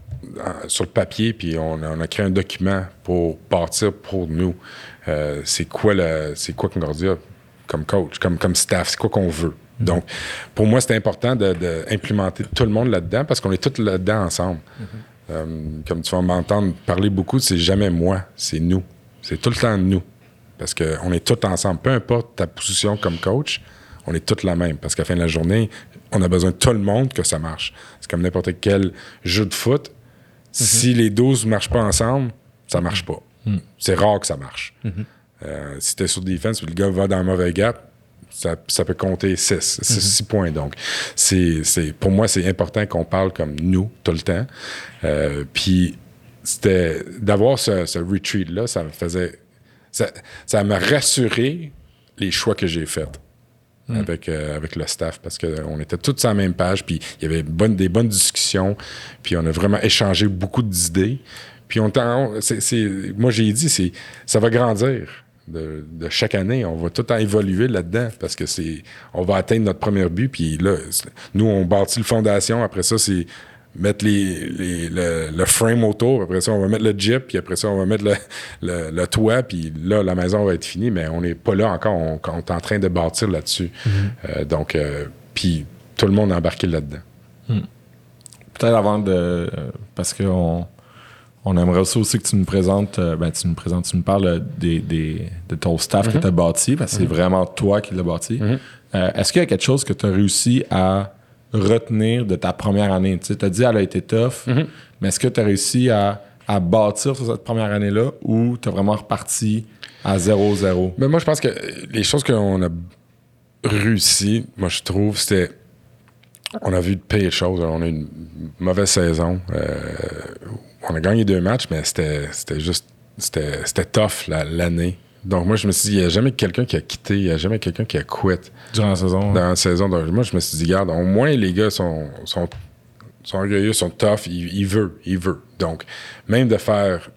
sur le papier, puis on, on a créé un document pour partir pour nous. Euh, c'est quoi le, c'est quoi Concordia comme coach, comme, comme staff, c'est quoi qu'on veut. Mm-hmm. Donc, pour moi, c'est important d'implémenter tout le monde là-dedans parce qu'on est tous là-dedans ensemble. Mm-hmm. Euh, comme tu vas m'entendre parler beaucoup, c'est jamais moi, c'est nous. C'est tout le temps nous. Parce qu'on est tous ensemble. Peu importe ta position comme coach, on est tous la même. Parce qu'à la fin de la journée, on a besoin de tout le monde que ça marche. C'est comme n'importe quel jeu de foot. Mm-hmm. Si les douze ne marchent pas ensemble, ça ne marche pas. Mm-hmm. C'est rare que ça marche. Mm-hmm. Euh, si tu es sur défense et le gars va dans un mauvais gap, ça, ça peut compter six, six, six points. Donc, c'est, c'est, pour moi, c'est important qu'on parle comme nous tout le temps. Euh, Puis, c'était d'avoir ce, ce retreat-là, ça me faisait... Ça, ça m'a rassuré les choix que j'ai faits. Mm. Avec, euh, avec le staff, parce qu'on était tous sur la même page, puis il y avait bonne, des bonnes discussions, puis on a vraiment échangé beaucoup d'idées. Puis on, on c'est, c'est, moi, j'ai dit, c'est, ça va grandir de, de chaque année. On va tout le temps évoluer là-dedans, parce que c'est, on va atteindre notre premier but, puis là, nous, on bâtit le fondation. Après ça, c'est mettre les, les, le, le frame autour, après ça, on va mettre le Jeep, puis après ça, on va mettre le, le, le toit, puis là, la maison va être finie, mais on n'est pas là encore, on, on est en train de bâtir là-dessus. Mm-hmm. Euh, donc, euh, puis tout le monde a embarqué là-dedans. Mm. Peut-être avant de... Euh, parce qu'on on aimerait aussi, aussi que tu nous présentes, euh, ben tu nous présentes, tu nous parles des, des, de ton staff mm-hmm. que tu as bâti, parce que mm-hmm. c'est vraiment toi qui l'as bâti. Mm-hmm. Euh, est-ce qu'il y a quelque chose que tu as réussi à retenir de ta première année? Tu as dit qu'elle a été tough, mm-hmm. mais est-ce que tu as réussi à, à bâtir sur cette première année-là ou tu as vraiment reparti à zéro zéro? Ben moi, je pense que les choses qu'on a réussi, moi, je trouve, c'était... On a vu de pires choses. On a eu une mauvaise saison. Euh, on a gagné deux matchs, mais c'était, c'était juste... C'était, c'était tough, la, l'année. Donc, moi, je me suis dit, il n'y a jamais quelqu'un qui a quitté, il n'y a jamais quelqu'un qui a quitté. Durant la saison. Dans la saison. Donc, moi, je me suis dit, regarde, au moins, les gars sont, sont, sont orgueilleux, sont tough, ils, ils veulent, ils veulent. Donc, même de faire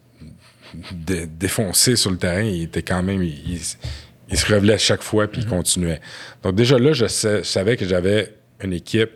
de, défoncer sur le terrain, il était quand même, il, il, il se relevait à chaque fois, puis mm-hmm. il continuait. Donc, déjà là, je, sais, je savais que j'avais une équipe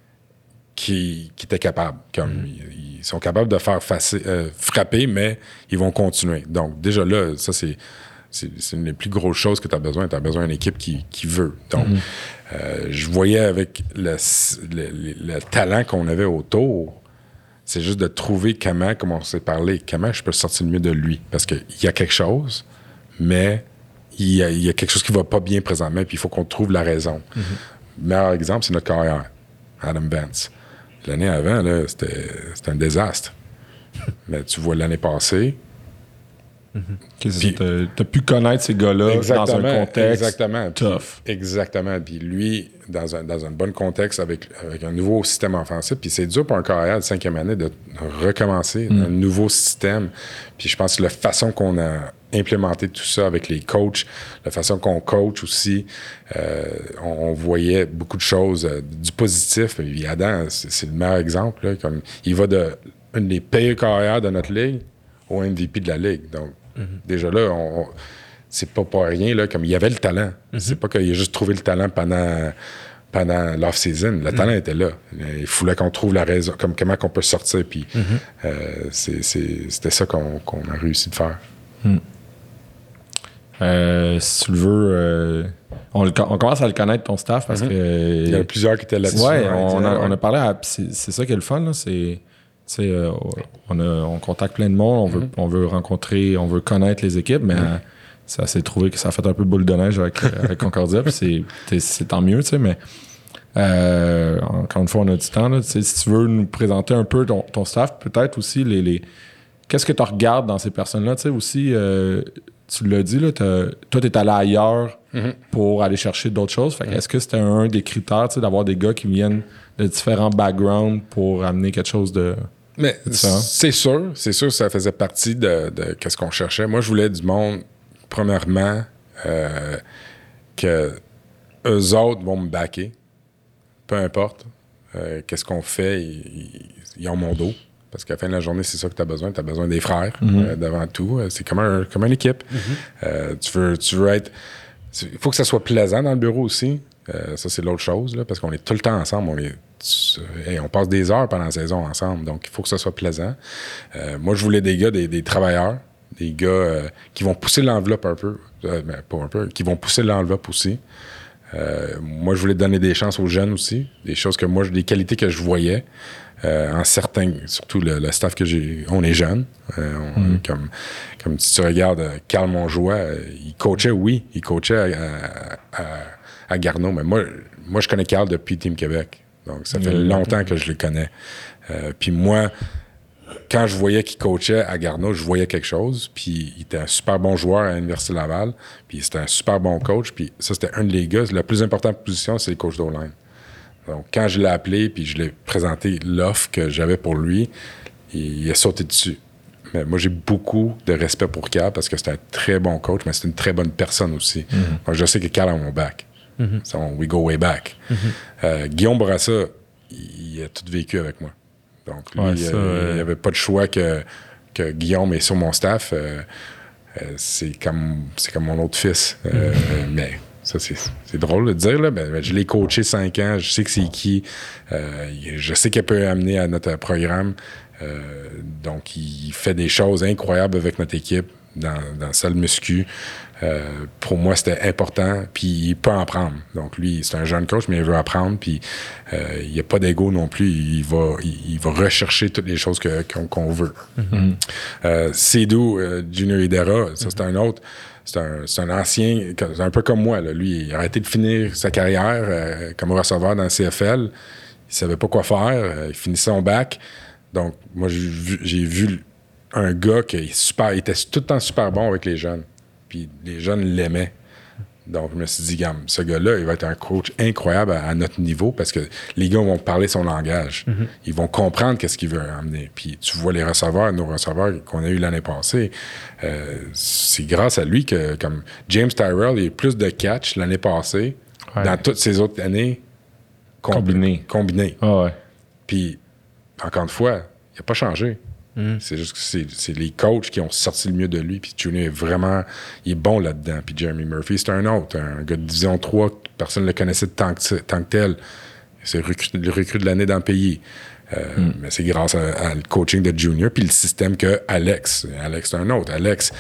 qui, qui était capable. Comme, mm-hmm. ils, ils sont capables de faire faci- euh, frapper, mais ils vont continuer. Donc, déjà là, ça, c'est... c'est, c'est une des plus grosses choses que tu as besoin. Tu as besoin d'une équipe qui, qui veut. Donc, mm-hmm. euh, je voyais avec le, le, le, le talent qu'on avait autour, c'est juste de trouver comment, comme on s'est parlé, comment je peux sortir le mieux de lui. Parce qu'il y a quelque chose, mais il y a, il y a quelque chose qui va pas bien présentement, puis il faut qu'on trouve la raison. Mm-hmm. Le meilleur exemple, c'est notre carrière, Adam Vance. L'année avant, là, c'était, c'était un désastre. Mais tu vois, l'année passée... Mm-hmm. Tu as pu connaître ces gars-là dans un contexte exactement, tough. Puis, exactement. Puis lui, dans un, dans un bon contexte, avec, avec un nouveau système offensif. Puis c'est dur pour un carrière de cinquième année de recommencer mm. un nouveau système. Puis je pense que la façon qu'on a implémenté tout ça avec les coachs, la façon qu'on coach aussi, euh, on, on voyait beaucoup de choses, euh, du positif. Puis Adam, c'est, c'est le meilleur exemple. Là, comme, il va de une des pires carrières de notre ligue au M V P de la ligue. Donc, mm-hmm. déjà là, on, on, c'est pas pour rien, là, comme il y avait le talent. Mm-hmm. C'est pas qu'il a juste trouvé le talent pendant, pendant l'off-season. Le mm-hmm. talent était là. Il fallait qu'on trouve la raison, comme comment qu'on peut sortir. Puis mm-hmm. euh, c'est, c'est, c'était ça qu'on, qu'on a réussi de faire. Mm. Euh, si tu le veux, euh, on, le, on commence à le connaître, ton staff, parce mm-hmm. que... Il y en a plusieurs qui étaient là-dessus. Ouais, ouais on, a, ouais. on a parlé à... C'est, c'est ça qui est le fun, là, c'est... Euh, on, a, on contacte plein de monde, on veut, mm-hmm. on veut rencontrer, on veut connaître les équipes, mais mm-hmm. euh, ça s'est trouvé que ça a fait un peu boule de neige avec, avec Concordia, puis c'est, c'est tant mieux, tu sais, mais euh, encore une fois, on a du temps, là, si tu veux nous présenter un peu ton, ton staff, peut-être aussi, les, les qu'est-ce que tu regardes dans ces personnes-là, tu sais, aussi, euh, tu l'as dit, là, toi, tu es allé ailleurs mm-hmm. pour aller chercher d'autres choses, fait, mm-hmm. est-ce que c'était un des critères, tu sais, d'avoir des gars qui viennent de différents backgrounds pour amener quelque chose de... Mais c'est sûr, c'est sûr que ça faisait partie de, de ce qu'on cherchait. Moi, je voulais du monde, premièrement, euh, que eux autres vont me backer. Peu importe. Euh, qu'est-ce qu'on fait, ils, ils ont mon dos. Parce qu'à la fin de la journée, c'est ça que tu as besoin. Tu as besoin des frères, mm-hmm. euh, devant tout. C'est comme, un, comme une équipe. Mm-hmm. Euh, tu veux, tu veux être... Il faut que ça soit plaisant dans le bureau aussi. Euh, ça, c'est l'autre chose, là, parce qu'on est tout le temps ensemble. On est... Hey, on passe des heures pendant la saison ensemble, donc il faut que ça soit plaisant. Euh, moi, je voulais des gars, des, des travailleurs, des gars euh, qui vont pousser l'enveloppe un peu, euh, ben, pas un peu, qui vont pousser l'enveloppe aussi. Euh, moi, je voulais donner des chances aux jeunes aussi, des choses que moi, des qualités que je voyais euh, en certains, surtout le, le staff que j'ai, on est jeunes. Euh, on, mm-hmm. comme, comme si tu regardes Carl Monjoie, euh, il coachait, oui, il coachait à, à, à Garneau, mais moi, moi, je connais Carl depuis Team Québec. Donc, ça fait mmh. longtemps que je les connais. Euh, puis moi, quand je voyais qu'il coachait à Garneau, je voyais quelque chose. Puis il était un super bon joueur à l'Université Laval. Puis c'était un super bon coach. Puis ça, c'était un des gars. La plus importante position, c'est le coach d'O-line. Donc, quand je l'ai appelé, puis je l'ai présenté l'offre que j'avais pour lui, il, il a sauté dessus. Mais moi, j'ai beaucoup de respect pour Carl parce que c'est un très bon coach, mais c'est une très bonne personne aussi. Mmh. Donc, je sais que Carl a mon back. Mm-hmm. So, we go way back. Mm-hmm. Euh, Guillaume Bourassa, il, il a tout vécu avec moi. Donc, lui, ouais, ça, euh, il n'y avait pas de choix que, que Guillaume est sur mon staff. Euh, euh, c'est, comme, c'est comme mon autre fils. Euh, mm-hmm. Mais ça, c'est, c'est drôle de dire. Là. Ben, je l'ai coaché cinq ans. Je sais que c'est qui. Euh, je sais qu'il peut amener à notre programme. Euh, donc, il fait des choses incroyables avec notre équipe dans, dans la salle muscu. Euh, pour moi, c'était important, puis il peut en prendre. Donc, lui, c'est un jeune coach, mais il veut apprendre, puis euh, il n'y a pas d'ego non plus. Il va, il, il va rechercher toutes les choses que, qu'on, qu'on veut. Mm-hmm. Euh, Seydou, euh, Junior Hidera, ça, c'est un autre. C'est un, c'est un ancien, c'est un peu comme moi. Là. Lui, il a arrêté de finir sa carrière euh, comme receveur dans le C F L. Il savait pas quoi faire. Euh, il finissait son bac. Donc, moi, j'ai vu, j'ai vu un gars qui est super, il était tout le temps super bon avec les jeunes. Puis les jeunes l'aimaient. Donc, je me suis dit, gamme, ce gars-là, il va être un coach incroyable à, à notre niveau parce que les gars vont parler son langage. Mm-hmm. Ils vont comprendre qu'est-ce qu'il veut amener. Puis tu vois les receveurs, nos receveurs qu'on a eu l'année passée, euh, c'est grâce à lui que, comme James Tyrell, il a eu plus de catch l'année passée, ouais. dans toutes ces autres années combinées. Combinées. Oh, ouais. Puis, encore une fois, il n'a pas changé. Mm. C'est juste que c'est, c'est les coachs qui ont sorti le mieux de lui. Puis Junior est vraiment... Il est bon là-dedans. Puis Jeremy Murphy, c'est un autre. Un gars de Division trois, personne ne le connaissait tant que, tant que tel. C'est recru, le recrue de l'année dans le pays. Euh, mm. Mais c'est grâce à, à le coaching de Junior puis le système que Alex... Alex, c'est un autre. Alex,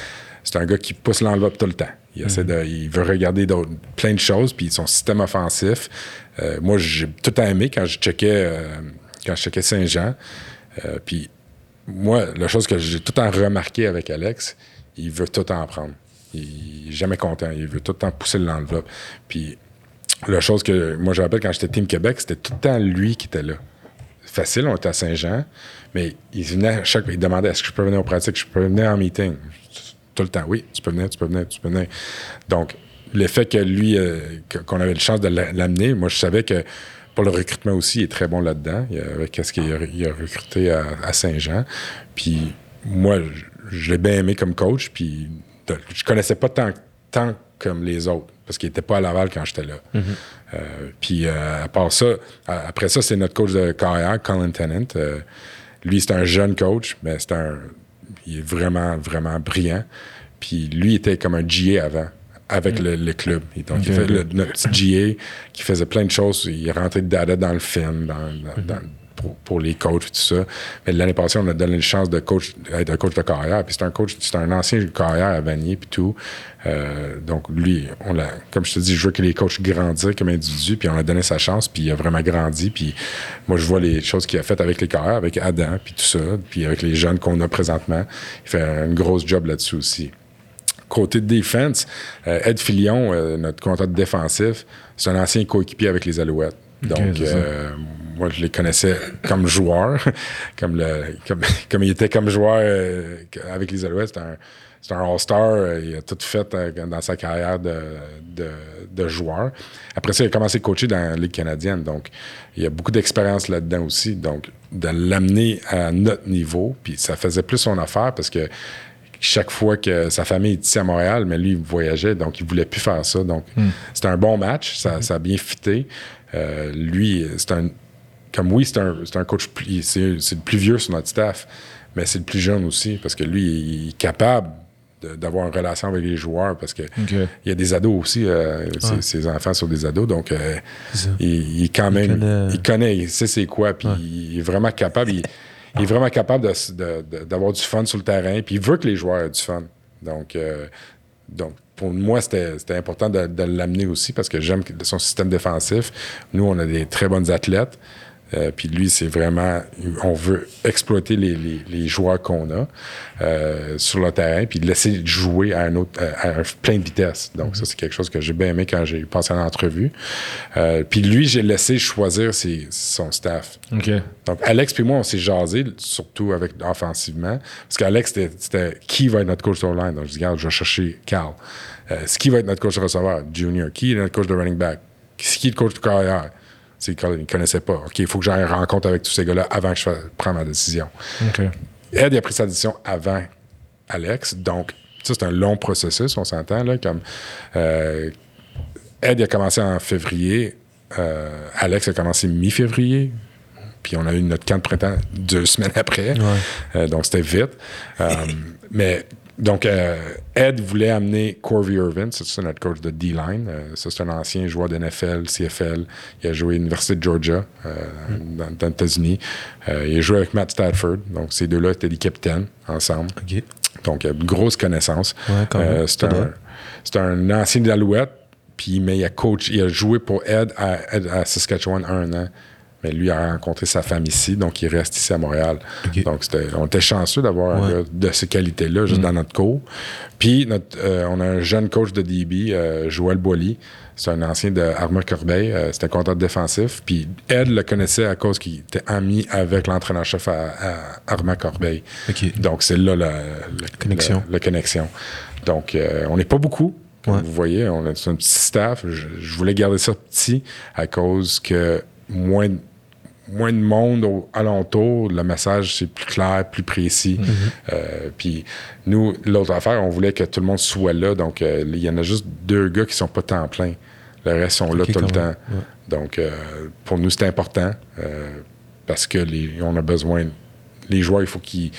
c'est un gars qui pousse l'enveloppe tout le temps. Il, essaie de, il veut regarder plein de choses, puis son système offensif. Euh, moi, j'ai tout aimé quand je checkais, euh, quand je checkais Saint-Jean. Euh, puis moi, la chose que j'ai tout le temps remarqué avec Alex, il veut tout le temps apprendre. Il est jamais content. Il veut tout le temps pousser l'enveloppe. Puis la chose que moi, je rappelle quand j'étais Team Québec, c'était tout le temps lui qui était là. Facile, on était à Saint-Jean, mais il venait chaque il demandait est-ce que je peux venir aux pratiques, je peux venir en meeting. Tout le temps, oui, tu peux venir, tu peux venir, tu peux venir. Donc, le fait que lui, euh, qu'on avait la chance de l'amener, moi, je savais que pour le recrutement aussi, il est très bon là-dedans, avec ce qu'il a, il a recruté à, à Saint-Jean. Puis moi, je, je l'ai bien aimé comme coach, puis de, je connaissais pas tant, tant comme les autres, parce qu'il était pas à Laval quand j'étais là. Mm-hmm. Euh, puis euh, à part ça, après ça, c'est notre coach de carrière, Colin Tennant. Euh, lui, c'est un jeune coach, mais c'est un... il est vraiment, vraiment brillant. Puis lui, il était comme un G A avant, avec mm. le, le club. Et donc, okay. il fait le, notre petit G A qui faisait plein de choses. Il rentrait de data dans le film, dans, dans, mm-hmm. dans, pour, pour les coachs et tout ça. Mais l'année passée, on a donné une chance de coach, être un coach de carrière. Puis c'est un coach, c'est un ancien carrière à Vanier puis tout. Euh, donc lui, on l'a, comme je te dis, je veux que les coachs grandissent comme individus, puis on a donné sa chance, puis il a vraiment grandi. Puis moi, je vois les choses qu'il a faites avec les carrières, avec Adam, puis tout ça, puis avec les jeunes qu'on a présentement. Il fait une grosse job là-dessus aussi. Côté de défense, euh, Ed Filion, euh, notre comptable défensif, c'est un ancien coéquipier avec les Alouettes. Donc, okay, euh, moi, je les connaissais comme joueur, comme, le, comme, comme il était comme joueur euh, avec les Alouettes. C'est un, c'est un All-Star. Euh, il a tout fait euh, dans sa carrière de, de, de joueur. Après ça, il a commencé à coacher dans la Ligue canadienne. Donc, il y a beaucoup d'expérience là-dedans aussi. Donc, de l'amener à notre niveau, puis ça faisait plus son affaire parce que chaque fois que sa famille est ici à Montréal, mais lui, il voyageait, donc il voulait plus faire ça. Donc, mm. c'était un bon match. Ça, mm. ça a bien fité. Euh, lui, c'est un... Comme oui, c'est un, c'est un coach... Plus, c'est, c'est le plus vieux sur notre staff, mais c'est le plus jeune aussi, parce que lui, il est capable de, d'avoir une relation avec les joueurs, parce que okay. il y a des ados aussi. Euh, ouais. ses, ses enfants sont des ados, donc euh, il, il quand même... Il connaît, il, connaît, il sait c'est quoi, puis ouais. il est vraiment capable... Il, Il est vraiment capable de, de, de, d'avoir du fun sur le terrain, puis il veut que les joueurs aient du fun. Donc, euh, donc pour moi, c'était, c'était important de, de l'amener aussi parce que j'aime son système défensif. Nous, on a des très bonnes athlètes. Euh, puis lui, c'est vraiment... On veut exploiter les, les, les joueurs qu'on a euh, sur le terrain puis laisser jouer à un autre, à, à plein de vitesse. Donc, mm-hmm. ça, c'est quelque chose que j'ai bien aimé quand j'ai passé à l'entrevue. Euh, puis lui, j'ai laissé choisir ses, son staff. Okay. Donc, Alex puis moi, on s'est jasé, surtout avec offensivement. Parce qu'Alex, c'était, c'était qui va être notre coach de line. Donc, je dis, regarde, je vais chercher Carl. Euh, c'est qui va être notre coach de receveur? Junior. Qui est notre coach de running back? C'est qui est le coach de carrière? C'est qu'ils ne connaissaient pas. OK, il faut que j'aille en rencontre avec tous ces gars-là avant que je prenne ma décision. Okay. Ed, il a pris sa décision avant Alex. Donc, ça, c'est un long processus, on s'entend. Là, comme, euh, Ed, il a commencé en février. Euh, Alex a commencé mi-février. Puis on a eu notre camp de printemps deux semaines après. Ouais. Euh, donc, c'était vite. euh, mais... Donc, euh, Ed voulait amener Corey Irvin, c'est, c'est notre coach de D-line. Euh, ça, c'est un ancien joueur de N F L, C F L. Il a joué à l'Université de Georgia, euh, mm. dans, dans les États-Unis. Euh, il a joué avec Matt Stafford. Donc, ces deux-là étaient des capitaines ensemble. Okay. Donc, il a une grosse connaissance. Ouais, euh, c'est, un, c'est un ancien de l'Alouette, puis mais il a, coach, il a joué pour Ed à, à Saskatchewan un an. Mais lui a rencontré sa femme ici, donc il reste ici à Montréal. Okay. Donc, c'était, on était chanceux d'avoir ouais. un gars de ces qualités-là juste mm. dans notre cours. Puis, notre, euh, on a un jeune coach de D B, euh, Joël Boilly. C'est un ancien de Armor-Corbeil. Euh, c'était un comptable défensif. Puis, Ed le connaissait à cause qu'il était ami avec l'entraîneur-chef à, à Armor-Corbeil. Okay. Donc, c'est là la, la, la connexion. La, la connexion. Donc, euh, on n'est pas beaucoup. Comme ouais. vous voyez, on a un petit staff. Je, je voulais garder ça petit à cause que moins de, moins de monde au, alentour, le message, c'est plus clair, plus précis. Mm-hmm. Euh, puis nous, l'autre affaire, on voulait que tout le monde soit là. Donc, euh, il y en a juste deux gars qui sont pas temps plein. Le reste sont là okay, tout le temps. Ouais. Donc, euh, pour nous, c'est important euh, parce que les, on a besoin... Les joueurs, il faut qu'ils...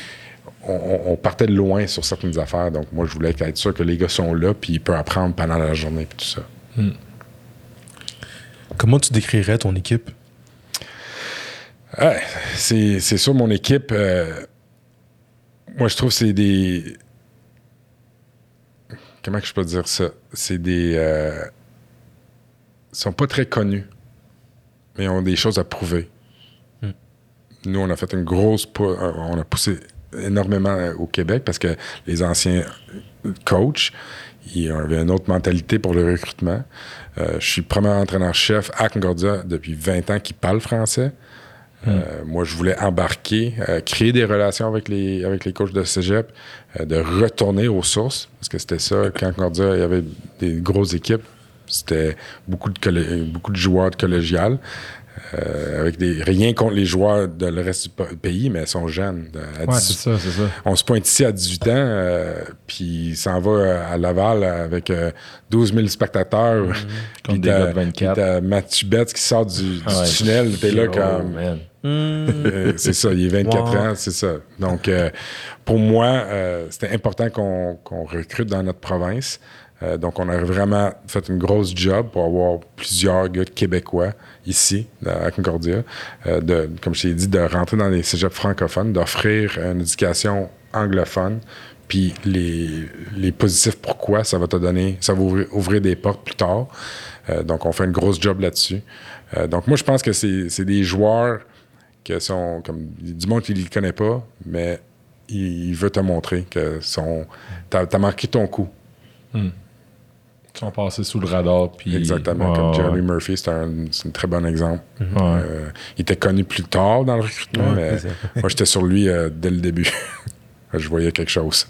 On, on partait de loin sur certaines affaires. Donc, moi, je voulais être sûr que les gars sont là puis ils peuvent apprendre pendant la journée et tout ça. Mm. Comment tu décrirais ton équipe? Ouais, c'est, c'est sûr, mon équipe, euh, moi, je trouve que c'est des... comment que je peux dire ça? C'est des... Euh, ils sont pas très connus, mais ils ont des choses à prouver. Mm. Nous, on a fait une grosse... Pou- on a poussé énormément au Québec parce que les anciens coachs, ils avaient une autre mentalité pour le recrutement. Euh, je suis premier entraîneur-chef à Concordia depuis vingt ans qui parle français. Mm. Euh, moi, je voulais embarquer, euh, créer des relations avec les, avec les coachs de cégep, euh, de retourner aux sources, parce que c'était ça, quand Concordia, il y avait des grosses équipes, c'était beaucoup de, collé- beaucoup de joueurs de collégial, euh, avec des, rien contre les joueurs de le reste du pays, mais ils sont jeunes. À Ouais, dix-huit, c'est ça, c'est ça. on se pointe ici à dix-huit ans, euh, puis il s'en va à Laval avec euh, douze mille spectateurs. Mmh. Puis Comme des t'as- gars de vingt-quatre. puis t'as Mathieu Betts qui sort du, du Ah ouais. tunnel, t'es là Oh, comme... man. Euh, c'est ça, il est vingt-quatre Wow. ans, c'est ça. Donc, euh, pour moi, euh, c'était important qu'on, qu'on recrute dans notre province. Euh, donc, on a vraiment fait une grosse job pour avoir plusieurs gars québécois ici, à Concordia, euh, de, comme je t'ai dit, de rentrer dans les cégeps francophones, d'offrir une éducation anglophone, puis les, les positifs pourquoi, ça va te donner, ça va ouvrir, ouvrir des portes plus tard. Euh, donc, on fait une grosse job là-dessus. Euh, donc, moi, je pense que c'est, c'est des joueurs qui sont comme du monde qui ne les connaît pas, mais il, il veut te montrer que son, t'as, t'as marqué ton coup. Mm. Ils sont passés sous le radar. Puis... Exactement, Ouais, comme ouais. Jeremy Murphy, c'est un, c'est un très bon exemple. Ouais. Euh, il était connu plus tard dans le recrutement, Ouais, mais c'est ça. moi, j'étais sur lui euh, dès le début. Je voyais quelque chose.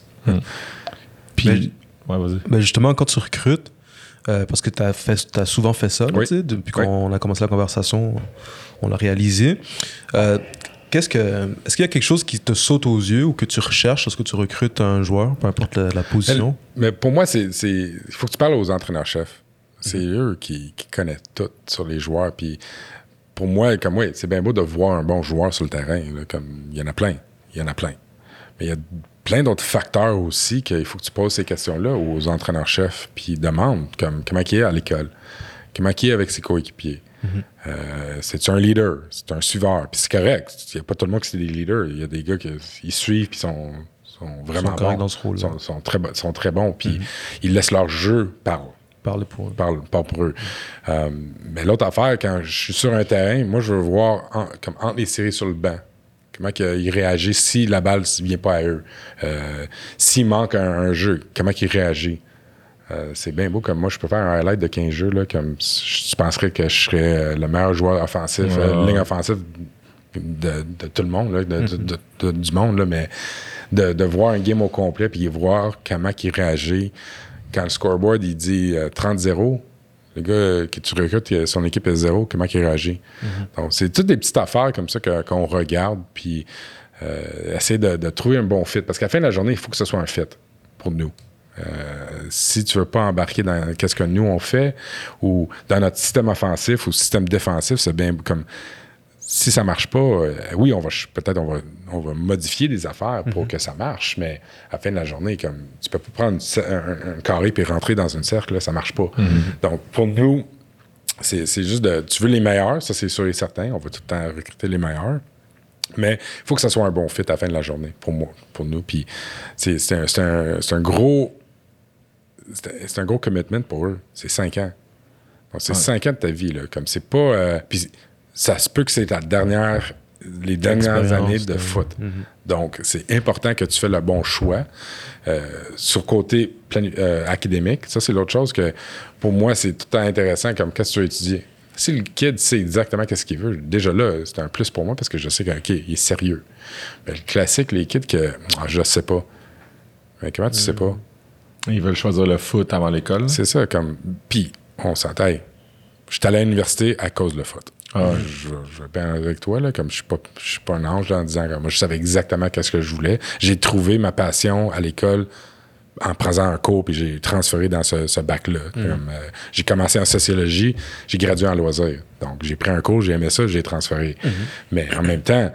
Puis, ouais, vas-y. Ben justement, quand tu recrutes, euh, parce que tu as souvent fait ça, là, Oui. tu sais, depuis Oui. qu'on a commencé la conversation, on l'a réalisé. Euh, qu'est-ce que, est-ce qu'il y a quelque chose qui te saute aux yeux ou que tu recherches lorsque tu recrutes un joueur, peu importe la, la position? Mais pour moi, c'est, c'est, il faut que tu parles aux entraîneurs-chefs. C'est eux qui, qui connaissent tout sur les joueurs. Puis pour moi, comme oui, c'est bien beau de voir un bon joueur sur le terrain. Là, comme il y en a plein. Il y en a plein. Mais il y a plein d'autres facteurs aussi qu'il faut que tu poses ces questions-là aux entraîneurs-chefs. Puis demande comme, comment il est à l'école. Comment il est avec ses coéquipiers. Mm-hmm. Euh, c'est-tu un leader? C'est un suiveur? Puis c'est correct. Il n'y a pas tout le monde qui c'est des leaders. Il y a des gars qui ils suivent puis sont, sont vraiment Ils sont corrects bons. dans ce rôle-là. Sont, sont très, bo- sont très bons. Puis ils laissent leur jeu parler. Parle pour eux. Parle, parle pour eux. Euh, mais l'autre affaire, quand je suis sur un terrain, moi, je veux voir en- comme entre les séries sur le banc. Comment ils réagissent si la balle ne vient pas à eux. Euh, s'il manque un, un jeu, comment ils réagissent. Euh, c'est bien beau. Comme moi, je peux faire un highlight de quinze jeux. Là, comme je penserais que je serais le meilleur joueur offensif, Ouais. euh, ligne offensive de, de tout le monde, là, de, de, de, de, du monde. Là, mais de, de voir un game au complet puis voir comment il réagit. Quand le scoreboard il dit euh, trente zéro, le gars que tu recrutes, son équipe est zéro, comment il réagit? Mm-hmm. Donc, c'est toutes des petites affaires comme ça que, qu'on regarde, puis euh, essayer de, de trouver un bon fit. Parce qu'à la fin de la journée, il faut que ce soit un fit pour nous. Euh, si tu veux pas embarquer dans qu'est-ce que nous on fait, ou dans notre système offensif ou système défensif, c'est bien comme... Si ça marche pas, euh, oui, on va peut-être on va, on va modifier des affaires pour mm-hmm. que ça marche, mais à la fin de la journée, comme tu peux pas prendre un, un, un carré puis rentrer dans un cercle, là, ça marche pas. Mm-hmm. Donc, pour nous, c'est, c'est juste de... Tu veux les meilleurs, ça c'est sûr et certain, on va tout le temps recruter les meilleurs, mais il faut que ça soit un bon fit à la fin de la journée, pour moi, pour nous. Puis c'est, c'est, un, c'est, un, c'est un gros... C'est, c'est un gros commitment pour eux. C'est cinq ans. Donc, c'est ouais. cinq ans de ta vie, là. Comme c'est pas... Euh, puis ça se peut que c'est ta dernière, les dernières années de, de foot. Mm-hmm. Donc, c'est important que tu fais le bon choix. Euh, sur côté plani- euh, académique, ça, c'est l'autre chose que, pour moi, c'est tout le temps intéressant comme qu'est-ce que tu veux étudier. Si le kid sait exactement qu'est-ce qu'il veut, déjà là, c'est un plus pour moi parce que je sais qu'il est sérieux. Mais le classique, les kids que oh, je sais pas. Mais comment tu mm-hmm. sais pas? Ils veulent choisir le foot avant l'école. C'est ça, comme... Puis, on s'entend. Je suis allé à l'université à cause de le foot. Ah, je, je vais bien avec toi, là, comme je suis pas, je suis pas un ange en disant que moi, je savais exactement qu'est-ce que je voulais. J'ai trouvé ma passion à l'école en prenant un cours, puis j'ai transféré dans ce, ce bac-là. Mm. Comme, euh, j'ai commencé en sociologie, j'ai gradué en loisirs. Donc, j'ai pris un cours, j'ai aimé ça, j'ai transféré. Mm-hmm. Mais en même temps,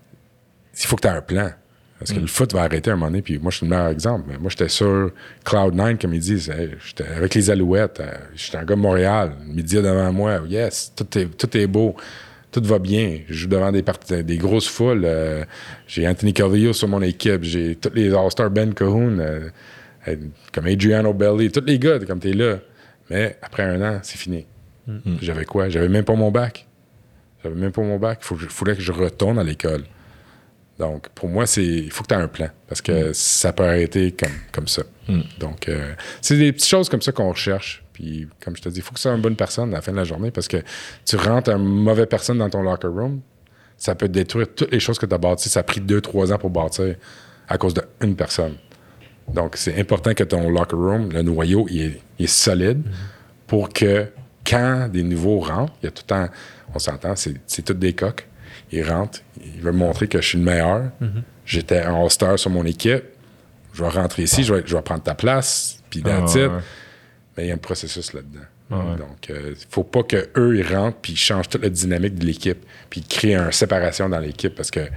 il faut que tu aies un plan. Parce que mm. le foot va arrêter à un moment donné, puis moi, je suis le meilleur exemple. Mais moi, j'étais sur Cloud nine, comme ils disent. Hey, j'étais avec les Alouettes. Euh, j'étais un gars de Montréal. Le média devant moi. Yes, tout est, tout est beau. Tout va bien. Je joue devant des, parties, des grosses foules. Euh, j'ai Anthony Calvillo sur mon équipe. J'ai tous les All-Stars Ben Cahoon. Euh, comme Adriano Belli, tous les gars, comme t'es là. Mais après un an, c'est fini. Mm-hmm. J'avais quoi? J'avais même pas mon bac. J'avais même pas mon bac. Il fallait que je retourne à l'école. Donc, pour moi, c'est il faut que tu aies un plan. Parce que mm. ça peut arrêter comme, comme ça. Mm. Donc, euh, c'est des petites choses comme ça qu'on recherche. Puis, comme je te dis, il faut que tu sois une bonne personne à la fin de la journée. Parce que tu rentres une mauvaise personne dans ton locker room, ça peut détruire toutes les choses que tu as bâties. Ça a pris deux, trois ans pour bâtir à cause d'une personne. Donc, c'est important que ton locker room, le noyau, il est, il est solide mm. pour que quand des nouveaux rentrent, il y a tout le temps, on s'entend, c'est, c'est toutes des coques. Ils rentrent, ils veulent montrer que je suis le meilleur. Mm-hmm. J'étais un all-star sur mon équipe. Je vais rentrer ici, je vais, je vais prendre ta place, puis dans le titre. Ouais. Mais il y a un processus là-dedans. Ouais. Donc, il euh, ne faut pas qu'eux, ils rentrent, puis ils changent toute la dynamique de l'équipe, puis ils créent une séparation dans l'équipe, parce que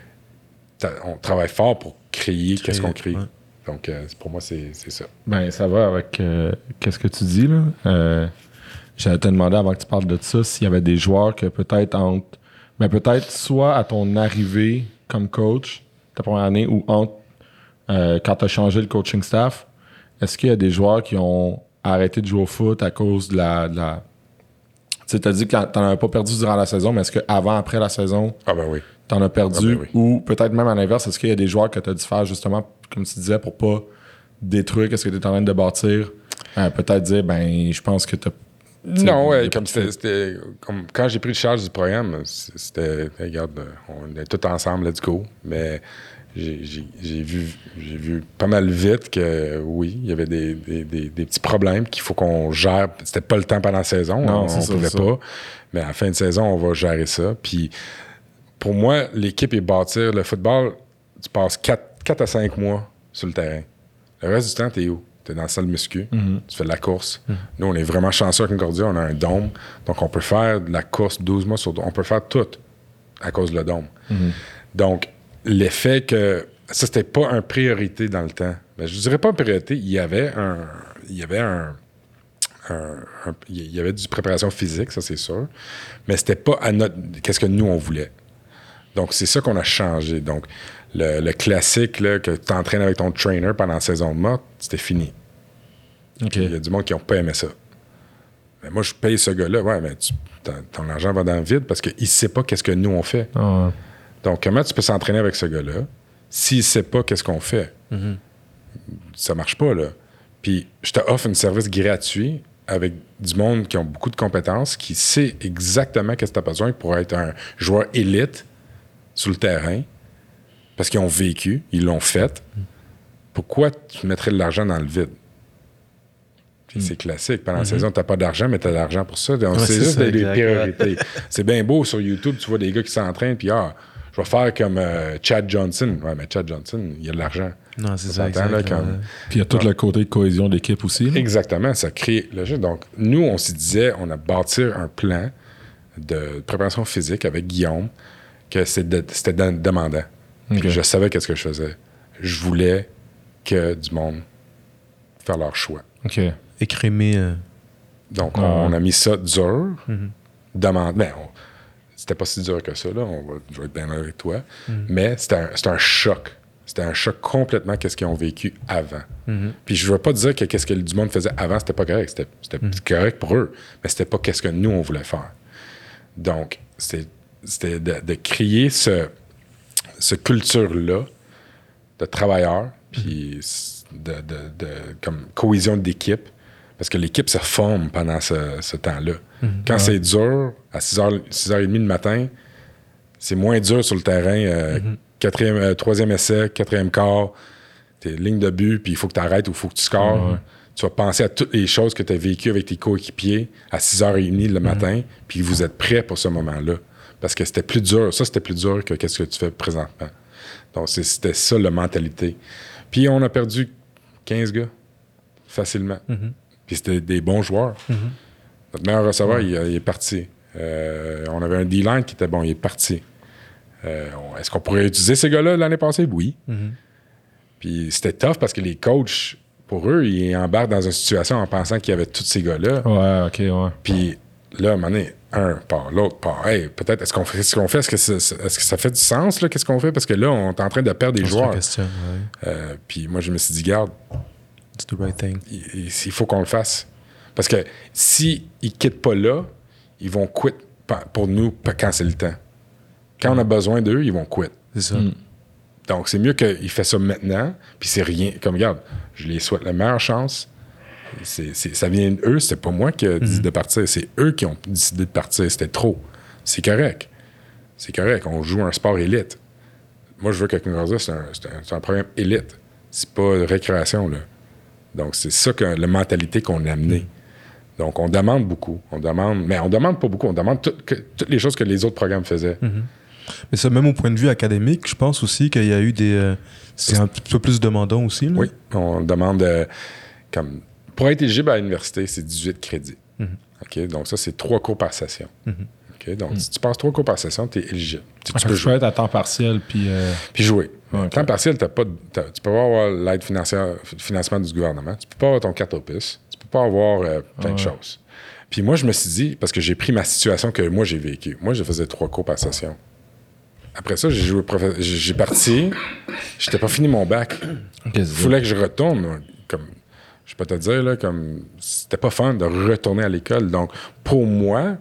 on travaille fort pour créer, créer qu'est-ce qu'on crée. Ouais. Donc, euh, pour moi, c'est, c'est ça. Ben, ça va avec euh, qu'est-ce que tu dis, là. Euh, j'allais te demander, avant que tu parles de ça, s'il y avait des joueurs que peut-être entre Mais peut-être soit à ton arrivée comme coach, ta première année, ou entre, euh, quand tu as changé le coaching staff, est-ce qu'il y a des joueurs qui ont arrêté de jouer au foot à cause de la... De la... Tu sais, tu as dit que tu n'en as pas perdu durant la saison, mais est-ce qu'avant, après la saison, ah ben oui. tu en as perdu? Ah ben oui. Ou peut-être même à l'inverse, est-ce qu'il y a des joueurs que tu as dû faire justement, comme tu disais, pour pas détruire ce que tu es en train de bâtir? Euh, peut-être dire, ben, je pense que tu as... Non, ouais, comme c'était, c'était comme quand j'ai pris le charge du programme, c'était regarde, on est tous ensemble, let's go. Mais j'ai, j'ai, j'ai vu j'ai vu pas mal vite que oui, il y avait des, des, des, des petits problèmes qu'il faut qu'on gère. C'était pas le temps pendant la saison, non, on, on pouvait pas. Mais à la fin de saison, on va gérer ça. Puis pour moi, l'équipe est bâtir. Le football, tu passes quatre à cinq mois sur le terrain. Le reste du temps, t'es où? Tu es dans la salle muscu, mm-hmm. tu fais de la course. Mm-hmm. Nous, on est vraiment chanceux à Concordia, on a un dôme. Donc, on peut faire de la course douze mois sur dôme. On peut faire tout à cause du dôme. Mm-hmm. Donc, l'effet que... Ça, c'était pas une priorité dans le temps. Mais je dirais pas une priorité. Il y avait un... Il y avait un... un, un il y avait du préparation physique, ça, c'est sûr. Mais c'était pas à notre... Qu'est-ce que nous, on voulait. Donc, c'est ça qu'on a changé. Donc, le, le classique là, que tu entraînes avec ton trainer pendant la saison de morte, c'était fini. Okay. Il y a du monde qui n'a pas aimé ça. Mais moi, je paye ce gars-là. Ouais, mais tu, ton, ton argent va dans le vide parce qu'il ne sait pas qu'est-ce que nous, on fait. Oh. Donc, comment tu peux s'entraîner avec ce gars-là s'il ne sait pas qu'est-ce qu'on fait? Mm-hmm. Ça marche pas, là. Puis, je t'offre un service gratuit avec du monde qui ont beaucoup de compétences, qui sait exactement qu'est-ce que tu as besoin pour être un joueur élite sur le terrain, parce qu'ils ont vécu, ils l'ont fait. Pourquoi tu mettrais de l'argent dans le vide? Puis mm. c'est classique. Pendant mm-hmm. la saison, tu n'as pas d'argent, mais tu as de l'argent pour ça. Donc, ouais, c'est, c'est juste ça, des priorités. C'est bien beau sur YouTube, tu vois des gars qui s'entraînent, puis ah, je vais faire comme euh, Chad Johnson. Ouais, mais Chad Johnson, il y a de l'argent. Non, c'est ça, exactement. Là, comme... Puis il y a tout ouais. le côté de cohésion d'équipe aussi. Là. Exactement, ça crée le jeu. Donc, nous, on se disait, on a bâti un plan de préparation physique avec Guillaume, que c'était, de, c'était de, demandant. Puis okay. je savais qu'est-ce que je faisais. Je voulais que du monde fasse leur choix. OK. Écrémer. Euh... Donc, on, ah. on a mis ça dur. Mm-hmm. Demande... Ben, on... c'était pas si dur que ça, là. On va... Je vais être bien là avec toi. Mm-hmm. Mais c'était un, c'était un choc. C'était un choc complètement qu'est-ce qu'ils ont vécu avant. Mm-hmm. Puis je veux pas dire que qu'est-ce que du monde faisait avant, c'était pas correct. C'était, c'était mm-hmm. correct pour eux. Mais c'était pas qu'est-ce que nous, on voulait faire. Donc, c'était... c'était de, de créer ce, ce culture-là de travailleurs, puis de, de, de comme cohésion d'équipe, parce que l'équipe se forme pendant ce, ce temps-là. Mm-hmm. Quand ouais. c'est dur, à six heures trente le matin, c'est moins dur sur le terrain. Euh, mm-hmm. quatrième, euh, troisième essai, quatrième quart, t'es ligne de but, puis il faut que tu arrêtes ou il faut que tu scores. Ouais. Tu vas penser à toutes les choses que tu as vécues avec tes coéquipiers à six heures trente le matin, mm-hmm. puis vous êtes prêts pour ce moment-là. Parce que c'était plus dur. Ça, c'était plus dur que qu'est-ce que tu fais présentement. Donc, c'est, c'était ça, la mentalité. Puis, on a perdu quinze gars, facilement. Mm-hmm. Puis, c'était des bons joueurs. Mm-hmm. Notre meilleur receveur, mm-hmm. il, il est parti. Euh, on avait un D-line qui était bon, il est parti. Euh, on, est-ce qu'on pourrait utiliser ces gars-là l'année passée? Oui. Mm-hmm. Puis, c'était tough parce que les coachs, pour eux, ils embarquent dans une situation en pensant qu'il y avait tous ces gars-là. Ouais, OK, ouais. Puis, là, à un moment donné, un part, l'autre part. Hey, peut-être, est-ce qu'on fait ce qu'on fait? Est-ce que, ça, est-ce que ça fait du sens, là, qu'est-ce qu'on fait? Parce que là, on est en train de perdre des joueurs. Question, ouais. euh, puis moi, je me suis dit, garde, It's the right thing. Il, il faut qu'on le fasse. Parce que s'ils ne quittent pas là, ils vont quitter pour nous quand c'est le temps. Quand mm. on a besoin d'eux, ils vont quitter. C'est ça. Mm. Donc, c'est mieux qu'il fasse ça maintenant, puis c'est rien. Comme, regarde, je les souhaite la meilleure chance. C'est, c'est, ça vient d'eux, c'était pas moi qui ai décidé mm. de partir, c'est eux qui ont décidé de partir. C'était trop. C'est correct. C'est correct. On joue un sport élite. Moi, je veux que Concordia, c'est un, c'est un, c'est un programme élite. C'est pas de récréation, là. Donc, c'est ça que la mentalité qu'on a amenée. Donc, on demande beaucoup. On demande, mais on demande pas beaucoup. On demande tout, que, toutes les choses que les autres programmes faisaient. Mm-hmm. Mais ça, même au point de vue académique, je pense aussi qu'il y a eu des... Euh, c'est un petit peu plus demandant aussi, là. Oui. On demande... Euh, comme, pour être éligible à l'université, c'est dix-huit crédits. Mm-hmm. OK? Donc, ça, c'est trois cours par session. Mm-hmm. OK? Donc, mm-hmm. si tu passes trois cours par session, tu es éligible. Tu, tu peux jouer à temps partiel, puis... Euh... Puis jouer. Okay. Temps partiel, t'as pas, t'as, tu peux pas avoir l'aide financière, financement du gouvernement. Tu peux pas avoir ton carte opus. Tu peux pas avoir euh, plein ah, de ouais. choses. Puis moi, je me suis dit, parce que j'ai pris ma situation que moi, j'ai vécue. Moi, je faisais trois cours par session. Après ça, j'ai joué prof... j'ai parti. J'étais pas fini mon bac. Il fallait que je retourne. Comme, je peux te dire, là, comme c'était pas fun de retourner à l'école. Donc, pour moi,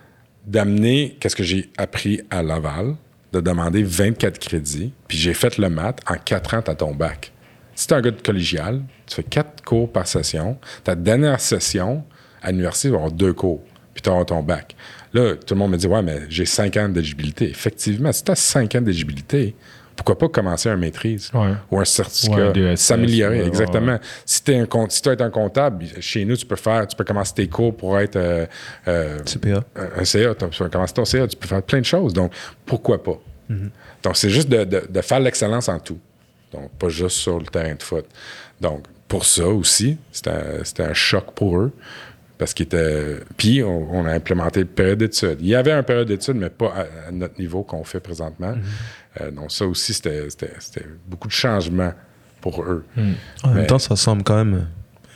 d'amener qu'est-ce que j'ai appris à Laval, de demander vingt-quatre crédits, puis j'ai fait le maths, en quatre ans, tu as ton bac. Si tu es un gars de collégial, tu fais quatre cours par session. Ta dernière session, à l'université, tu vas avoir deux cours, puis tu auras ton bac. Là, tout le monde me dit « Ouais, mais j'ai cinq ans d'éligibilité. » Effectivement, si tu as cinq ans d'éligibilité, pourquoi pas commencer un maîtrise ouais. ou un certificat, ouais, s'améliorer, ouais, exactement. Ouais. Si tu es si tu es un comptable, chez nous, tu peux faire, tu peux commencer tes cours pour être euh, euh, C P A. Un, un C A, tu peux commencer ton C A, tu peux faire plein de choses. Donc, pourquoi pas? Mm-hmm. Donc, c'est juste de, de, de faire l'excellence en tout. Donc, pas juste sur le terrain de foot. Donc, pour ça aussi, c'était un, c'était un choc pour eux. Parce qu'il était. Puis, on, on a implémenté le période d'études. Il y avait un période d'études, mais pas à, à notre niveau qu'on fait présentement. Mm-hmm. Euh, donc, ça aussi, c'était, c'était, c'était beaucoup de changements pour eux. Mm. En mais... même temps, ça semble quand même.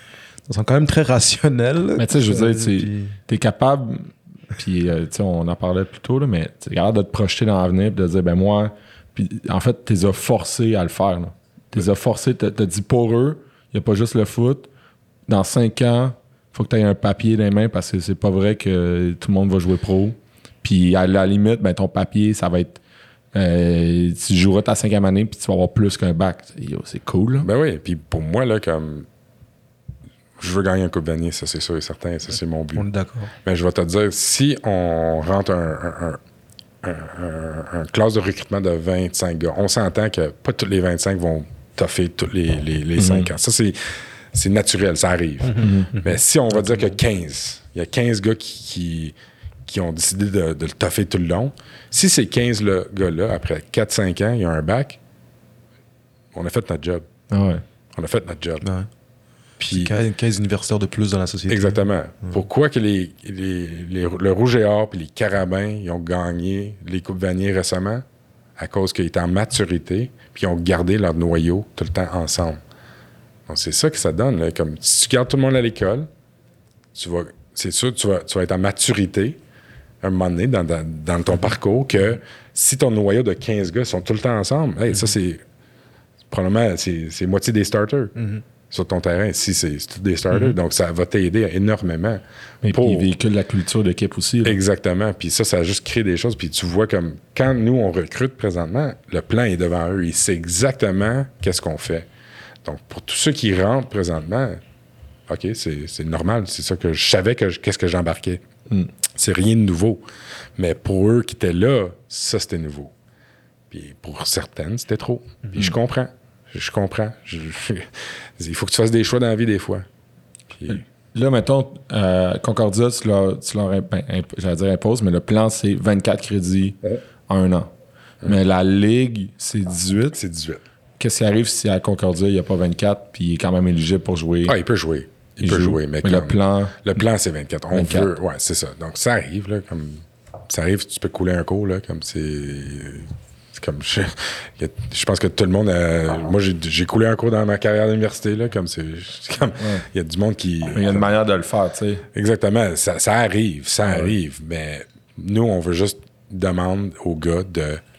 Ça semble quand même très rationnel. Mais tu sais, je veux dire, puis... tu es capable. Puis, euh, tu sais, on en parlait plus tôt, là, mais tu es capable de te projeter dans l'avenir et de dire, ben moi. Puis, en fait, tu les as forcés à le faire. Tu les as forcés. Tu as dit pour eux, il n'y a pas juste le foot. Dans cinq ans, faut que tu aies un papier dans les mains parce que c'est pas vrai que tout le monde va jouer pro. Puis à la limite, ben, ton papier, ça va être... Euh, tu joueras ta cinquième année puis tu vas avoir plus qu'un bac. Yo, c'est cool. Là. Ben oui, puis pour moi, là, comme... Je veux gagner un Coupe d'année, ça c'est sûr et certain, ça c'est mon but. On est d'accord. Mais je vais te dire, si on rentre un, un, un, un, un classe de recrutement de vingt-cinq gars, on s'entend que pas tous les vingt-cinq vont toffer tous les, les, les mm-hmm. cinq ans. Ça, c'est... C'est naturel, ça arrive. Mm-hmm. Mais si on va dire que quinze, il y a quinze gars qui, qui, qui ont décidé de, de le toffer tout le long, si ces quinze là, gars-là, après quatre cinq ans, il y a un bac, on a fait notre job. Ah ouais. On a fait notre job. Ouais. Puis quinze, quinze universitaires de plus dans la société. Exactement. Ouais. Pourquoi que les, les, les, le Rouge et Or et les Carabins ils ont gagné les Coupes Vanier récemment? À cause qu'ils étaient en maturité puis ils ont gardé leur noyau tout le temps ensemble. Donc, c'est ça que ça donne. Là. Comme, si tu gardes tout le monde à l'école, tu vas, c'est sûr que tu vas, tu vas être en maturité un moment donné dans, dans, dans ton parcours que si ton noyau de quinze gars sont tout le temps ensemble, hey, mm-hmm. ça, c'est probablement c'est, c'est moitié des starters mm-hmm. sur ton terrain. Si c'est, c'est tous des starters, mm-hmm. donc ça va t'aider énormément. Et pour... puis, il véhicule la culture d'équipe aussi. Là. Exactement. Puis ça, ça a juste créé des choses. Puis tu vois comme quand nous, on recrute présentement, le plan est devant eux. Ils savent exactement qu'est-ce qu'on fait. Donc, pour tous ceux qui rentrent présentement, OK, c'est, c'est normal. C'est ça que je savais que je, qu'est-ce que j'embarquais. Mm. C'est rien de nouveau. Mais pour eux qui étaient là, ça, c'était nouveau. Puis pour certaines, c'était trop. Mm-hmm. Puis je comprends. Je, je comprends. Je, je, il faut que tu fasses des choix dans la vie des fois. Puis... Là, mettons, euh, Concordia, tu leur, tu leur ben, imp- j'allais dire impose, mais le plan, c'est vingt-quatre crédits ouais. en un an. Ouais. Mais la Ligue, c'est dix-huit. C'est dix-huit. Qu'est-ce qui arrive si à Concordia, il n'y a pas vingt-quatre puis il est quand même éligible pour jouer? Ah, il peut jouer. Il, il peut joue. jouer. Mais, mais comme, le plan... Le plan, c'est vingt-quatre. On vingt-quatre. Veut... Ouais, c'est ça. Donc, ça arrive, là, comme... Ça arrive, tu peux couler un cours, là, comme c'est... c'est comme... Je, je pense que tout le monde a... Moi, j'ai, j'ai coulé un cours dans ma carrière d'université, là, comme c'est... c'est comme... Ouais. Il y a du monde qui... Mais il y a une manière de le faire, tu sais. Exactement. Ça, ça arrive, ça ouais. arrive. Mais nous, on veut juste demander aux gars de...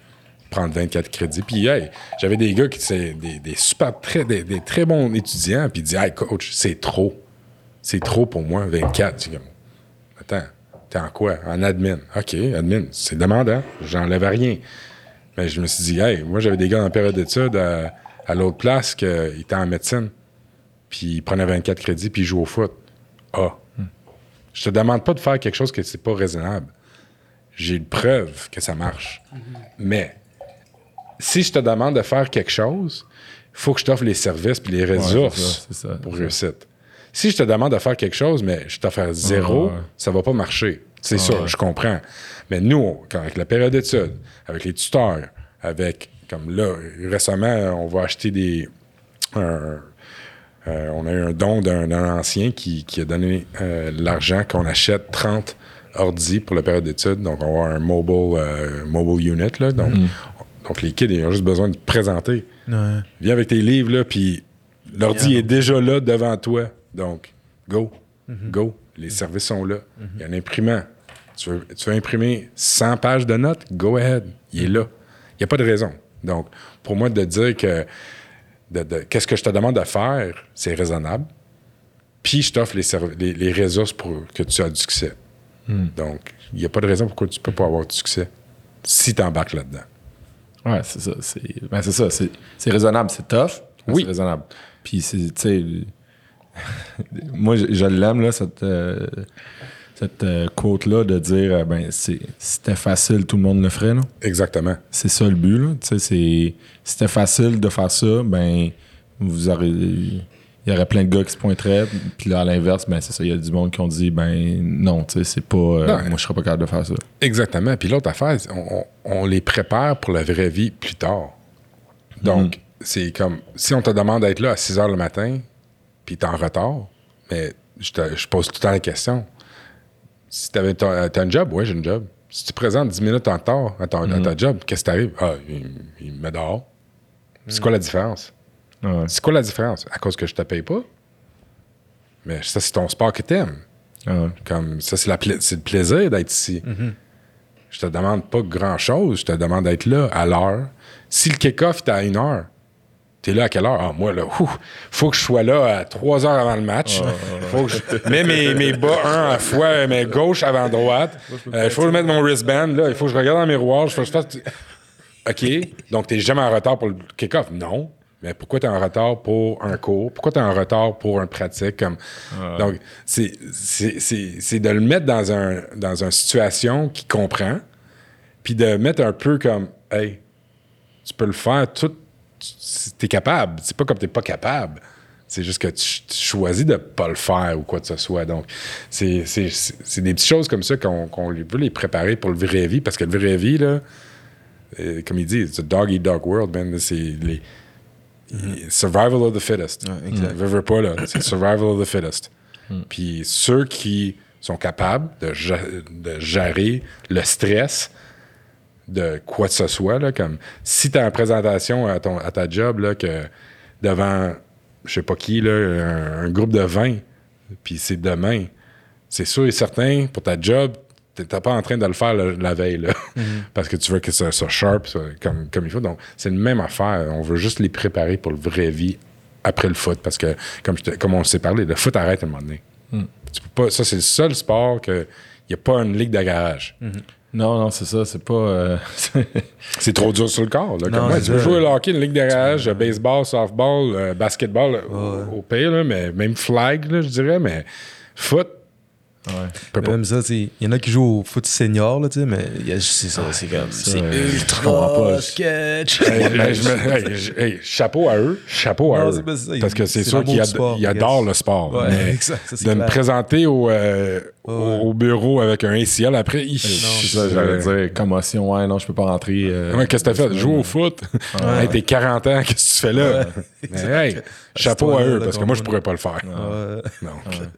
prendre vingt-quatre crédits. Puis, hey, j'avais des gars qui étaient des, des super, très, des, des très bons étudiants, puis ils disaient, hey, coach, c'est trop. C'est trop pour moi, vingt-quatre. J'ai comme, attends, t'es en quoi? En admin. OK, admin, c'est demandant. J'enlève rien. Mais je me suis dit, hey, moi, j'avais des gars en période d'études à, à l'autre place qui étaient en médecine, puis ils prenaient vingt-quatre crédits, puis ils jouaient au foot. Ah. Hmm. Je te demande pas de faire quelque chose que c'est pas raisonnable. J'ai une preuve que ça marche. Mm-hmm. Mais si je te demande de faire quelque chose, il faut que je t'offre les services puis les ressources ouais, c'est ça, c'est ça, pour réussir. Si je te demande de faire quelque chose, mais je t'offre zéro, ah, ouais. ça va pas marcher. C'est ah, sûr, ouais. je comprends. Mais nous, avec la période d'études, avec les tuteurs, avec, comme là, récemment, on va acheter des... Un, euh, on a eu un don d'un, d'un ancien qui, qui a donné euh, l'argent qu'on achète trente ordi pour la période d'études. Donc, on va avoir un mobile, euh, mobile unit. Là. Donc, mm. donc, les kids, ils ont juste besoin de présenter. Ouais. Viens avec tes livres, là, puis l'ordi yeah, est déjà là devant toi. Donc, go, mm-hmm. go. Les mm-hmm. services sont là. Mm-hmm. Il y a un imprimant. Tu veux, tu veux imprimer cent pages de notes? Go ahead. Il est là. Il n'y a pas de raison. Donc, pour moi, de dire que de, de, qu'est-ce que je te demande de faire, c'est raisonnable. Puis, je t'offre les, serv- les, les ressources pour que tu aies du succès. Mm. Donc, il n'y a pas de raison pourquoi tu ne peux pas avoir du succès si tu embarques là-dedans. Ouais, c'est ça. C'est, ben c'est ça. C'est, c'est raisonnable. C'est tough. Oui. C'est raisonnable. Puis, c'est, tu sais... moi, je, je l'aime, là, cette, euh, cette euh, quote-là de dire, euh, ben, c'est, si c'était facile, tout le monde le ferait, là. Exactement. C'est ça le but, là. Tu sais, c'est... Si c'était facile de faire ça, ben, vous aurez... Il y aurait plein de gars qui se pointeraient, puis là, à l'inverse, ben c'est ça, il y a du monde qui ont dit, ben non, tu sais, c'est pas... Euh, non, moi, je serais pas capable de faire ça. Exactement. Puis l'autre affaire, on, on les prépare pour la vraie vie plus tard. Donc, mm. c'est comme, si on te demande d'être là à six heures le matin, puis t'es en retard, mais je, te, je pose tout le temps la question. Si t'avais ton, t'as un job, oui, j'ai un job. Si tu présentes dix minutes en retard à ton, mm. à ton job, qu'est-ce qui t'arrive? Ah, il, il me met dehors. Mm. C'est quoi la différence? Ouais. C'est quoi la différence? À cause que je te paye pas? Mais ça, c'est ton sport que t'aimes. Ouais. Comme ça, c'est, la pla- c'est le plaisir d'être ici. Mm-hmm. Je te demande pas grand-chose. Je te demande d'être là à l'heure. Si le kick-off est à une heure, t'es là à quelle heure? Ah, moi, là, ouf, faut que je sois là à trois heures avant le match. Oh, faut que je mets mes, mes bas un à fois, mes gauche avant droite. Il euh, faut mettre mon wristband, là. Il faut que je regarde dans le miroir. Il faut que je fasse... OK. Donc, t'es jamais en retard pour le kick-off? Non. Mais pourquoi tu es en retard pour un cours? Pourquoi tu es en retard pour une pratique? Comme... Ouais. Donc, c'est, c'est, c'est, c'est de le mettre dans un dans une situation qui comprend, puis de mettre un peu comme, hey, tu peux le faire tout, tu es capable. C'est pas comme tu n'es pas capable. C'est juste que tu, tu choisis de pas le faire ou quoi que ce soit. Donc, c'est, c'est, c'est, c'est des petites choses comme ça qu'on, qu'on veut les préparer pour le vrai vie, parce que le vrai vie, là, euh, comme ils disent, c'est a dog-eat-dog world, man. C'est les... Mm-hmm. Survival of the fittest. Ouais, exact. Veux, veux pas, là. C'est survival of the fittest. Mm. Puis ceux qui sont capables de, de gérer le stress de quoi que ce soit, là, comme si tu as une présentation à, ton, à ta job, là, que devant, je sais pas qui, là, un, un groupe de vingt, puis c'est demain, c'est sûr et certain, pour ta job, t'es pas en train de le faire le, la veille, là, mm-hmm. parce que tu veux que ça soit sharp ça, comme, comme il faut. Donc, c'est la même affaire. On veut juste les préparer pour le vraie vie après le foot, parce que, comme, je te, comme on s'est parlé, le foot arrête à un moment donné. Mm. Tu peux pas, ça, c'est le seul sport qu'il n'y a pas une ligue de garage. Mm-hmm. Non, non, c'est ça, c'est pas... Euh... c'est trop dur sur le corps. Là. Non, comme, ouais, tu peux jouer au hockey, une ligue de garage, ouais. baseball, softball, euh, basketball, ouais. au, au pire, là, mais même flag, là, je dirais, mais foot, ouais. Même ça, il y en a qui jouent au foot senior, là, mais y a, c'est ça, c'est comme c'est euh, ultra sketch. Hey, hey, hey, hey, chapeau à eux, chapeau à non, eux. Ça, parce que c'est, c'est sûr qu'ils ad- sport, adorent le sport. Ouais, mais exact, ça, de clair. Me présenter au, euh, ouais. au bureau avec un A C L après, il, non, c'est ça, j'allais dire commotion, ouais, non, je peux pas rentrer. Euh, ouais, qu'est-ce que t'as fait? Jouer au foot? Ouais. Hey, t'es quarante ans, qu'est-ce que tu fais là? Ouais. Mais hey, chapeau à eux, parce que moi, je pourrais pas le faire. Non.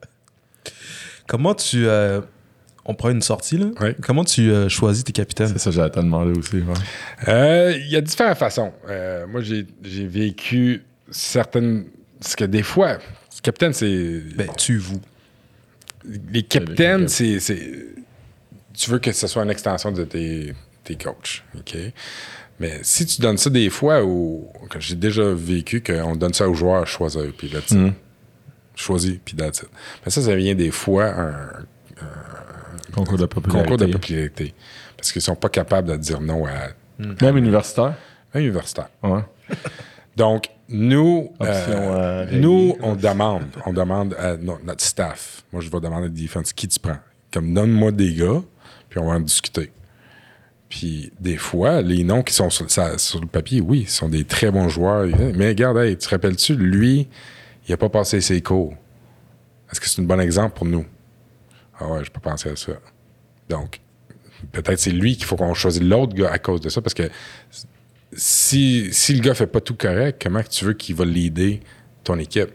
Comment tu... Euh, on prend une sortie, là. Oui. Comment tu euh, choisis tes capitaines? C'est ça, j'allais te demander aussi. Il ouais. euh, y a différentes façons. Euh, moi, j'ai, j'ai vécu certaines... Parce que des fois, le capitaine, c'est... Ben, tu, vous. Les capitaines, c'est, c'est... Tu veux que ce soit une extension de tes, tes coachs, OK? Mais si tu donnes ça des fois, où, quand j'ai déjà vécu qu'on donne ça aux joueurs à choisir, puis là, tu Mm. choisis, puis that's it. Mais ça, ça vient des fois un, un Concours de popularité. concours de popularité. Parce qu'ils sont pas capables de dire non à Même universitaire. un universitaire. Ouais. Donc, nous, Option, euh, euh, nous on demande, on demande à no- notre staff. Moi, je vais demander à Defense, qui tu prends? Comme, donne-moi des gars, puis on va en discuter. Puis, des fois, les noms qui sont sur, ça, sur le papier, oui, ce sont des très bons joueurs. Mais regarde, hey, tu te rappelles-tu, lui, il n'a pas passé ses cours. Est-ce que c'est un bon exemple pour nous? Ah ouais, je peux penser à ça. Donc, peut-être c'est lui qu'il faut qu'on choisisse l'autre gars à cause de ça, parce que si, si le gars fait pas tout correct, comment tu veux qu'il va leader ton équipe?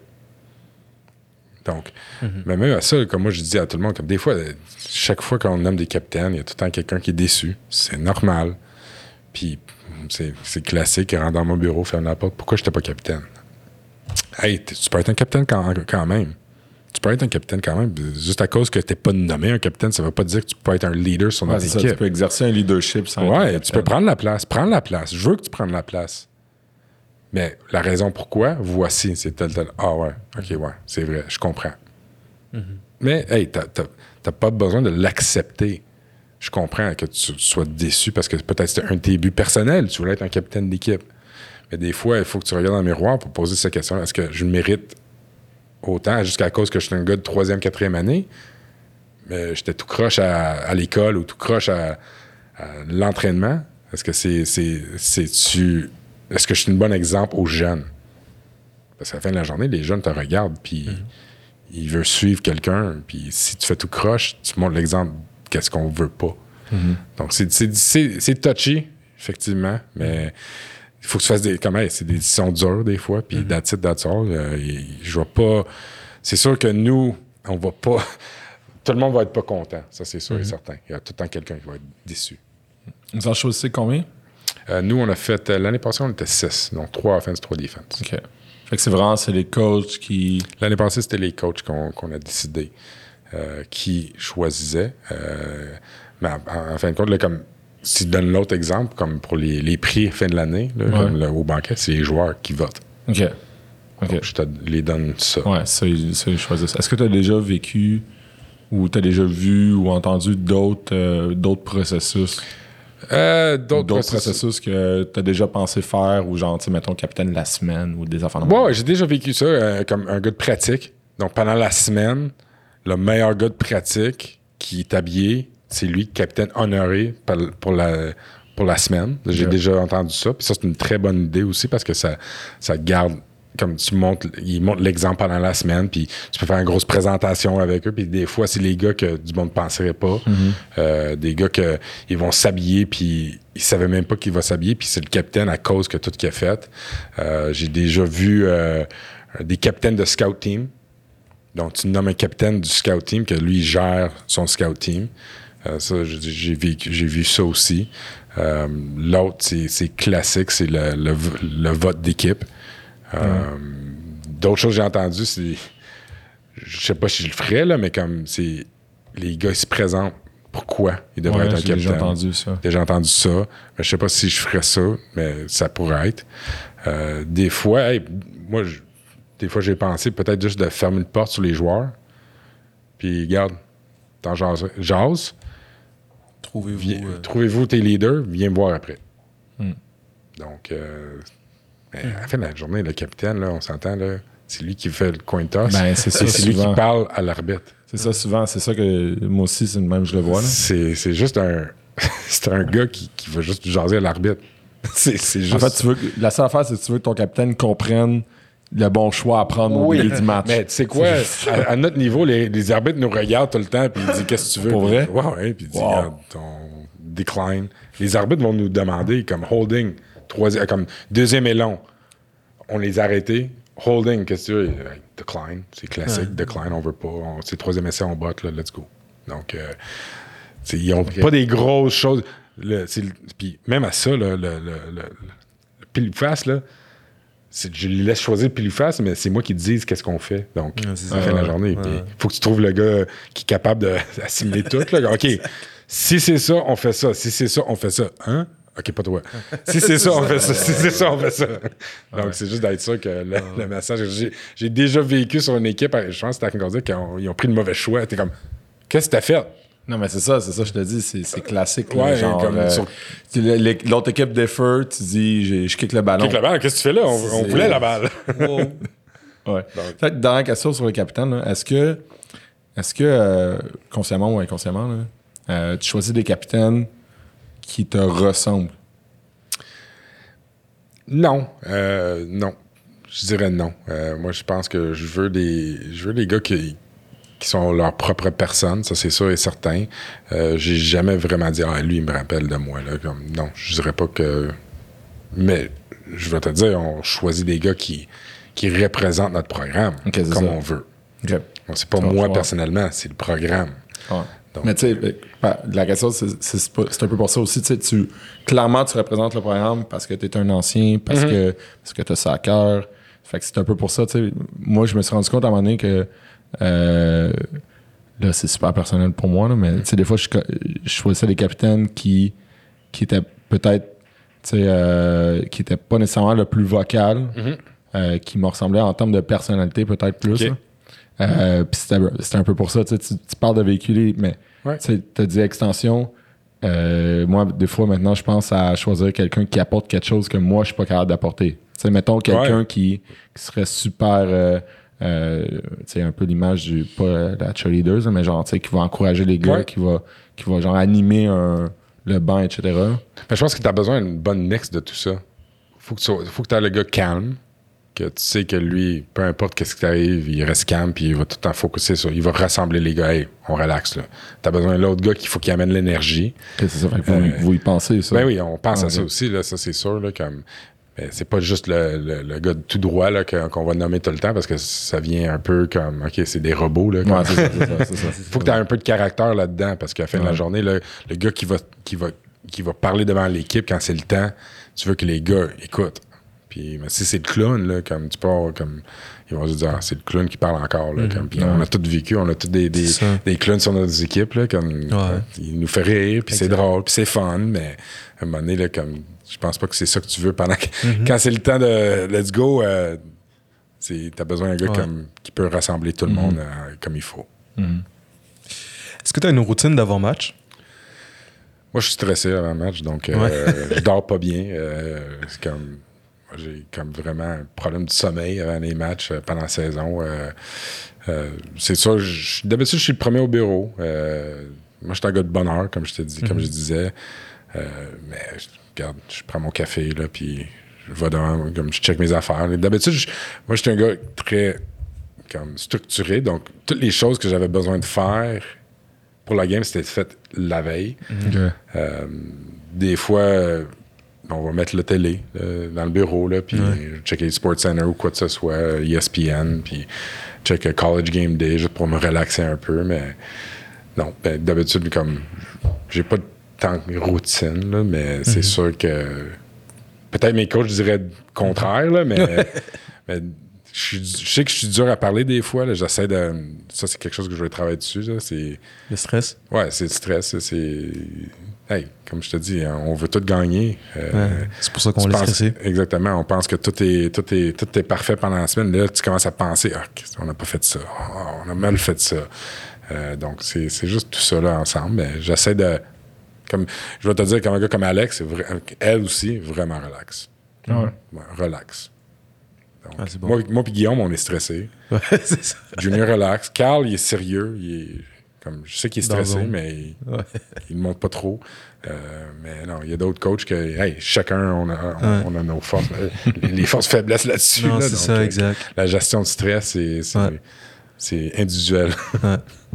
Donc, mm-hmm. mais même à ça, comme moi je dis à tout le monde, comme des fois, chaque fois qu'on nomme des capitaines, il y a tout le temps quelqu'un qui est déçu. C'est normal. Puis, c'est, c'est classique, il rentre dans mon bureau, ferme la porte. Pourquoi je n'étais pas capitaine? Hey, tu peux être un capitaine quand, quand même. Tu peux être un capitaine quand même. Juste à cause que tu n'es pas nommé un capitaine, ça ne veut pas dire que tu peux être un leader sur notre Ouais, équipe. Ça, tu peux exercer un leadership sans ouais, être tu peux prendre la place. Prends la place. Je veux que tu prennes la place. Mais la raison pourquoi, voici, c'est tel, tel. Ah ouais, OK, ouais, c'est vrai, je comprends. Mm-hmm. Mais, hey, t'as, t'as, t'as pas besoin de l'accepter. Je comprends que tu sois déçu parce que peut-être c'était un de tes buts personnels. Tu voulais être un capitaine d'équipe. Mais des fois, il faut que tu regardes dans le miroir pour poser cette question. Est-ce que je mérite autant jusqu'à cause que je suis un gars de troisième, quatrième année? Mais j'étais tout croche à, à l'école ou tout croche à, à l'entraînement. Est-ce que c'est, c'est, c'est tu... Est-ce que je suis un bon exemple aux jeunes? Parce qu'à la fin de la journée, les jeunes te regardent, puis mm-hmm. ils veulent suivre quelqu'un, puis si tu fais tout croche, tu montres l'exemple de qu'est-ce qu'on veut pas. Mm-hmm. Donc, c'est, c'est, c'est, c'est touchy, effectivement, mais il faut que tu fasses des... Comment, c'est des décisions dures, des fois, puis mm-hmm. that's it, that's all. Euh, je vais pas... C'est sûr que nous, on va pas... Tout le monde va être pas content, ça, c'est sûr mm-hmm. et certain. Il y a tout le temps quelqu'un qui va être déçu. Vous en choisissez combien? Euh, nous, on a fait... Euh, l'année passée, on était six. Donc, trois offense, trois defense. OK. Fait que c'est vraiment, c'est les coachs qui... L'année passée, c'était les coachs qu'on, qu'on a décidé euh, qui choisissaient. Euh, mais en, en fin de compte, là, comme si je donne l'autre exemple, comme pour les, les prix fin de l'année, là, ouais. comme là, au banquet, c'est les joueurs qui votent. OK. OK. Donc, je te les donne ça. Ouais, ça, ça ils choisissent. Est-ce que tu as déjà vécu ou tu as déjà vu ou entendu d'autres, euh, d'autres processus? Euh, d'autres, d'autres processus. processus que tu as déjà pensé faire ou genre, tu sais, mettons, capitaine de la semaine ou des affaires de ouais, ouais, j'ai déjà vécu ça euh, comme un gars de pratique. Donc, pendant la semaine, le meilleur gars de pratique qui est habillé, c'est lui, capitaine honoré pour la, pour la semaine. J'ai yeah. déjà entendu ça. Puis ça, c'est une très bonne idée aussi parce que ça, ça garde... Comme tu montres, ils montrent l'exemple pendant la semaine, puis tu peux faire une grosse présentation avec eux, puis des fois, c'est les gars que du monde ne penserait pas. Mm-hmm. Euh, des gars que ils vont s'habiller, puis ils ne savaient même pas qu'il va s'habiller, puis c'est le capitaine à cause que tout ce qu'il a fait. Euh, j'ai déjà vu euh, des capitaines de scout team. Donc, tu nommes un capitaine du scout team, que lui gère son scout team. Euh, ça, j'ai, vécu, j'ai vu ça aussi. Euh, l'autre, c'est, c'est classique, c'est le, le, le vote d'équipe. Euh, mm. D'autres choses que j'ai entendues, c'est... Je sais pas si je le ferais, là, mais comme c'est... Les gars, ils se présentent. Pourquoi ils devraient ouais, être un j'ai capitaine? J'ai déjà entendu ça. Déjà entendu ça. Mais je sais pas si je ferais ça, mais ça pourrait être. Euh, des fois, hey, moi, je, des fois, j'ai pensé peut-être juste de fermer une porte sur les joueurs. Puis, regarde, t'en jases. Jase. Trouvez-vous... Viens, euh... Trouvez-vous tes leaders, viens me voir après. Mm. Donc... Euh, Mais à la fin de la journée, le capitaine, là, on s'entend, là, c'est lui qui fait le coin toss. Ben, c'est ça, c'est lui qui parle à l'arbitre. C'est ça, souvent. C'est ça que moi aussi, c'est le même, je le vois. Là. C'est, c'est juste un... c'est un gars qui, qui veut juste jaser à l'arbitre. c'est, c'est juste... En fait, tu veux que, la seule affaire, c'est que tu veux que ton capitaine comprenne le bon choix à prendre oui. au début du match. Mais tu sais quoi, à, à notre niveau, les, les arbitres nous regardent tout le temps puis ils disent « Qu'est-ce que tu veux? » Pour vrai? Ouais, ouais. Puis ils disent wow. « Regarde, ton decline. » Les arbitres vont nous demander comme holding, troisième, comme deuxième et long. On les a arrêtés. Holding, qu'est-ce que tu veux? Decline, c'est classique. Ouais. Decline, on veut pas. On, c'est troisième essai, on botte, là, let's go. Donc, euh, ils n'ont okay. pas des grosses choses. Puis même à ça, là, le, le, le, le pile ou face, là, c'est, je les laisse choisir le pile ou face, mais c'est moi qui dis qu'est-ce qu'on fait. Donc, ouais, à la fin de la journée, il ouais. faut que tu trouves le gars qui est capable d'assimiler tout. Là. OK, si c'est ça, on fait ça. Si c'est ça, on fait ça. Hein? OK, pas toi. Si c'est ça, on fait ça. Si c'est ça, on fait ça. Donc, ouais. c'est juste d'être sûr que le, le message... J'ai, j'ai déjà vécu sur une équipe, je pense que c'était à Concordia, qu'ils ont pris le mauvais choix. T'es comme, qu'est-ce que t'as fait? Non, mais c'est ça, c'est ça, je te dis, c'est, c'est classique. Ouais, là, genre, comme euh, sur... l'autre équipe défer, tu dis, je kick le ballon. Kick le ballon, qu'est-ce que tu fais là? On, on voulait la balle. Wow. Ouais. Donc, dernière question sur le capitaine, là. est-ce que, est-ce que euh, consciemment ou inconsciemment, là, euh, tu choisis des capitaines qui te ressemblent? Non, euh, non. Je dirais non. Euh, moi, je pense que je veux des, je veux des gars qui, qui sont leur propre personne, ça c'est sûr et certain. Euh, j'ai jamais vraiment dit, ah, lui, il me rappelle de moi. Là. Comme, non, je dirais pas que... Mais je vais te dire, on choisit des gars qui, qui représentent notre programme okay, comme ça. on veut. Okay. Bon, c'est pas moi personnellement, c'est le programme. Ouais. Donc, mais tu sais, la question, c'est, c'est, c'est un peu pour ça aussi. Tu, clairement, tu représentes le programme parce que tu es un ancien, parce mm-hmm. que, parce que tu as ça à cœur. Fait que c'est un peu pour ça. T'sais. Moi, je me suis rendu compte à un moment donné que euh, là, c'est super personnel pour moi, là, mais mm-hmm. des fois, je, je choisissais des capitaines qui, qui étaient peut-être euh, qui n'étaient pas nécessairement le plus vocal, mm-hmm. euh, qui me ressemblaient en termes de personnalité, peut-être plus. Okay. Euh, puis c'était, c'était un peu pour ça, tu, tu parles de véhiculer, mais ouais. tu as dit extension. Euh, moi, des fois, maintenant, je pense à choisir quelqu'un qui apporte quelque chose que moi, je suis pas capable d'apporter. T'sais, mettons quelqu'un ouais. qui, qui serait super, euh, euh, un peu l'image du, pas la cheerleaders, mais genre, qui va encourager les gars, ouais. qui va, qui va genre animer un, le banc, et cetera. Mais je pense que tu as besoin d'une bonne mix de tout ça. Faut que tu faut que tu aies le gars calme. Que tu sais que lui, peu importe qu'est-ce qui t'arrive, il reste calme, puis il va tout le temps focuser sur... Il va rassembler les gars. Hey, on relaxe, là. T'as besoin de l'autre gars qu'il faut qu'il amène l'énergie. Okay, c'est ça, fait que vous, euh, vous y pensez, ça? Ben oui, on pense ah, à ça aussi, là, ça, c'est sûr, là, comme... Mais c'est pas juste le, le, le gars tout droit, là, que, qu'on va nommer tout le temps, parce que ça vient un peu comme... OK, c'est des robots, là. Comme... Ouais, c'est ça, c'est ça, c'est ça. C'est faut que t'aies un peu de caractère là-dedans, parce qu'à la fin ouais. de la journée, là, le gars qui va, qui, va, qui va parler devant l'équipe quand c'est le temps, tu veux que les gars écoutent. Puis, mais si c'est le clown, là, comme tu pars, comme, ils vont se dire, ah, c'est le clown qui parle encore, là, mm-hmm. comme, puis ouais. on a tous vécu, on a tous des, des, des clowns sur nos équipes, là, comme, ouais. comme, il nous fait rire, puis c'est drôle, puis c'est fun, mais à un moment donné, là, comme, je pense pas que c'est ça que tu veux pendant que, mm-hmm. quand c'est le temps de let's go, euh, c'est, t'as besoin d'un gars ouais. comme, qui peut rassembler tout le mm-hmm. monde euh, comme il faut. Mm-hmm. Est-ce que tu as une routine d'avant-match? Moi, je suis stressé avant le match, donc euh, ouais. je dors pas bien. Euh, c'est comme... J'ai comme vraiment un problème de sommeil avant les matchs euh, pendant la saison. Euh, euh, c'est ça, je, d'habitude, je suis le premier au bureau. Euh, moi, je suis un gars de bonne heure, comme je te dis, mm-hmm. comme je disais. Euh, mais je, regarde, je prends mon café, là, puis je vais devant, comme je check mes affaires. D'habitude, je, moi, je suis un gars très comme, structuré, donc toutes les choses que j'avais besoin de faire pour la game, c'était fait la veille. Mm-hmm. Euh, des fois... On va mettre la télé euh, dans le bureau, là, puis ouais. checker SportsCenter ou quoi que ce soit, E S P N, puis checker College Game Day, juste pour me relaxer un peu, mais non, ben, d'habitude, comme, j'ai pas tant de routine, là, mais mm-hmm. c'est sûr que, peut-être mes coachs diraient le contraire, là, mais, mais je, je sais que je suis dur à parler des fois, là, j'essaie de, ça c'est quelque chose que je vais travailler dessus, là, c'est... Le stress? Ouais, c'est le stress, c'est... Hey, comme je te dis, on veut tout gagner. Euh, ouais, c'est pour ça qu'on est stressé. Exactement. On pense que tout est, tout est, tout est parfait pendant la semaine. Là, tu commences à penser, ah, on n'a pas fait ça. Oh, on a mal fait ça. Euh, donc, c'est, c'est juste tout ça là ensemble. Mais j'essaie de. Comme, je vais te dire, comme un gars comme Alex, c'est vrai, elle aussi, vraiment relax. Ouais. Ouais, relax. Donc, ah, c'est bon. Moi, moi et Guillaume, on est stressé. Ouais, c'est ça. Junior relax. Carl, il est sérieux. Il est. Comme, je sais qu'il est stressé, mais il ne ouais. montre pas trop. Euh, mais non, il y a d'autres coachs que, hey, chacun, on a, on, ouais. on a nos forces, les, les forces faiblesses là-dessus. Non, là, c'est donc, ça, euh, exact. La gestion du stress, c'est, c'est, ouais. c'est individuel. Ouais.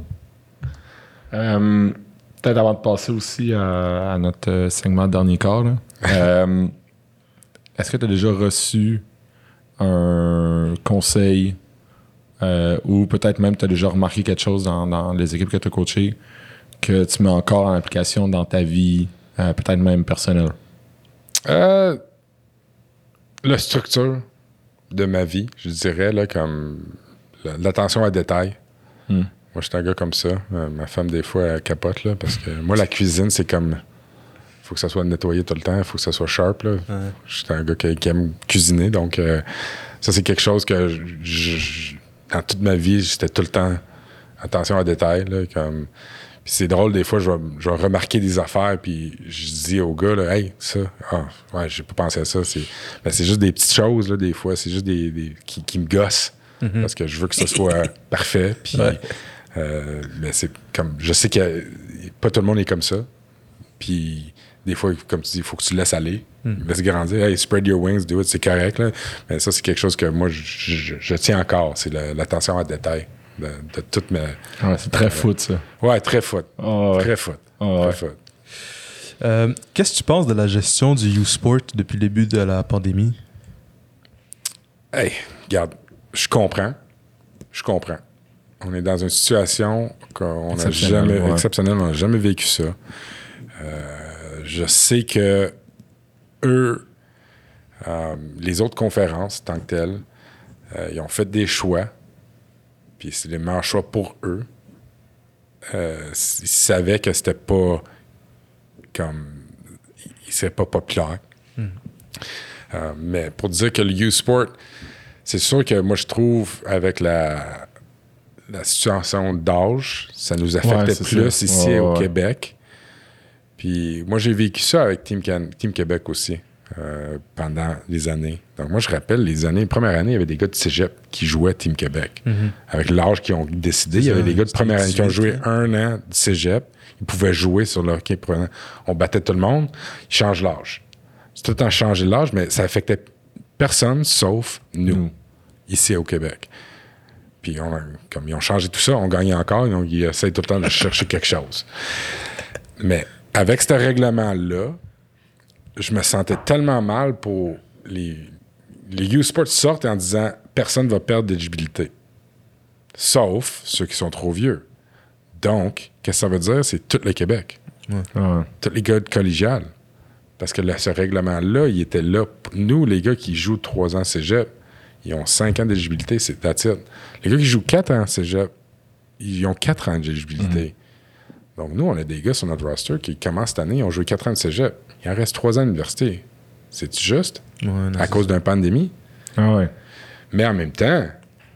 euh, peut-être avant de passer aussi à, à notre segment dernier quart, là, euh, est-ce que tu as déjà reçu un conseil Euh, ou peut-être même tu as déjà remarqué quelque chose dans, dans les équipes que tu as coachées que tu mets encore en application dans ta vie, euh, peut-être même personnelle? Euh, la structure de ma vie, je dirais, là, comme l'attention à détail. Mm. Moi, je suis un gars comme ça. Euh, ma femme, des fois, elle capote, là, parce que moi, la cuisine, c'est comme... faut que ça soit nettoyé tout le temps, il faut que ça soit sharp. Là. Ouais. J'étais un gars qui, qui aime cuisiner, donc euh, ça, c'est quelque chose que je, je, dans toute ma vie, j'étais tout le temps attention à détail. Là, comme... Puis c'est drôle, des fois, je vais, je vais remarquer des affaires, puis je dis au gars, là, hey, ça, ah, ouais, j'ai pas pensé à ça. C'est, ben, c'est juste des petites choses, là, des fois, c'est juste des, des qui, qui me gossent, mm-hmm. parce que je veux que ce soit parfait. Puis, ouais. euh, mais c'est comme, je sais que pas tout le monde est comme ça. Puis, des fois, comme tu dis, il faut que tu laisses aller, mm. laisse grandir. Hey, spread your wings, do it, c'est correct. Là. Mais ça, c'est quelque chose que moi, je, je, je tiens encore, c'est la, l'attention à détail. De, de toute ma... Ouais, c'est très euh, foot, ça. Ouais, très foot. Oh, ouais. Très foot. Oh, très ouais. foot. Euh, qu'est-ce que tu penses de la gestion du U-Sport depuis le début de la pandémie? Hey, regarde, je comprends. Je comprends. On est dans une situation qu'on n'a jamais... Ouais. exceptionnelle, on n'a jamais vécu ça. Euh, je sais que eux, euh, les autres conférences, tant que telles, euh, ils ont fait des choix. Puis c'est les meilleurs choix pour eux. Euh, ils savaient que c'était pas comme... C'est pas populaire. Mm. Euh, mais pour dire que le U-Sport, c'est sûr que moi, je trouve, avec la, la situation d'âge, ça nous affectait ouais, plus ça. ici ouais, au ouais. Québec. Puis moi, j'ai vécu ça avec Team, Can- Team Québec aussi. Euh, pendant des années. Donc, moi, je rappelle, les années, première année, il y avait des gars de cégep qui jouaient Team Québec. Mm-hmm. Avec l'âge qu'ils ont décidé, il y avait des gars de première année qui ont joué un an de cégep. Ils pouvaient jouer sur leur équipe. On battait tout le monde. Ils changent l'âge. C'est tout le temps changer l'âge, mais ça affectait personne sauf nous, mm. ici au Québec. Puis, on a, comme ils ont changé tout ça, on gagnait encore. Donc, ils essaient tout le temps de chercher quelque chose. Mais avec ce règlement-là, je me sentais tellement mal pour les... Les U-Sports sortent en disant « Personne ne va perdre d'éligibilité. » Sauf ceux qui sont trop vieux. Donc, qu'est-ce que ça veut dire? C'est tout le Québec. Ouais. Ouais. Tous les gars de collégial. Parce que là, ce règlement-là, il était là. Nous, les gars qui jouent trois ans cégep, ils ont cinq ans d'éligibilité, c'est that's it. Les gars qui jouent quatre ans cégep, ils ont quatre ans d'éligibilité. Mm-hmm. Donc, nous, on a des gars sur notre roster qui commencent cette année, ils ont joué quatre ans de cégep. Il en reste trois ans à l'université. C'est-tu juste? Ouais, non, à cause d'une pandémie? Ah ouais. Mais en même temps,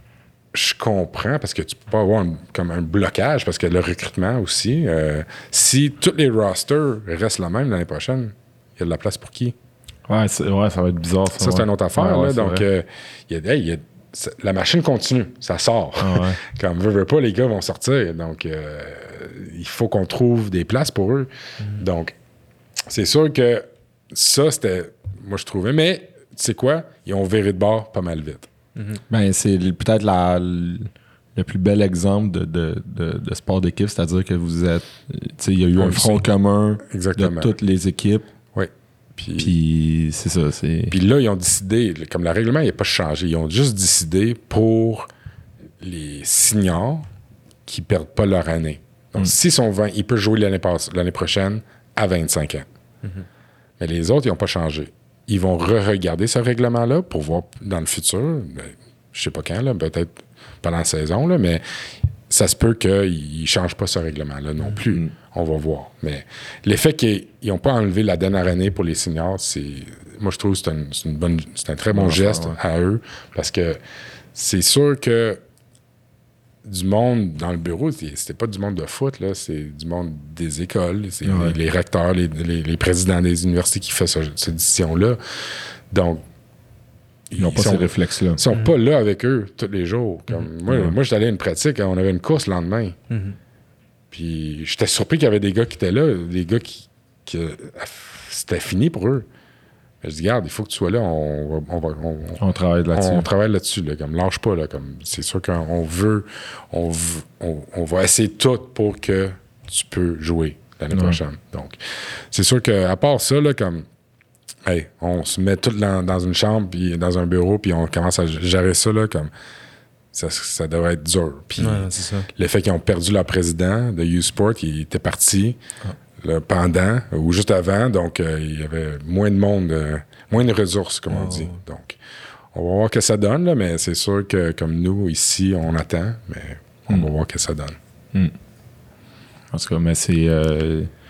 je comprends, parce que tu peux pas avoir un, comme un blocage, parce que le recrutement aussi, euh, si tous les rosters restent la même l'année prochaine, il y a de la place pour qui? Ouais, c'est, ouais ça va être bizarre. Ça, ça ouais. c'est une autre affaire. Ouais, là, ouais, donc, euh, y a, hey, y a, la machine continue, ça sort. Ah ouais. Comme veut, veut pas, les gars vont sortir. Donc, euh, il faut qu'on trouve des places pour eux. Mm. Donc, c'est sûr que ça, c'était... Moi, je trouvais. Mais, tu sais quoi? Ils ont viré de bord pas mal vite. Mm-hmm. Ben, c'est peut-être la, le plus bel exemple de, de, de, de sport d'équipe, c'est-à-dire que vous êtes... Tu sais, il y a eu on un front commun Exactement. de toutes les équipes. Oui. Puis, Puis c'est ça, c'est... Puis là, ils ont décidé, comme le règlement n'est pas changé, ils ont juste décidé pour les seniors qui ne perdent pas leur année. Donc, mm. s'ils sont vingt, ils peuvent jouer l'année, passe, l'année prochaine à vingt-cinq ans. Mm-hmm. Mais les autres, ils n'ont pas changé. Ils vont re-regarder ce règlement-là pour voir dans le futur, ben, je sais pas quand, là, peut-être pendant la saison, là, mais ça se peut qu'ils ne changent pas ce règlement-là non plus. Mm. On va voir. Mais l'effet qu'ils n'ont pas enlevé la dernière année pour les seniors, c'est, moi, je trouve que c'est, un, c'est, une bonne, c'est un très bon, bon geste ouais. à eux, parce que c'est sûr que du monde dans le bureau, c'était pas du monde de foot, là, c'est du monde des écoles, c'est ouais. les, les recteurs, les, les, les présidents des universités qui font ce, cette décision-là. Donc, ils n'ont pas sont, ces réflexes-là. Ils sont mm-hmm. pas là avec eux tous les jours. Comme, mm-hmm. Moi, mm-hmm. moi j'étais allé à une pratique, on avait une course le lendemain. Mm-hmm. Puis j'étais surpris qu'il y avait des gars qui étaient là, des gars qui, qui c'était fini pour eux. Mais je dis, regarde, il faut que tu sois là, on, on, va, on, on travaille là-dessus. On, on travaille là-dessus, là, comme lâche pas, là, comme c'est sûr qu'on veut, on, veut on, on va essayer tout pour que tu peux jouer l'année ouais. prochaine. Donc, c'est sûr qu'à part ça, là, comme, hey, on se met tout dans, dans une chambre, puis dans un bureau, puis on commence à gérer ça, là, comme, ça, ça devrait être dur. Puis ouais, c'est ça. Le fait qu'ils ont perdu leur président de U-Sport, il était parti. Ah. Là, pendant ou juste avant, donc euh, il y avait moins de monde, euh, moins de ressources, comme oh. on dit. Donc, on va voir ce que ça donne, là, mais c'est sûr que comme nous, ici, on attend, mais on mm. va voir ce que ça donne. Mm. En tout cas, mais c'est... Euh,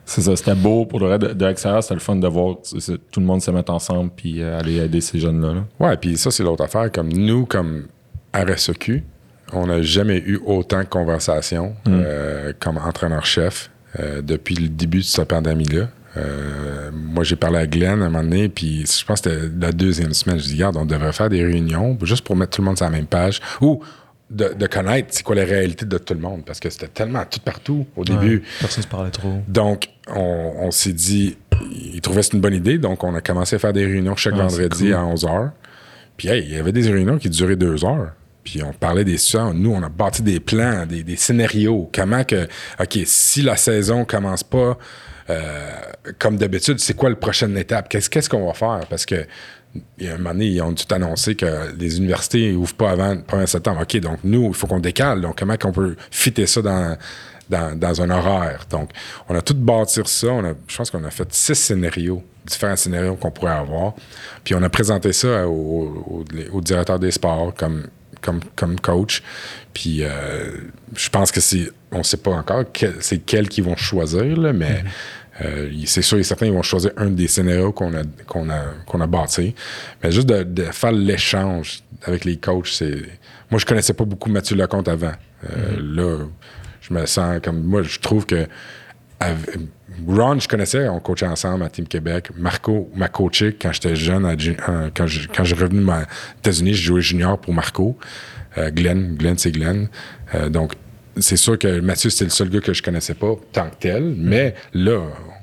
C'est ça, c'était beau pour le reste de, de l'extérieur, c'était le fun de voir tout le monde se mettre ensemble puis euh, aller aider ces jeunes-là. Là. Ouais, puis ça, c'est l'autre affaire. Comme nous, comme R S E Q, on n'a jamais eu autant de conversations mm. euh, comme entraîneur-chef euh, depuis le début de cette pandémie-là. Euh, moi, j'ai parlé à Glenn à un moment donné, puis je pense que c'était la deuxième semaine. Je dis, regarde, on devrait faire des réunions juste pour mettre tout le monde sur la même page. Ou de, de connaître c'est quoi la réalité de tout le monde, parce que c'était tellement tout partout au début. Ouais, personne ne se parlait trop. Donc, on, on s'est dit, il trouvait que c'était une bonne idée, donc on a commencé à faire des réunions chaque ah, vendredi cool. à onze heures. Puis, hey, il y avait des réunions qui duraient deux heures. Puis on parlait des situations. Nous, on a bâti des plans, des, des scénarios. Comment que, OK, si la saison commence pas euh, comme d'habitude, c'est quoi la prochaine étape? Qu'est-ce, qu'est-ce qu'on va faire? Parce que il y a un moment donné, ils ont tout annoncé que les universités n'ouvrent pas avant le premier septembre. OK, donc nous, il faut qu'on décale. Donc, comment qu'on peut fitter ça dans, dans, dans un horaire? Donc, on a tout bâti ça. On a, je pense qu'on a fait six scénarios, différents scénarios qu'on pourrait avoir. Puis on a présenté ça au, au, au directeur des sports comme Comme, comme coach. Puis euh, je pense que c'est. On ne sait pas encore quel, c'est quels qu'ils vont choisir, là, mais mm-hmm. euh, c'est sûr et certain qu'ils vont choisir un des scénarios qu'on a, qu'on a, qu'on a bâti. Mais juste de, de faire l'échange avec les coachs, c'est. Moi, je ne connaissais pas beaucoup Mathieu Lecomte avant. Euh, mm-hmm. Là, je me sens comme. Moi, je trouve que. Avec, Ron, je connaissais, on coachait ensemble à Team Québec. Marco m'a coaché quand j'étais jeune, à, à, quand, je, quand je suis revenu aux États-Unis, je jouais junior pour Marco. Euh, Glenn, Glenn, c'est Glenn. Euh, donc, c'est sûr que Mathieu, c'était le seul gars que je connaissais pas tant que tel. Mm-hmm. Mais là,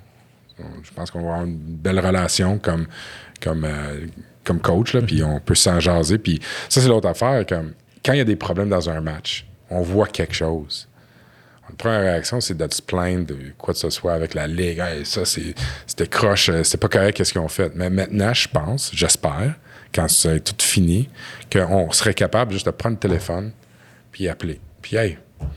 on, je pense qu'on va avoir une belle relation comme, comme, euh, comme coach, là, mm-hmm. puis on peut s'en jaser. Puis ça, c'est l'autre affaire. Comme, quand il y a des problèmes dans un match, on voit quelque chose. La première réaction, c'est de se plaindre de quoi que ce soit avec la Ligue. Hey, ça, c'est, c'était croche, c'est pas correct qu'est-ce qu'ils ont fait. Mais maintenant, je pense, j'espère, quand c'est tout fini, qu'on serait capable juste de prendre le téléphone puis appeler. Puis, hey,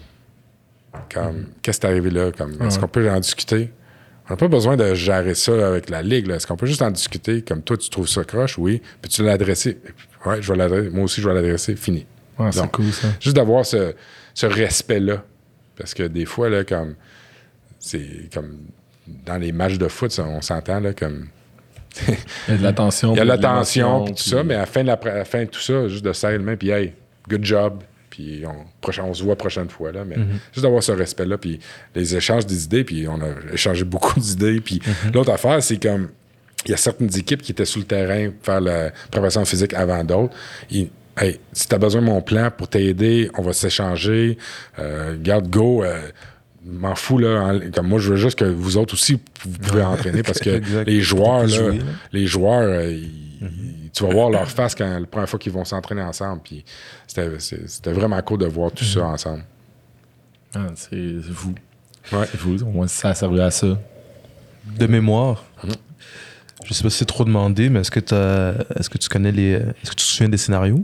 comme, qu'est-ce qui est arrivé là? Comme, est-ce qu'on peut en discuter? On n'a pas besoin de gérer ça avec la Ligue. Là. Est-ce qu'on peut juste en discuter? Comme toi, tu trouves ça croche? Oui. Puis tu l'as adressé. Oui, je vais l'adresser. Moi aussi, je vais l'adresser. Fini. Ouais, c'est Donc, cool, ça. Juste d'avoir ce, ce respect-là. Parce que des fois, là, comme c'est comme dans les matchs de foot, ça, on s'entend là, comme. Il y a de l'attention. Il y a de l'attention, puis tout puis... ça, mais à la fin de, la, à la fin de tout ça, juste de serrer le main, puis hey, good job, puis on, prochain, on se voit la prochaine fois, là. Mais mm-hmm. juste d'avoir ce respect-là, puis les échanges des idées, puis on a échangé beaucoup d'idées. Puis mm-hmm. l'autre affaire, c'est comme. Il y a certaines équipes qui étaient sur le terrain pour faire la préparation physique avant d'autres. Ils, hey, si t'as besoin de mon plan pour t'aider, on va s'échanger. Euh, garde go. Euh, m'en fous, là. En, comme moi, je veux juste que vous autres aussi, vous pouvez entraîner parce que les joueurs, là, jouer, là, les joueurs, euh, ils, mm-hmm. tu vas voir leur face quand la première fois qu'ils vont s'entraîner ensemble. Puis c'était, c'était vraiment cool de voir tout mm-hmm. ça ensemble. Ah, c'est, c'est fou. Ouais. C'est fou. Au moins, ça a servi à ça. De mémoire. Mm-hmm. Je sais pas si c'est trop demandé, mais est-ce que, est-ce que tu connais les. Est-ce que tu te souviens des scénarios?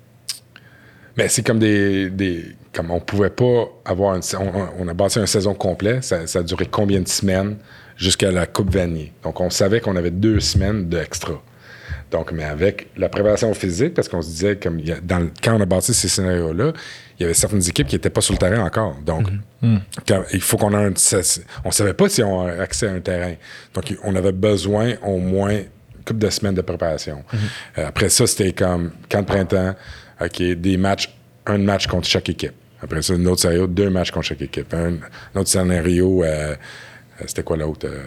Ben, c'est comme des, des. Comme on pouvait pas avoir une. On, on a bâti une saison complète. Ça, ça a duré combien de semaines jusqu'à la Coupe Vanier? Donc, on savait qu'on avait deux semaines d'extra. Donc, mais avec la préparation physique, parce qu'on se disait, comme il y a, dans le, quand on a bâti ces scénarios-là, il y avait certaines équipes qui n'étaient pas sur le terrain encore. Donc, mm-hmm. quand, il faut qu'on ait un. On ne savait pas si on a accès à un terrain. Donc, on avait besoin au moins une couple de semaines de préparation. Mm-hmm. Euh, après ça, c'était comme camp de printemps. OK, des matchs, un match contre chaque équipe. Après ça, un autre scénario, deux matchs contre chaque équipe. Un, un autre scénario, euh, c'était quoi l'autre? Euh,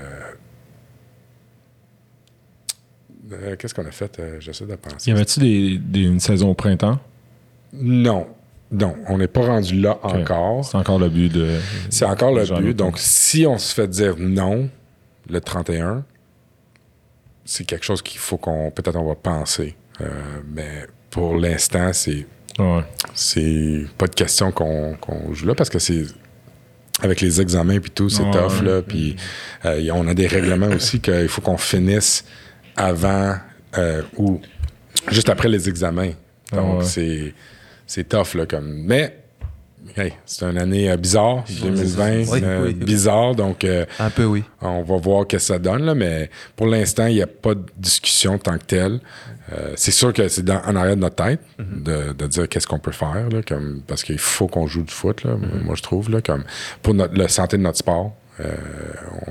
euh, qu'est-ce qu'on a fait? Euh, j'essaie de penser. Y avait-tu des, des, une saison au printemps? Non. Non, on n'est pas rendu là okay. encore. C'est encore le but de... C'est encore le but. Donc, si on se fait dire non, le trente et un, c'est quelque chose qu'il faut qu'on... Peut-être on va penser. Euh, mais... Pour l'instant, c'est ouais. c'est pas de question qu'on, qu'on joue là parce que c'est avec les examens puis tout, c'est ouais, tough ouais. là. Puis euh, on a des règlements aussi qu'il faut qu'on finisse avant euh, ou juste après les examens. Donc ouais. c'est c'est tough là comme. Mais hey, c'est une année euh, bizarre, deux mille vingt, oui, euh, oui, bizarre, oui. donc euh, un peu oui. On va voir ce que ça donne là, mais pour l'instant il n'y a pas de discussion tant que telle. Euh, c'est sûr que c'est dans, en arrière de notre tête mm-hmm. de, de dire qu'est-ce qu'on peut faire là, comme, parce qu'il faut qu'on joue du foot là, mm-hmm. moi je trouve là, comme pour notre, la santé de notre sport. Euh, on a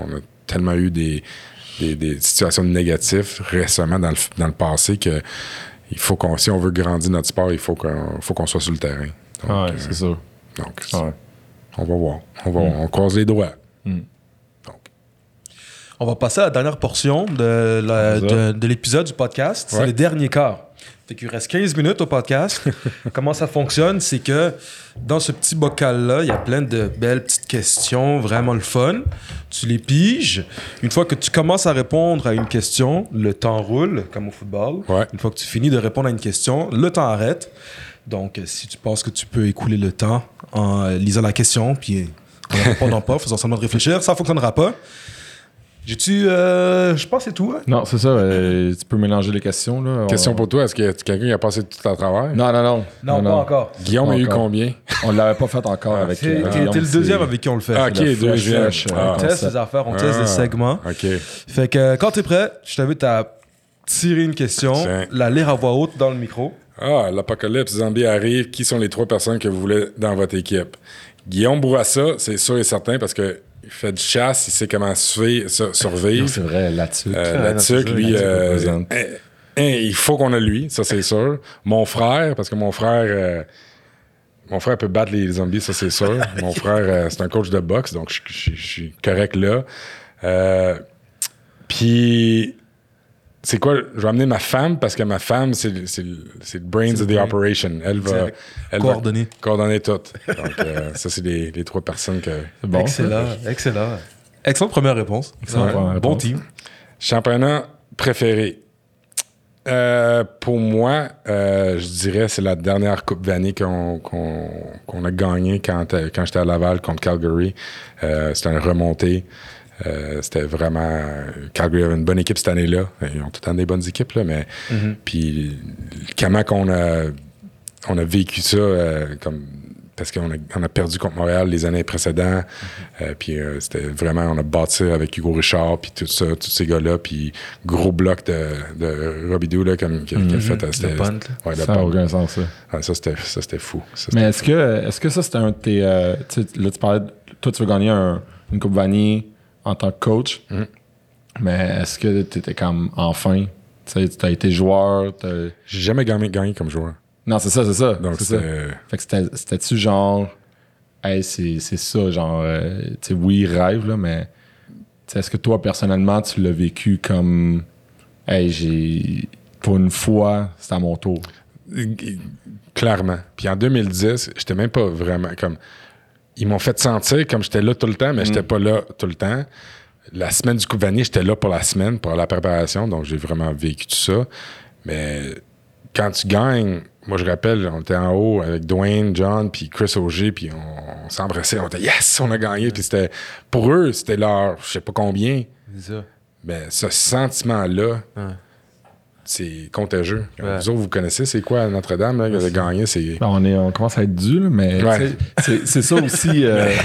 tellement eu des, des, des situations négatives récemment dans le, dans le passé que il faut qu'on, si on veut grandir notre sport, il faut qu'on, faut qu'on soit sur le terrain. Donc, Ouais, euh, c'est ça. donc Ouais. on va voir. On, va, Mm. on croise les doigts. Mm. Donc, On va passer à la dernière portion de, la- Comme ça. de, de l'épisode du podcast. C'est Ouais. le dernier quart. Fait qu'il reste quinze minutes au podcast. Comment ça fonctionne, c'est que dans ce petit bocal-là, il y a plein de belles petites questions, vraiment le fun. Tu les piges. Une fois que tu commences à répondre à une question, le temps roule, comme au football. Ouais. Une fois que tu finis de répondre à une question, le temps arrête. Donc, euh, si tu penses que tu peux écouler le temps en euh, lisant la question, puis en ne répondant pas, faisant seulement de réfléchir, ça ne fonctionnera pas. J'ai-tu... euh, je pense que c'est tout. Hein? Non, c'est ça. euh, tu peux mélanger les questions. Là. question On- pour toi, est-ce qu'il y a quelqu'un qui a passé tout à travers? Non, non, non. Non, pas encore. Guillaume a eu Encore. combien? On l'avait pas fait encore avec. T'es euh, t'es- Guillaume, t'es le c'est- deuxième avec qui on le fait. Ah, Fait ok, le fresh, deuxième. fresh, Ah. On teste les affaires, on teste Ah. des segments. OK. Fait que euh, quand t'es prêt, je t'invite à tirer une question, Tiens. la lire à voix haute dans le micro. Ah, l'apocalypse zombie arrive. Qui sont les trois personnes que vous voulez dans votre équipe? Guillaume Bourassa, c'est sûr et certain, parce que il fait du chasse, il sait comment suivre, sur- survivre. C'est vrai, là-dessus. Euh, Ouais, là-dessus, non, c'est lui, ça, il euh, représente. hein, hein, il faut qu'on a lui, ça c'est sûr. Mon frère, parce que mon frère, euh, mon frère peut battre les zombies, ça c'est sûr. Mon frère, euh, c'est un coach de boxe, donc je je- je suis correct là. Euh, Puis, c'est quoi? Je vais amener ma femme, parce que ma femme, c'est le- c'est le c'est le brains of the operation. Elle va, elle va Coordonner. coordonner tout. Donc, euh, ça, c'est les, les trois personnes que... C'est bon. excellent, excellent. Excellente première réponse. Excellente Ouais. première Bon réponse. team. Championnat préféré. Euh, pour moi, euh, je dirais c'est la dernière Coupe Vanier qu'on qu'on qu'on a gagnée quand, euh, quand j'étais à Laval contre Calgary. Euh, c'était une remontée. Euh, c'était vraiment... Calgary avait une bonne équipe cette année-là. Ils ont tout le temps des bonnes équipes, là, mais... Puis comment qu'on a, on a vécu ça, euh, comme... Parce qu'on a, on a perdu contre Montréal les années précédentes. Euh, puis euh, c'était vraiment, on a bâti avec Hugo Richard, puis tout ça, tous ces gars-là, puis gros bloc de, de Robidoux, là, comme, qui, qui a fait. euh, c'était- Le punt, là. Ouais, le Ça n'a punt. aucun sens, ça. Ouais, ça, c'était, ça, c'était fou. Ça, c'était Mais est-ce que, est-ce que ça, c'était un de tes. euh, tu sais, là, tu parlais. de- toi, tu veux gagner un- une Coupe Vanier en tant que coach. Mhm. Mais est-ce que tu étais comme enfin. Tu sais, tu as été joueur. t'as- J'ai jamais gagné, gagné comme joueur. Non, c'est ça, c'est ça. Donc, c'est ça. c'était... Fait que c'était- c'était-tu genre. Hey, c'est c'est ça, genre. euh, tu sais, oui, rêve, là, mais. tu sais, est-ce que toi, personnellement, tu l'as vécu comme. Hey, j'ai. Pour une fois, c'est à mon tour. Clairement. Puis en deux mille dix, j'étais même pas vraiment comme... Ils m'ont fait sentir comme j'étais là tout le temps, mais j'étais pas là tout le temps. La semaine du Coupe Vanier, j'étais là pour la semaine, pour la préparation, donc j'ai vraiment vécu tout ça. Mais quand tu gagnes, moi je rappelle, on était en haut avec Dwayne, John, puis Chris Auger, puis on, on s'embrassait, on était « Yes! On a gagné! » Puis c'était... Pour eux, c'était leur... je sais pas combien, C'est ça. mais ce sentiment-là... Ouais. C'est contagieux. Ouais. Vous autres, vous connaissez, c'est quoi Notre-Dame, là, qui avait gagné? C'est... Ben, on, est, on commence à être dû, là, mais Ouais. tu sais, c'est c'est ça aussi. euh,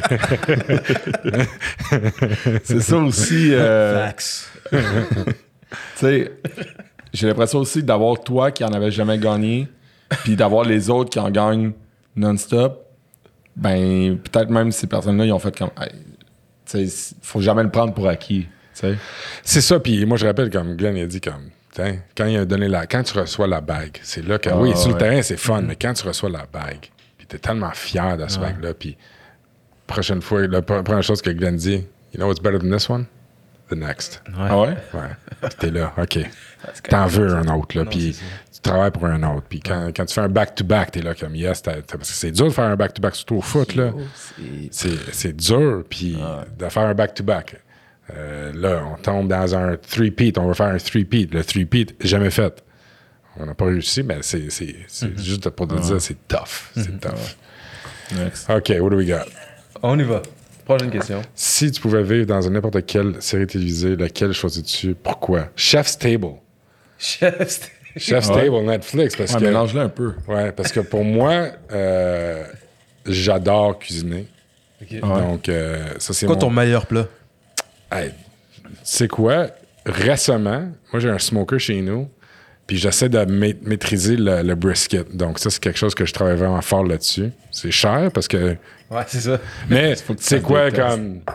c'est ça aussi. euh, Facts. tu sais, j'ai l'impression aussi d'avoir toi qui en avait jamais gagné, puis d'avoir les autres qui en gagnent non-stop. Ben, peut-être même ces personnes-là, ils ont fait comme. Hey, tu sais, faut jamais le prendre pour acquis. Tu sais. C'est ça, puis moi, je rappelle, comme Glenn il a dit, comme, tiens, quand il a donné la... Quand tu reçois la bague, c'est là que... Ah, oui, sur le ouais. terrain, c'est fun, mais quand tu reçois la bague, puis t'es tellement fier de ce bague-là, puis prochaine fois, la pre- première chose que Glenn dit, « You know what's better than this one? The next. Ah ouais? » Ouais. Puis t'es là, OK. T'en veux un autre, là, Non, puis c'est ça. tu travailles pour un autre. Puis quand, quand tu fais un back-to-back, t'es là comme, yes, t'as- t'as- parce que c'est dur de faire un back-to-back, surtout au foot, là. C'est, c'est dur, puis de faire un back-to-back. Euh, là, on tombe dans un three-peat, on va faire un three-peat. Le three-peat, jamais fait. On n'a pas réussi, mais c'est, c'est, c'est juste pour te dire, c'est tough. C'est tough. Next. OK, what do we got? On y va. Prochaine question. Si tu pouvais vivre dans n'importe quelle série télévisée, laquelle choisis-tu? Pourquoi? Chef's Table. Chef. Chef's Ouais. Table, Netflix, parce Ouais, que... mélange-le un peu. Ouais, parce que pour moi, euh, j'adore cuisiner. Ok. Donc, euh, ça, c'est Quoi mon... ton meilleur plat? Hey, tu sais quoi? Récemment, moi, j'ai un smoker chez nous, puis j'essaie de ma- maîtriser le, le brisket. Donc, ça, c'est quelque chose que je travaille vraiment fort là-dessus. C'est cher parce que... Ouais, c'est ça. Mais, Faut que tu tu sais fasses quoi, des tests. comme...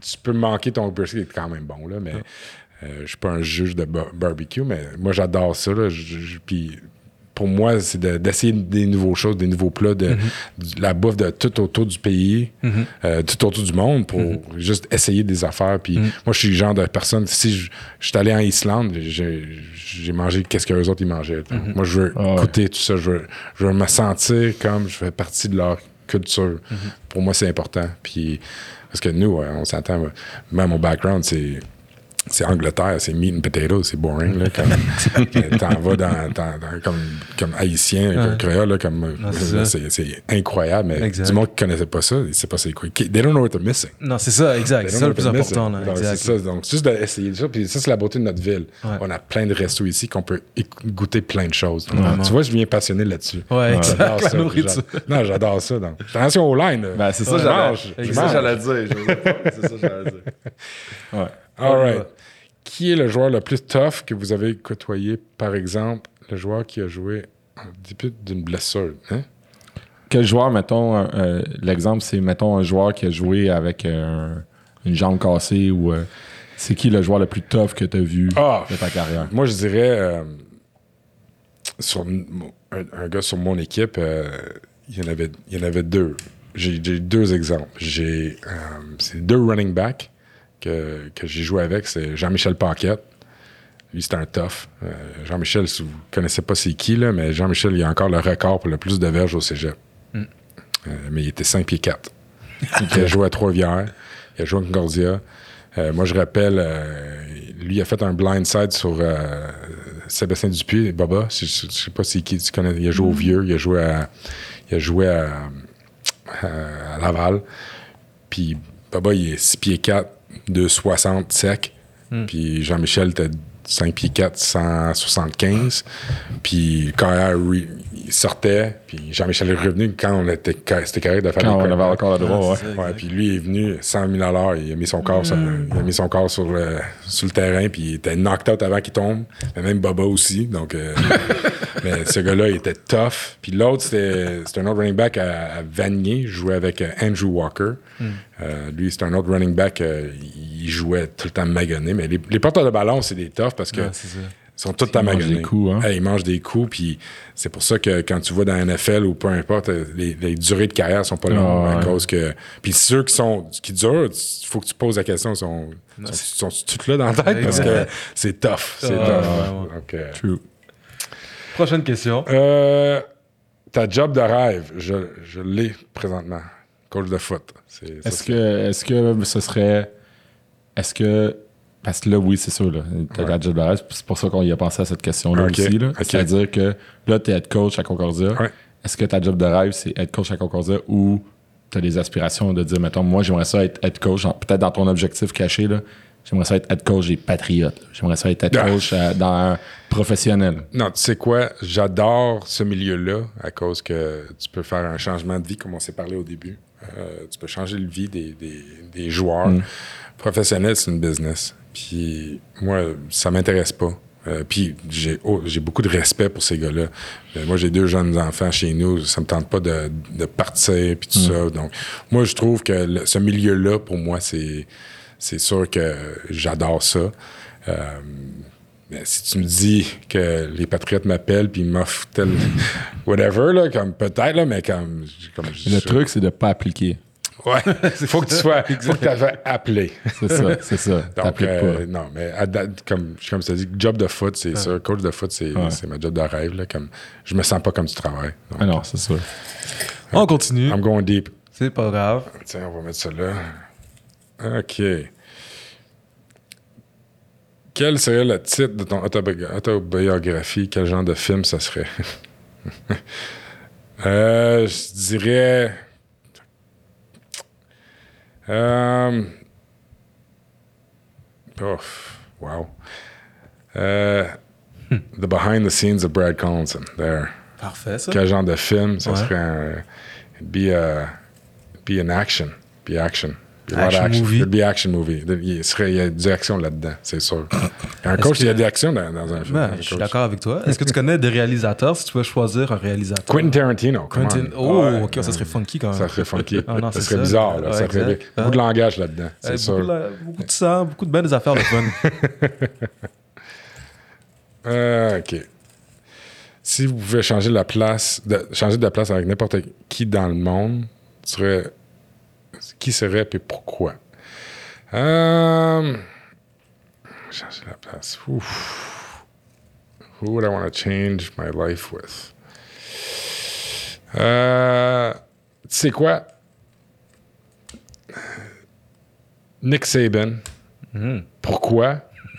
tu peux manquer ton brisket, il est quand même bon, là, mais euh, je suis pas un juge de bar- barbecue, mais moi, j'adore ça, là. Puis pour moi, c'est de, d'essayer des nouvelles choses, des nouveaux plats, de, mm-hmm. de la bouffe de tout autour du pays, mm-hmm. euh, tout autour du monde, pour mm-hmm. juste essayer des affaires. Puis mm-hmm. moi, je suis le genre de personne, si je, je suis allé en Islande, j'ai, j'ai mangé qu'est-ce qu'eux autres, ils mangeaient. Mm-hmm. Moi, je veux oh, goûter ouais. tout ça, je veux, je veux me sentir comme je fais partie de leur culture. Mm-hmm. Pour moi, c'est important. Puis, parce que nous, on s'entend, même mon background, c'est... C'est Angleterre, c'est meat and potatoes, c'est boring. Là, comme, t'en vas dans, dans, dans, comme, comme haïtien, ouais. comme créole, là, comme, non, c'est, là, c'est, c'est incroyable, mais exact. Du monde qui ne connaissait pas ça, c'est pas c'est quoi. They don't know what they're missing. Non, c'est ça, exact. C'est ça le plus important. Là, donc, c'est ça, donc, juste d'essayer ça, puis ça, c'est la beauté de notre ville. Ouais. On a plein de restos ici qu'on peut goûter plein de choses. Donc, ouais, tu vois, je viens passionné là-dessus. Ouais, exact. J'adore ça. J'adore, non, j'adore ça. Donc. Attention au line. Ben, c'est ça, ouais, j'allais, je ça, j'allais dire. C'est ça, j'allais dire. Ouais. All right. Qui est le joueur le plus tough que vous avez côtoyé, par exemple, le joueur qui a joué en début d'une blessure? Hein? Quel joueur, mettons, euh, l'exemple, c'est, mettons, un joueur qui a joué avec euh, une jambe cassée ou euh, c'est qui le joueur le plus tough que tu as vu ah, de ta carrière? Moi, je dirais, euh, sur un, un gars sur mon équipe, euh, il y en avait, il y en avait deux. J'ai, j'ai deux exemples. J'ai, euh, c'est deux running backs. Que, que j'ai joué avec, c'est Jean-Michel Paquette. Lui, c'était un tough. Euh, Jean-Michel, si vous ne connaissez pas c'est qui, là, mais Jean-Michel, il a encore le record pour le plus de verges au cégep. Mm. Euh, mais il était cinq pieds quatre. Il a joué à Trois-Rivières. Il a joué à Concordia. Euh, moi, je rappelle, euh, lui, il a fait un blindside sur euh, Sébastien Dupuis, Baba. Je ne sais pas c'est qui tu connais. Il a joué mm. au Vieux. Il a joué à, il a joué à, à, à Laval. Puis Baba, il est six pieds quatre. De soixante sec. Mm. Puis Jean-Michel était cinq pieds quatre, cent soixante-quinze. Puis quand re- il sortait, puis Jean-Michel est revenu quand on était, c'était correct de faire quand des on avait encore le droit, ouais. ouais. Puis lui est venu cent mille à l'heure. Il a mis son corps, mm. sur, il a mis son corps sur, le, sur le terrain, puis il était knocked out avant qu'il tombe. Mais même Baba aussi. Donc, euh, mais ce gars-là, il était tough. Puis l'autre, c'était, c'était un autre running back à, à Vanier. Je jouais avec Andrew Walker. Mm. Euh, lui, c'est un autre running back. Euh, il jouait tout le temps magané. Mais les, les porteurs de ballon, c'est des toughs parce que ouais, ils sont tout le temps maganés. Ils mangent des coups. Hein? Hey, ils mangent des coups. Puis c'est pour ça que quand tu vas dans la N F L ou peu importe, les, les durées de carrière sont pas longues. Oh, à ouais. cause que. Puis ceux qui sont qui durent, il faut que tu poses la question, ils sont, sont, sont toutes là dans la tête parce que c'est tough. C'est oh, tough. Ouais, ouais. Donc, euh, True. Prochaine question. Euh, ta job de rêve, je, je l'ai présentement. Coach de foot. C'est, est-ce, ça, que, est-ce que ce serait. Est-ce que. Parce que là, oui, c'est sûr. Là, t'as ouais. la job de rêve. C'est pour ça qu'on y a pensé à cette question-là okay. aussi. Là. Okay. C'est-à-dire que là, t'es head coach à Concordia. Ouais. Est-ce que ta job de rêve, c'est être coach à Concordia ou t'as des aspirations de dire, mettons, moi, j'aimerais ça être head coach, peut-être dans ton objectif caché, là, j'aimerais ça être head coach des Patriotes. Là. J'aimerais ça être head coach ah. euh, dans un professionnel. Non, tu sais quoi? J'adore ce milieu-là à cause que tu peux faire un changement de vie, comme on s'est parlé au début. Euh, tu peux changer la vie des, des, des joueurs. Mm. Professionnel, c'est une business. Puis moi, ça m'intéresse pas. Euh, puis j'ai, oh, j'ai beaucoup de respect pour ces gars-là. Euh, moi, j'ai deux jeunes enfants chez nous. Ça me tente pas de, de partir puis tout mm. ça. Donc, moi, je trouve que le, ce milieu-là, pour moi, c'est, c'est sûr que j'adore ça. Euh, mais si tu me dis que les Patriotes m'appellent puis ils m'offrent tel whatever, là, comme peut-être, là, mais comme... comme le je, truc, c'est de pas appliquer. Ouais, il faut que tu sois... faut que tu avais appelé. C'est ça, c'est ça. Donc, euh, non, mais à, comme, comme je te dis, job de foot, c'est ouais. ça. Coach de foot, c'est, ouais. c'est ma job de rêve. Là, comme, je me sens pas comme tu travailles. Donc, ah non, c'est ça. On continue. I'm going deep. C'est pas grave. Tiens, on va mettre ça là. OK. Quel serait le titre de ton autobi- autobiographie? Quel genre de film ça serait? euh, je dirais... Um, oh, wow. Uh, the Behind the Scenes of Brad Collinson. There. Parfait, ça. Quel genre de film? Ça ouais. serait un... Be, a, be an action. Be action. Il y a Action movie. It'd be action movie. Il, serait, il y a du action là-dedans, c'est sûr. Un coach, il y a de l'action dans, dans un film. Ben, un je suis coach. d'accord avec toi. Est-ce que tu connais des réalisateurs, si tu pouvais choisir un réalisateur? Quentin Tarantino. come Quentin. on. Oh, Ouais. ok, ça serait funky quand même. Ça serait funky. Ah non, ça c'est serait ça. bizarre. Là. Ouais, ça ferait exact. beaucoup de langage là-dedans, c'est Euh, sûr. beaucoup, de, beaucoup de sang, beaucoup de belles affaires de fun. Euh, OK. Si vous pouvez changer la place, de, changer de place avec n'importe qui dans le monde, serait, qui serait et pourquoi? Euh, changer la place. Ouf. Who would I want to change my life with? Euh, tu sais quoi? Nick Saban. Mm. Pourquoi?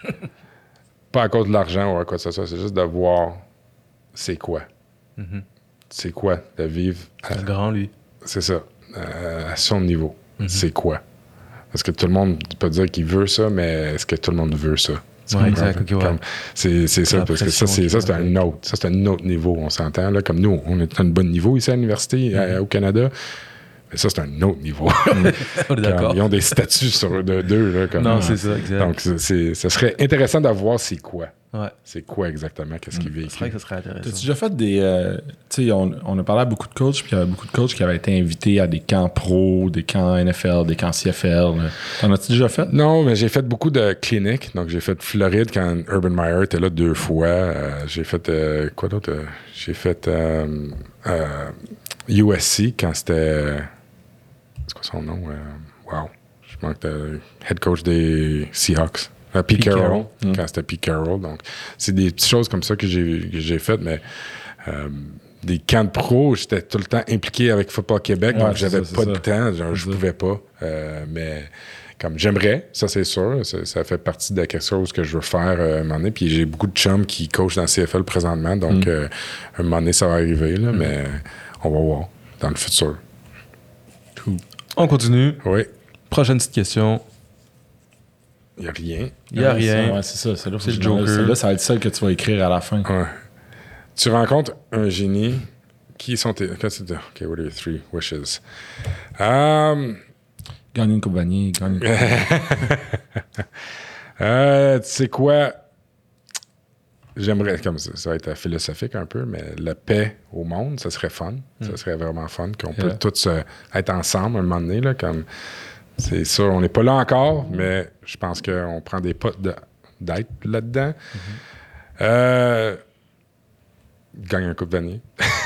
Pas à cause de l'argent ou à quoi que ce soit, c'est juste de voir c'est quoi. Mm-hmm. C'est quoi de vivre à, C'est grand, lui. c'est ça, à, à son niveau. Mm-hmm. C'est quoi? Parce que tout le monde peut dire qu'il veut ça, mais est-ce que tout le monde veut ça? Tu Ouais, comprends? exact, ok, ouais. Comme, c'est, c'est ça, La parce que ça, pression c'est, ça, qu'il c'est y a. un autre. Ça, c'est un autre niveau, on s'entend. Là, comme nous, on est à un bon niveau ici à l'université, à- au Canada. Mais ça, c'est un autre niveau. On est Comme, d'accord. ils ont des statuts sur de deux. Là, comme, Non, c'est ça, exact. Donc, c'est, c'est- ça serait intéressant de voir c'est quoi. Ouais. C'est quoi exactement, qu'est-ce qu'il C'est vrai véhicule. que ça serait T'as-tu intéressant. déjà fait des. euh, tu sais, on, on a parlé à beaucoup de coachs, puis il y avait beaucoup de coachs qui avaient été invités à des camps pro, des camps N F L, des camps C F L. là. T'en as-tu déjà fait? Non, mais j'ai fait beaucoup de cliniques. Donc, j'ai fait Floride quand Urban Meyer était là deux fois. Euh, j'ai fait, euh, quoi d'autre? Euh, J'ai fait euh, euh, U S C quand c'était... C'est quoi son nom? Euh, wow. Je manque de head coach des Seahawks. Euh, Pete Pete Carroll, Carroll. quand c'était Pete Carroll. Donc, c'est des petites choses comme ça que j'ai, que j'ai faites, mais euh, des camps de pro, j'étais tout le temps impliqué avec Football Québec, Ouais, donc c'est j'avais ça, pas c'est de ça. temps, genre, je C'est ça. pouvais pas. Euh, mais comme j'aimerais, ça c'est sûr, ça, ça fait partie de quelque chose que je veux faire euh, un moment donné. Puis j'ai beaucoup de chums qui coachent dans le C F L présentement, donc Mm. euh, un moment donné, ça va arriver, là, mais on va voir dans le futur. On continue. Oui, Prochaine petite question. il n'y a rien. Il n'y a Ouais, rien. ça, Ouais, c'est ça. C'est là, C'est le Joker. Celle-là, ça va être celle que tu vas écrire à la fin. Ouais. Tu rencontres un génie. Qui sont tes. Qu'est-ce que c'est? OK, what are your three wishes? Um, Gagner une coupe Vanier, gagner une coupe. euh, tu sais quoi? J'aimerais, comme ça, ça va être philosophique un peu, mais la paix au monde, ça serait fun. Ça serait vraiment fun qu'on peut Yeah. tous euh, être ensemble à un moment donné. Là, comme, c'est sûr, on n'est pas là encore, mais je pense qu'on prend des pas de, d'être là-dedans. Euh, gagner un coupe Vanier.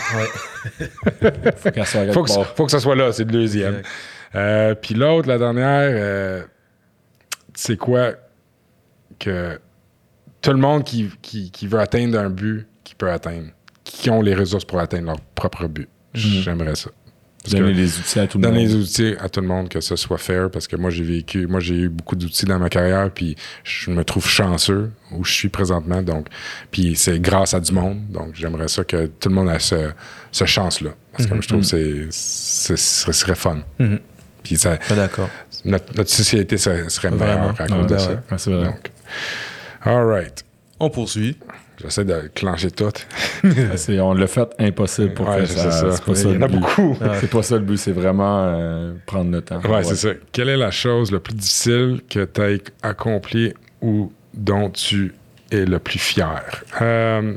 Faut qu'elle soit faut, que, quelque part. faut que ça soit là, c'est le deuxième. Exact. Euh, Puis l'autre, la dernière, euh, c'est quoi que tout le monde qui, qui, qui veut atteindre un but, qui peut atteindre, qui ont les ressources pour atteindre leur propre but. J'aimerais ça. Parce Donner que les outils à tout le donner monde. les outils à tout le monde, que ce soit fair, parce que moi, j'ai vécu, moi, j'ai eu beaucoup d'outils dans ma carrière, puis je me trouve chanceux où je suis présentement, donc, puis c'est grâce à du monde, donc j'aimerais ça que tout le monde ait ce, ce chance-là, parce que je trouve que c'est, c'est, ce serait fun. Mhm. Puis ça, Pas d'accord. notre, notre société serait, serait meilleure Vraiment. à cause Ouais, de ouais, ça. ouais, c'est vrai. Donc, all right. On poursuit. J'essaie de clencher tout. C'est- on l'a fait impossible pour Ouais, que c'est ça. ça. C'est pas Il ça y en le a but. beaucoup. C'est pas ça le but, c'est vraiment euh, prendre le temps. Ouais, c'est ça. Quelle est la chose la plus difficile que tu as accomplie ou dont tu es le plus fier? Euh,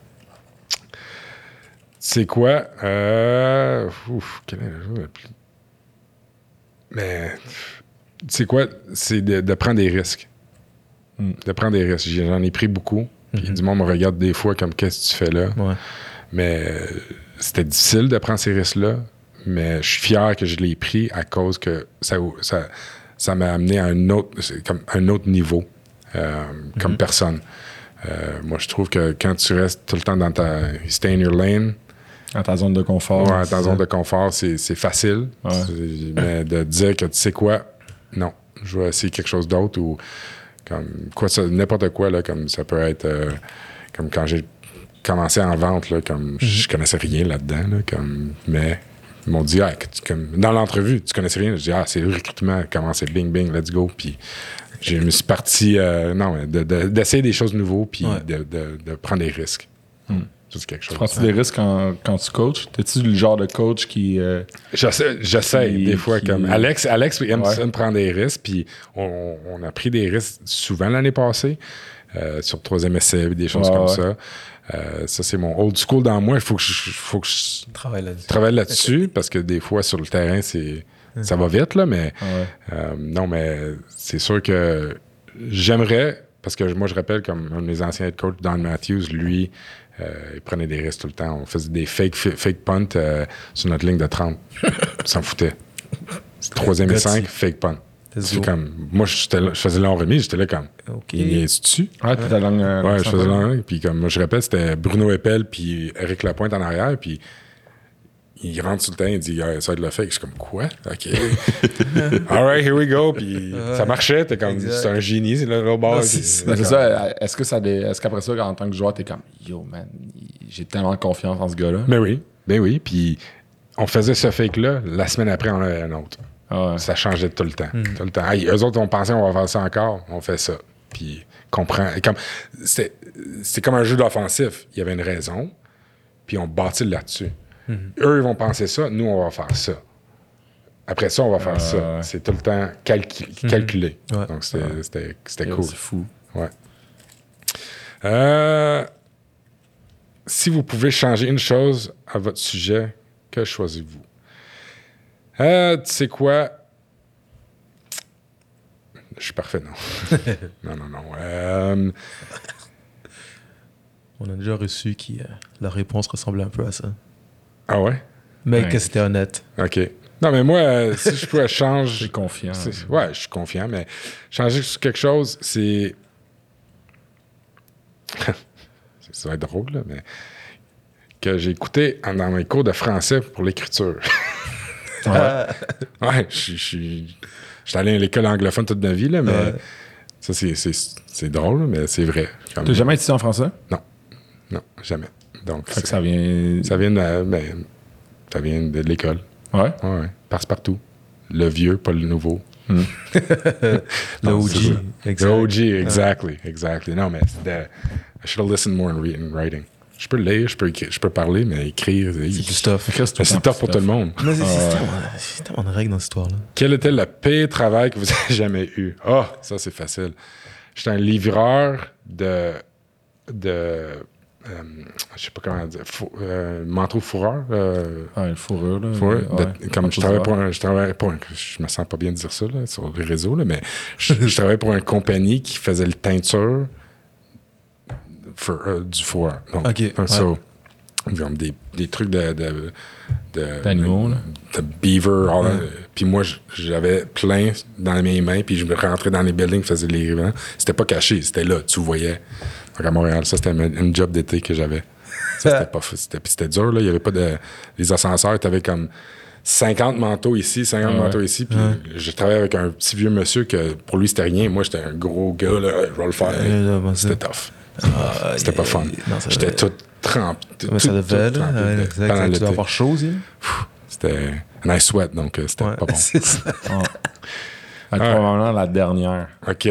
c'est quoi? Euh, ouf, quelle est la chose la plus... Mais, c'est quoi? C'est de, de prendre des risques. Mm. De prendre des risques. J'en ai pris beaucoup. Puis Mhm. du monde me regarde des fois comme qu'est-ce que tu fais là. Ouais. Mais euh, c'était difficile de prendre ces risques-là, mais je suis fier que je l'ai pris à cause que ça, ça, ça m'a amené à un autre, c'est comme un autre niveau euh, comme personne. Euh, moi, je trouve que quand tu restes tout le temps dans ta... You stay in your lane, Dans ta zone de confort. ouais, c'est ta ça. zone de confort, c'est, c'est facile. Ouais. C'est- mais de dire que tu sais quoi, non, je vais essayer quelque chose d'autre ou comme quoi ça, n'importe quoi, là, comme ça peut être euh, comme quand j'ai commencé en vente, là, comme je connaissais rien là-dedans, là, comme, mais ils m'ont dit, ah, que tu- comme, dans l'entrevue, tu connaissais rien. Je dis, ah, c'est le recrutement, comment c'est, bing, bing, let's go. Puis je me suis parti, euh, non, de, de- d'essayer des choses nouveaux, puis Ouais. de, de- de prendre des risques. c'est quelque chose. Prends-tu des risques quand, quand tu coaches? T'es-tu le genre de coach qui... Euh, J'essaie, j'essaie qui, des fois. Qui... comme Alex, Alex aime ouais. ça me prendre des risques. Puis on, on a pris des risques souvent l'année passée. Euh, sur le troisième essai, des choses ouais, comme ouais. ça. Euh, ça, c'est mon old school dans moi. Il faut que je, faut que je Travaille là-dessus. travaille là-dessus parce que des fois, sur le terrain, c'est, ça va vite, là, mais Ouais. euh, non, mais c'est sûr que j'aimerais, parce que moi, je rappelle, comme un de mes anciens head coach, Don Matthews, lui, euh, il prenait des risques tout le temps. On faisait des fake, fake punts euh, sur notre ligne de trente. Il s'en foutait. Troisième et cinq, fake punt. C'est comme, moi, j'étais là, je faisais long remise, j'étais là comme, OK. il niaise-tu? Ouais, t'es ta langue... Euh, Ouais, je faisais long remise. Puis comme, moi, je répète, c'était Bruno Eppel puis Eric Lapointe en arrière, puis il rentre sur le terrain, il dit, ah, ça va être le fake. Je suis comme, quoi? OK. All right, here we go. Puis ouais. Ça marchait, t'es comme, c'est un génie, c'est le bord. Non, c'est, c'est, c'est ça. Est-ce que ça dé... est-ce qu'après ça, en tant que joueur, t'es comme, yo, man, j'ai tellement confiance en ce gars-là? Ben oui, ben oui. Puis on faisait ce fake-là, la semaine après, on en avait un autre. Ah ouais. Ça changeait tout le temps. Mm. Tout le temps. Hey, eux autres, on pensait on va faire ça encore. On fait ça. Puis, comprend. Comme, c'était, c'est comme un jeu d'offensif. Il y avait une raison. Puis, on bâtit là-dessus. Mm. Eux, ils vont penser ça. Nous, on va faire ça. Après ça, on va faire euh, ça. Ouais. C'est tout le temps calcu- calculé. Mm. Ouais. Donc, c'était, ouais. c'était, c'était cool. C'est fou. Ouais. Euh, si vous pouvez changer une chose à votre sujet, que choisissez-vous? Euh, tu sais quoi? Je suis parfait, non. non, non, non. Euh... On a déjà reçu qui euh, la réponse ressemblait un peu à ça. Ah ouais? Mais ouais. que c'était honnête. OK. Non, mais moi, euh, si je pouvais changer... Je suis confiant. C'est... Ouais, je suis confiant, mais changer quelque chose, c'est... ça va être drôle, là, mais... que j'ai écouté dans mes cours de français pour l'écriture. Ouais, ouais je suis allé à l'école anglophone toute ma vie, là, mais ouais. ça, c'est, c'est, c'est drôle, mais c'est vrai. Comme... T'as jamais étudié en français? Non, non, jamais. Donc, fait que ça vient... Ça vient de, ben, ça vient de l'école. Ouais? Ouais, ouais. Passe-partout. Le vieux, pas le nouveau. Mm. Le O G. Le O G, exactly, exactly. Non, mais c'était... I should have listened more in reading, writing. Je peux lire, je peux, écrire, je peux parler, mais écrire... C'est il... du stuff. Écrire, c'est, c'est tough pour tout le monde. Mais c'est, c'est, tellement, c'est tellement de règles dans cette histoire-là. Quel était le pire travail que vous avez jamais eu? Ah, oh, ça, c'est facile. J'étais un livreur de... de euh, je sais pas comment dire. Fou, euh, manteau fourreur. Euh, ah, une fourrure, là. Fourrure, de, ouais, comme je travaille pour un... Je travaille pour un... Je me sens pas bien de dire ça, là, sur les réseaux, là, mais je, je travaillais pour une compagnie qui faisait le teinture... For, euh, du four. Donc, OK. So, ouais. des, des trucs de, de, de, d'animaux, là. De beaver. Ouais. Euh, puis moi, j'avais plein dans mes mains, puis je me rentrais dans les buildings, faisais les rivants. C'était pas caché, c'était là, tu voyais. Donc à Montréal, ça, c'était une job d'été que j'avais. Ça, c'était pas c'était, puis c'était dur, là. Il y avait pas de... Les ascenseurs, t'avais comme cinquante manteaux ici, cinquante ah, manteaux ouais. ici. Puis ouais. je travaillais avec un petit vieux monsieur que pour lui, c'était rien. Moi, j'étais un gros gars, là. Je vais le faire. Euh, là, c'était tough. Ah, c'était pas fun. Non, J'étais devait... tout trempé. Mais ça devait, là. Ouais, exact, ça, tu dois avoir chaud aussi. C'était un nice sweat, donc euh, c'était ouais, pas bon. C'est ça. Oh. Ah. Probablement la dernière. OK.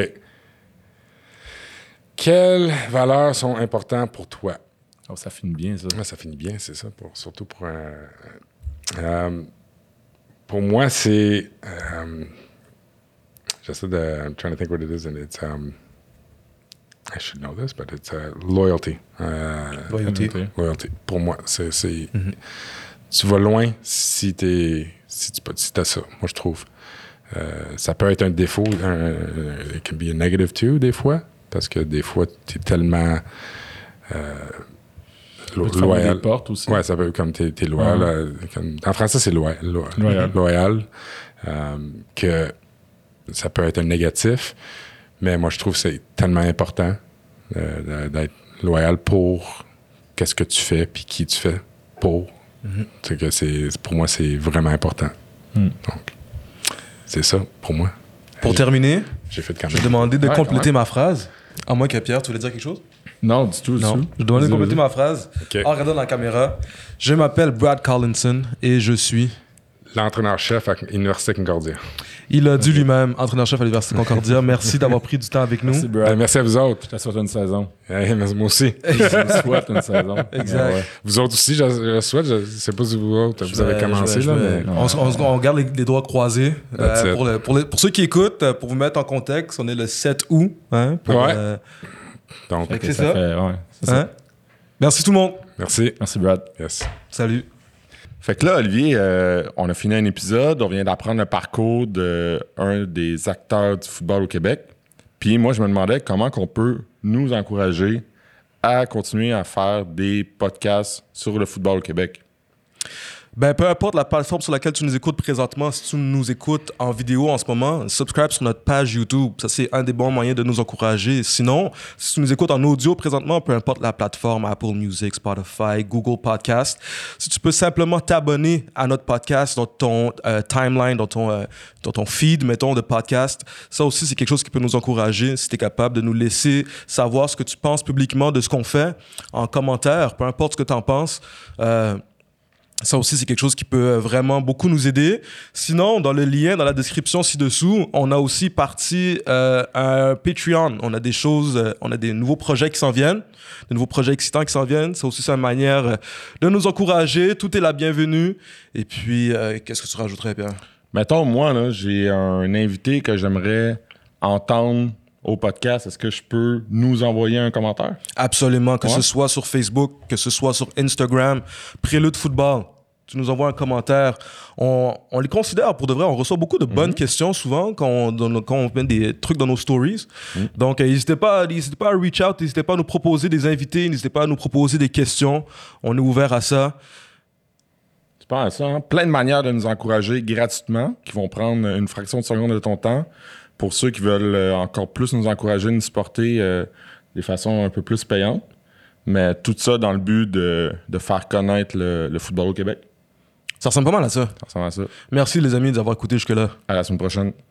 Quelles valeurs sont importantes pour toi? Oh, ça finit bien, ça. Ouais, ça finit bien, c'est ça. Pour, surtout pour un... Euh, pour moi, c'est... Um, j'essaie de... I'm trying to think what it is, and it's... Um, I should know this, but it's uh, loyalty. Uh, loyalty. Loyalty. Pour moi, c'est... c'est mm-hmm. Tu vas loin si t'es... Si tu si t'as ça, moi, je trouve. Euh, ça peut être un défaut, un, it can be a negative too, des fois, parce que des fois, t'es tellement... Euh, lo- loyal. Des portes aussi. Ouais, ça peut comme t'es, t'es loyal. Ouais. Euh, comme, en français, c'est loyal. Lo- loyal. Loyal. Euh, que ça peut être un négatif. Mais moi, je trouve que c'est tellement important euh, d'être loyal pour qu'est-ce que tu fais puis qui tu fais pour. Mm-hmm. C'est que c'est, pour moi, c'est vraiment important. Mm. Donc, c'est ça pour moi. Pour j'ai, terminer, j'ai fait de je vais demander de ouais, compléter ma phrase. À moins que Pierre, tu voulais dire quelque chose? Non, du tout. Du non. tout. Je demande de compléter ma phrase okay. en regardant dans la caméra. Je m'appelle Brad Collinson et je suis... l'entraîneur-chef à l'Université Concordia. Il a dit lui-même, entraîneur-chef à l'Université Concordia. Merci d'avoir pris du temps avec nous. Merci, Brad. Ben, merci à vous autres. Je te souhaite une saison. Hey, merci, moi aussi. Je te souhaite une saison. Exact. Ouais. Vous autres aussi, je, je souhaite. Je ne sais pas si vous autres, vous avez Je vais- commencé. je là, vais- je vais- mais... on, se- on se- on garde les, les doigts croisés. That's Euh, it. pour, le- pour, le- pour ceux qui écoutent, euh, pour vous mettre en contexte, on est le sept août. Hein, pour, Ouais. euh, Donc, Fait que c'est Ça ça. fait- ouais, c'est ça. hein? Merci tout le monde. merci. Merci, Brad. Yes. Salut. Fait que là, Olivier, euh, on a fini un épisode, on vient d'apprendre le parcours d'un des acteurs du football au Québec. Puis moi, je me demandais comment qu'on peut nous encourager à continuer à faire des podcasts sur le football au Québec. Ben, peu importe la plateforme sur laquelle tu nous écoutes présentement, si tu nous écoutes en vidéo en ce moment, subscribe sur notre page YouTube. Ça, c'est un des bons moyens de nous encourager. Sinon, si tu nous écoutes en audio présentement, peu importe la plateforme, Apple Music, Spotify, Google Podcast, si tu peux simplement t'abonner à notre podcast dans ton euh, timeline, dans ton, euh, dans ton feed, mettons, de podcast, ça aussi, c'est quelque chose qui peut nous encourager si tu es capable de nous laisser savoir ce que tu penses publiquement de ce qu'on fait en commentaire, peu importe ce que tu en penses. Euh, Ça aussi, c'est quelque chose qui peut vraiment beaucoup nous aider. Sinon, dans le lien, dans la description ci-dessous, on a aussi parti euh, un Patreon. On a des choses, euh, on a des nouveaux projets qui s'en viennent, des nouveaux projets excitants qui s'en viennent. Ça aussi, c'est une manière euh, de nous encourager. Tout est la bienvenue. Et puis, euh, qu'est-ce que tu rajouterais, Pierre? Mettons, moi, là, j'ai un invité que j'aimerais entendre au podcast. Est-ce que je peux nous envoyer un commentaire? Absolument, que Ouais. ce soit sur Facebook, que ce soit sur Instagram, Prélude Football. Tu nous envoies un commentaire. On, on les considère pour de vrai. On reçoit beaucoup de bonnes questions souvent quand on, donne- quand on met des trucs dans nos stories. Donc, euh, n'hésitez pas, n'hésitez pas à reach out, n'hésitez pas à nous proposer des invités, n'hésitez pas à nous proposer des questions. On est ouvert à ça. Tu penses à ça, hein? Plein de manières de nous encourager gratuitement, qui vont prendre une fraction de seconde de ton temps. Pour ceux qui veulent euh, encore plus nous encourager, nous supporter euh, de façon un peu plus payante. Mais tout ça dans le but de, de faire connaître le, le football au Québec. Ça ressemble pas mal à ça. Ça ressemble à ça. Merci les amis d'avoir écouté jusque-là. À la semaine prochaine.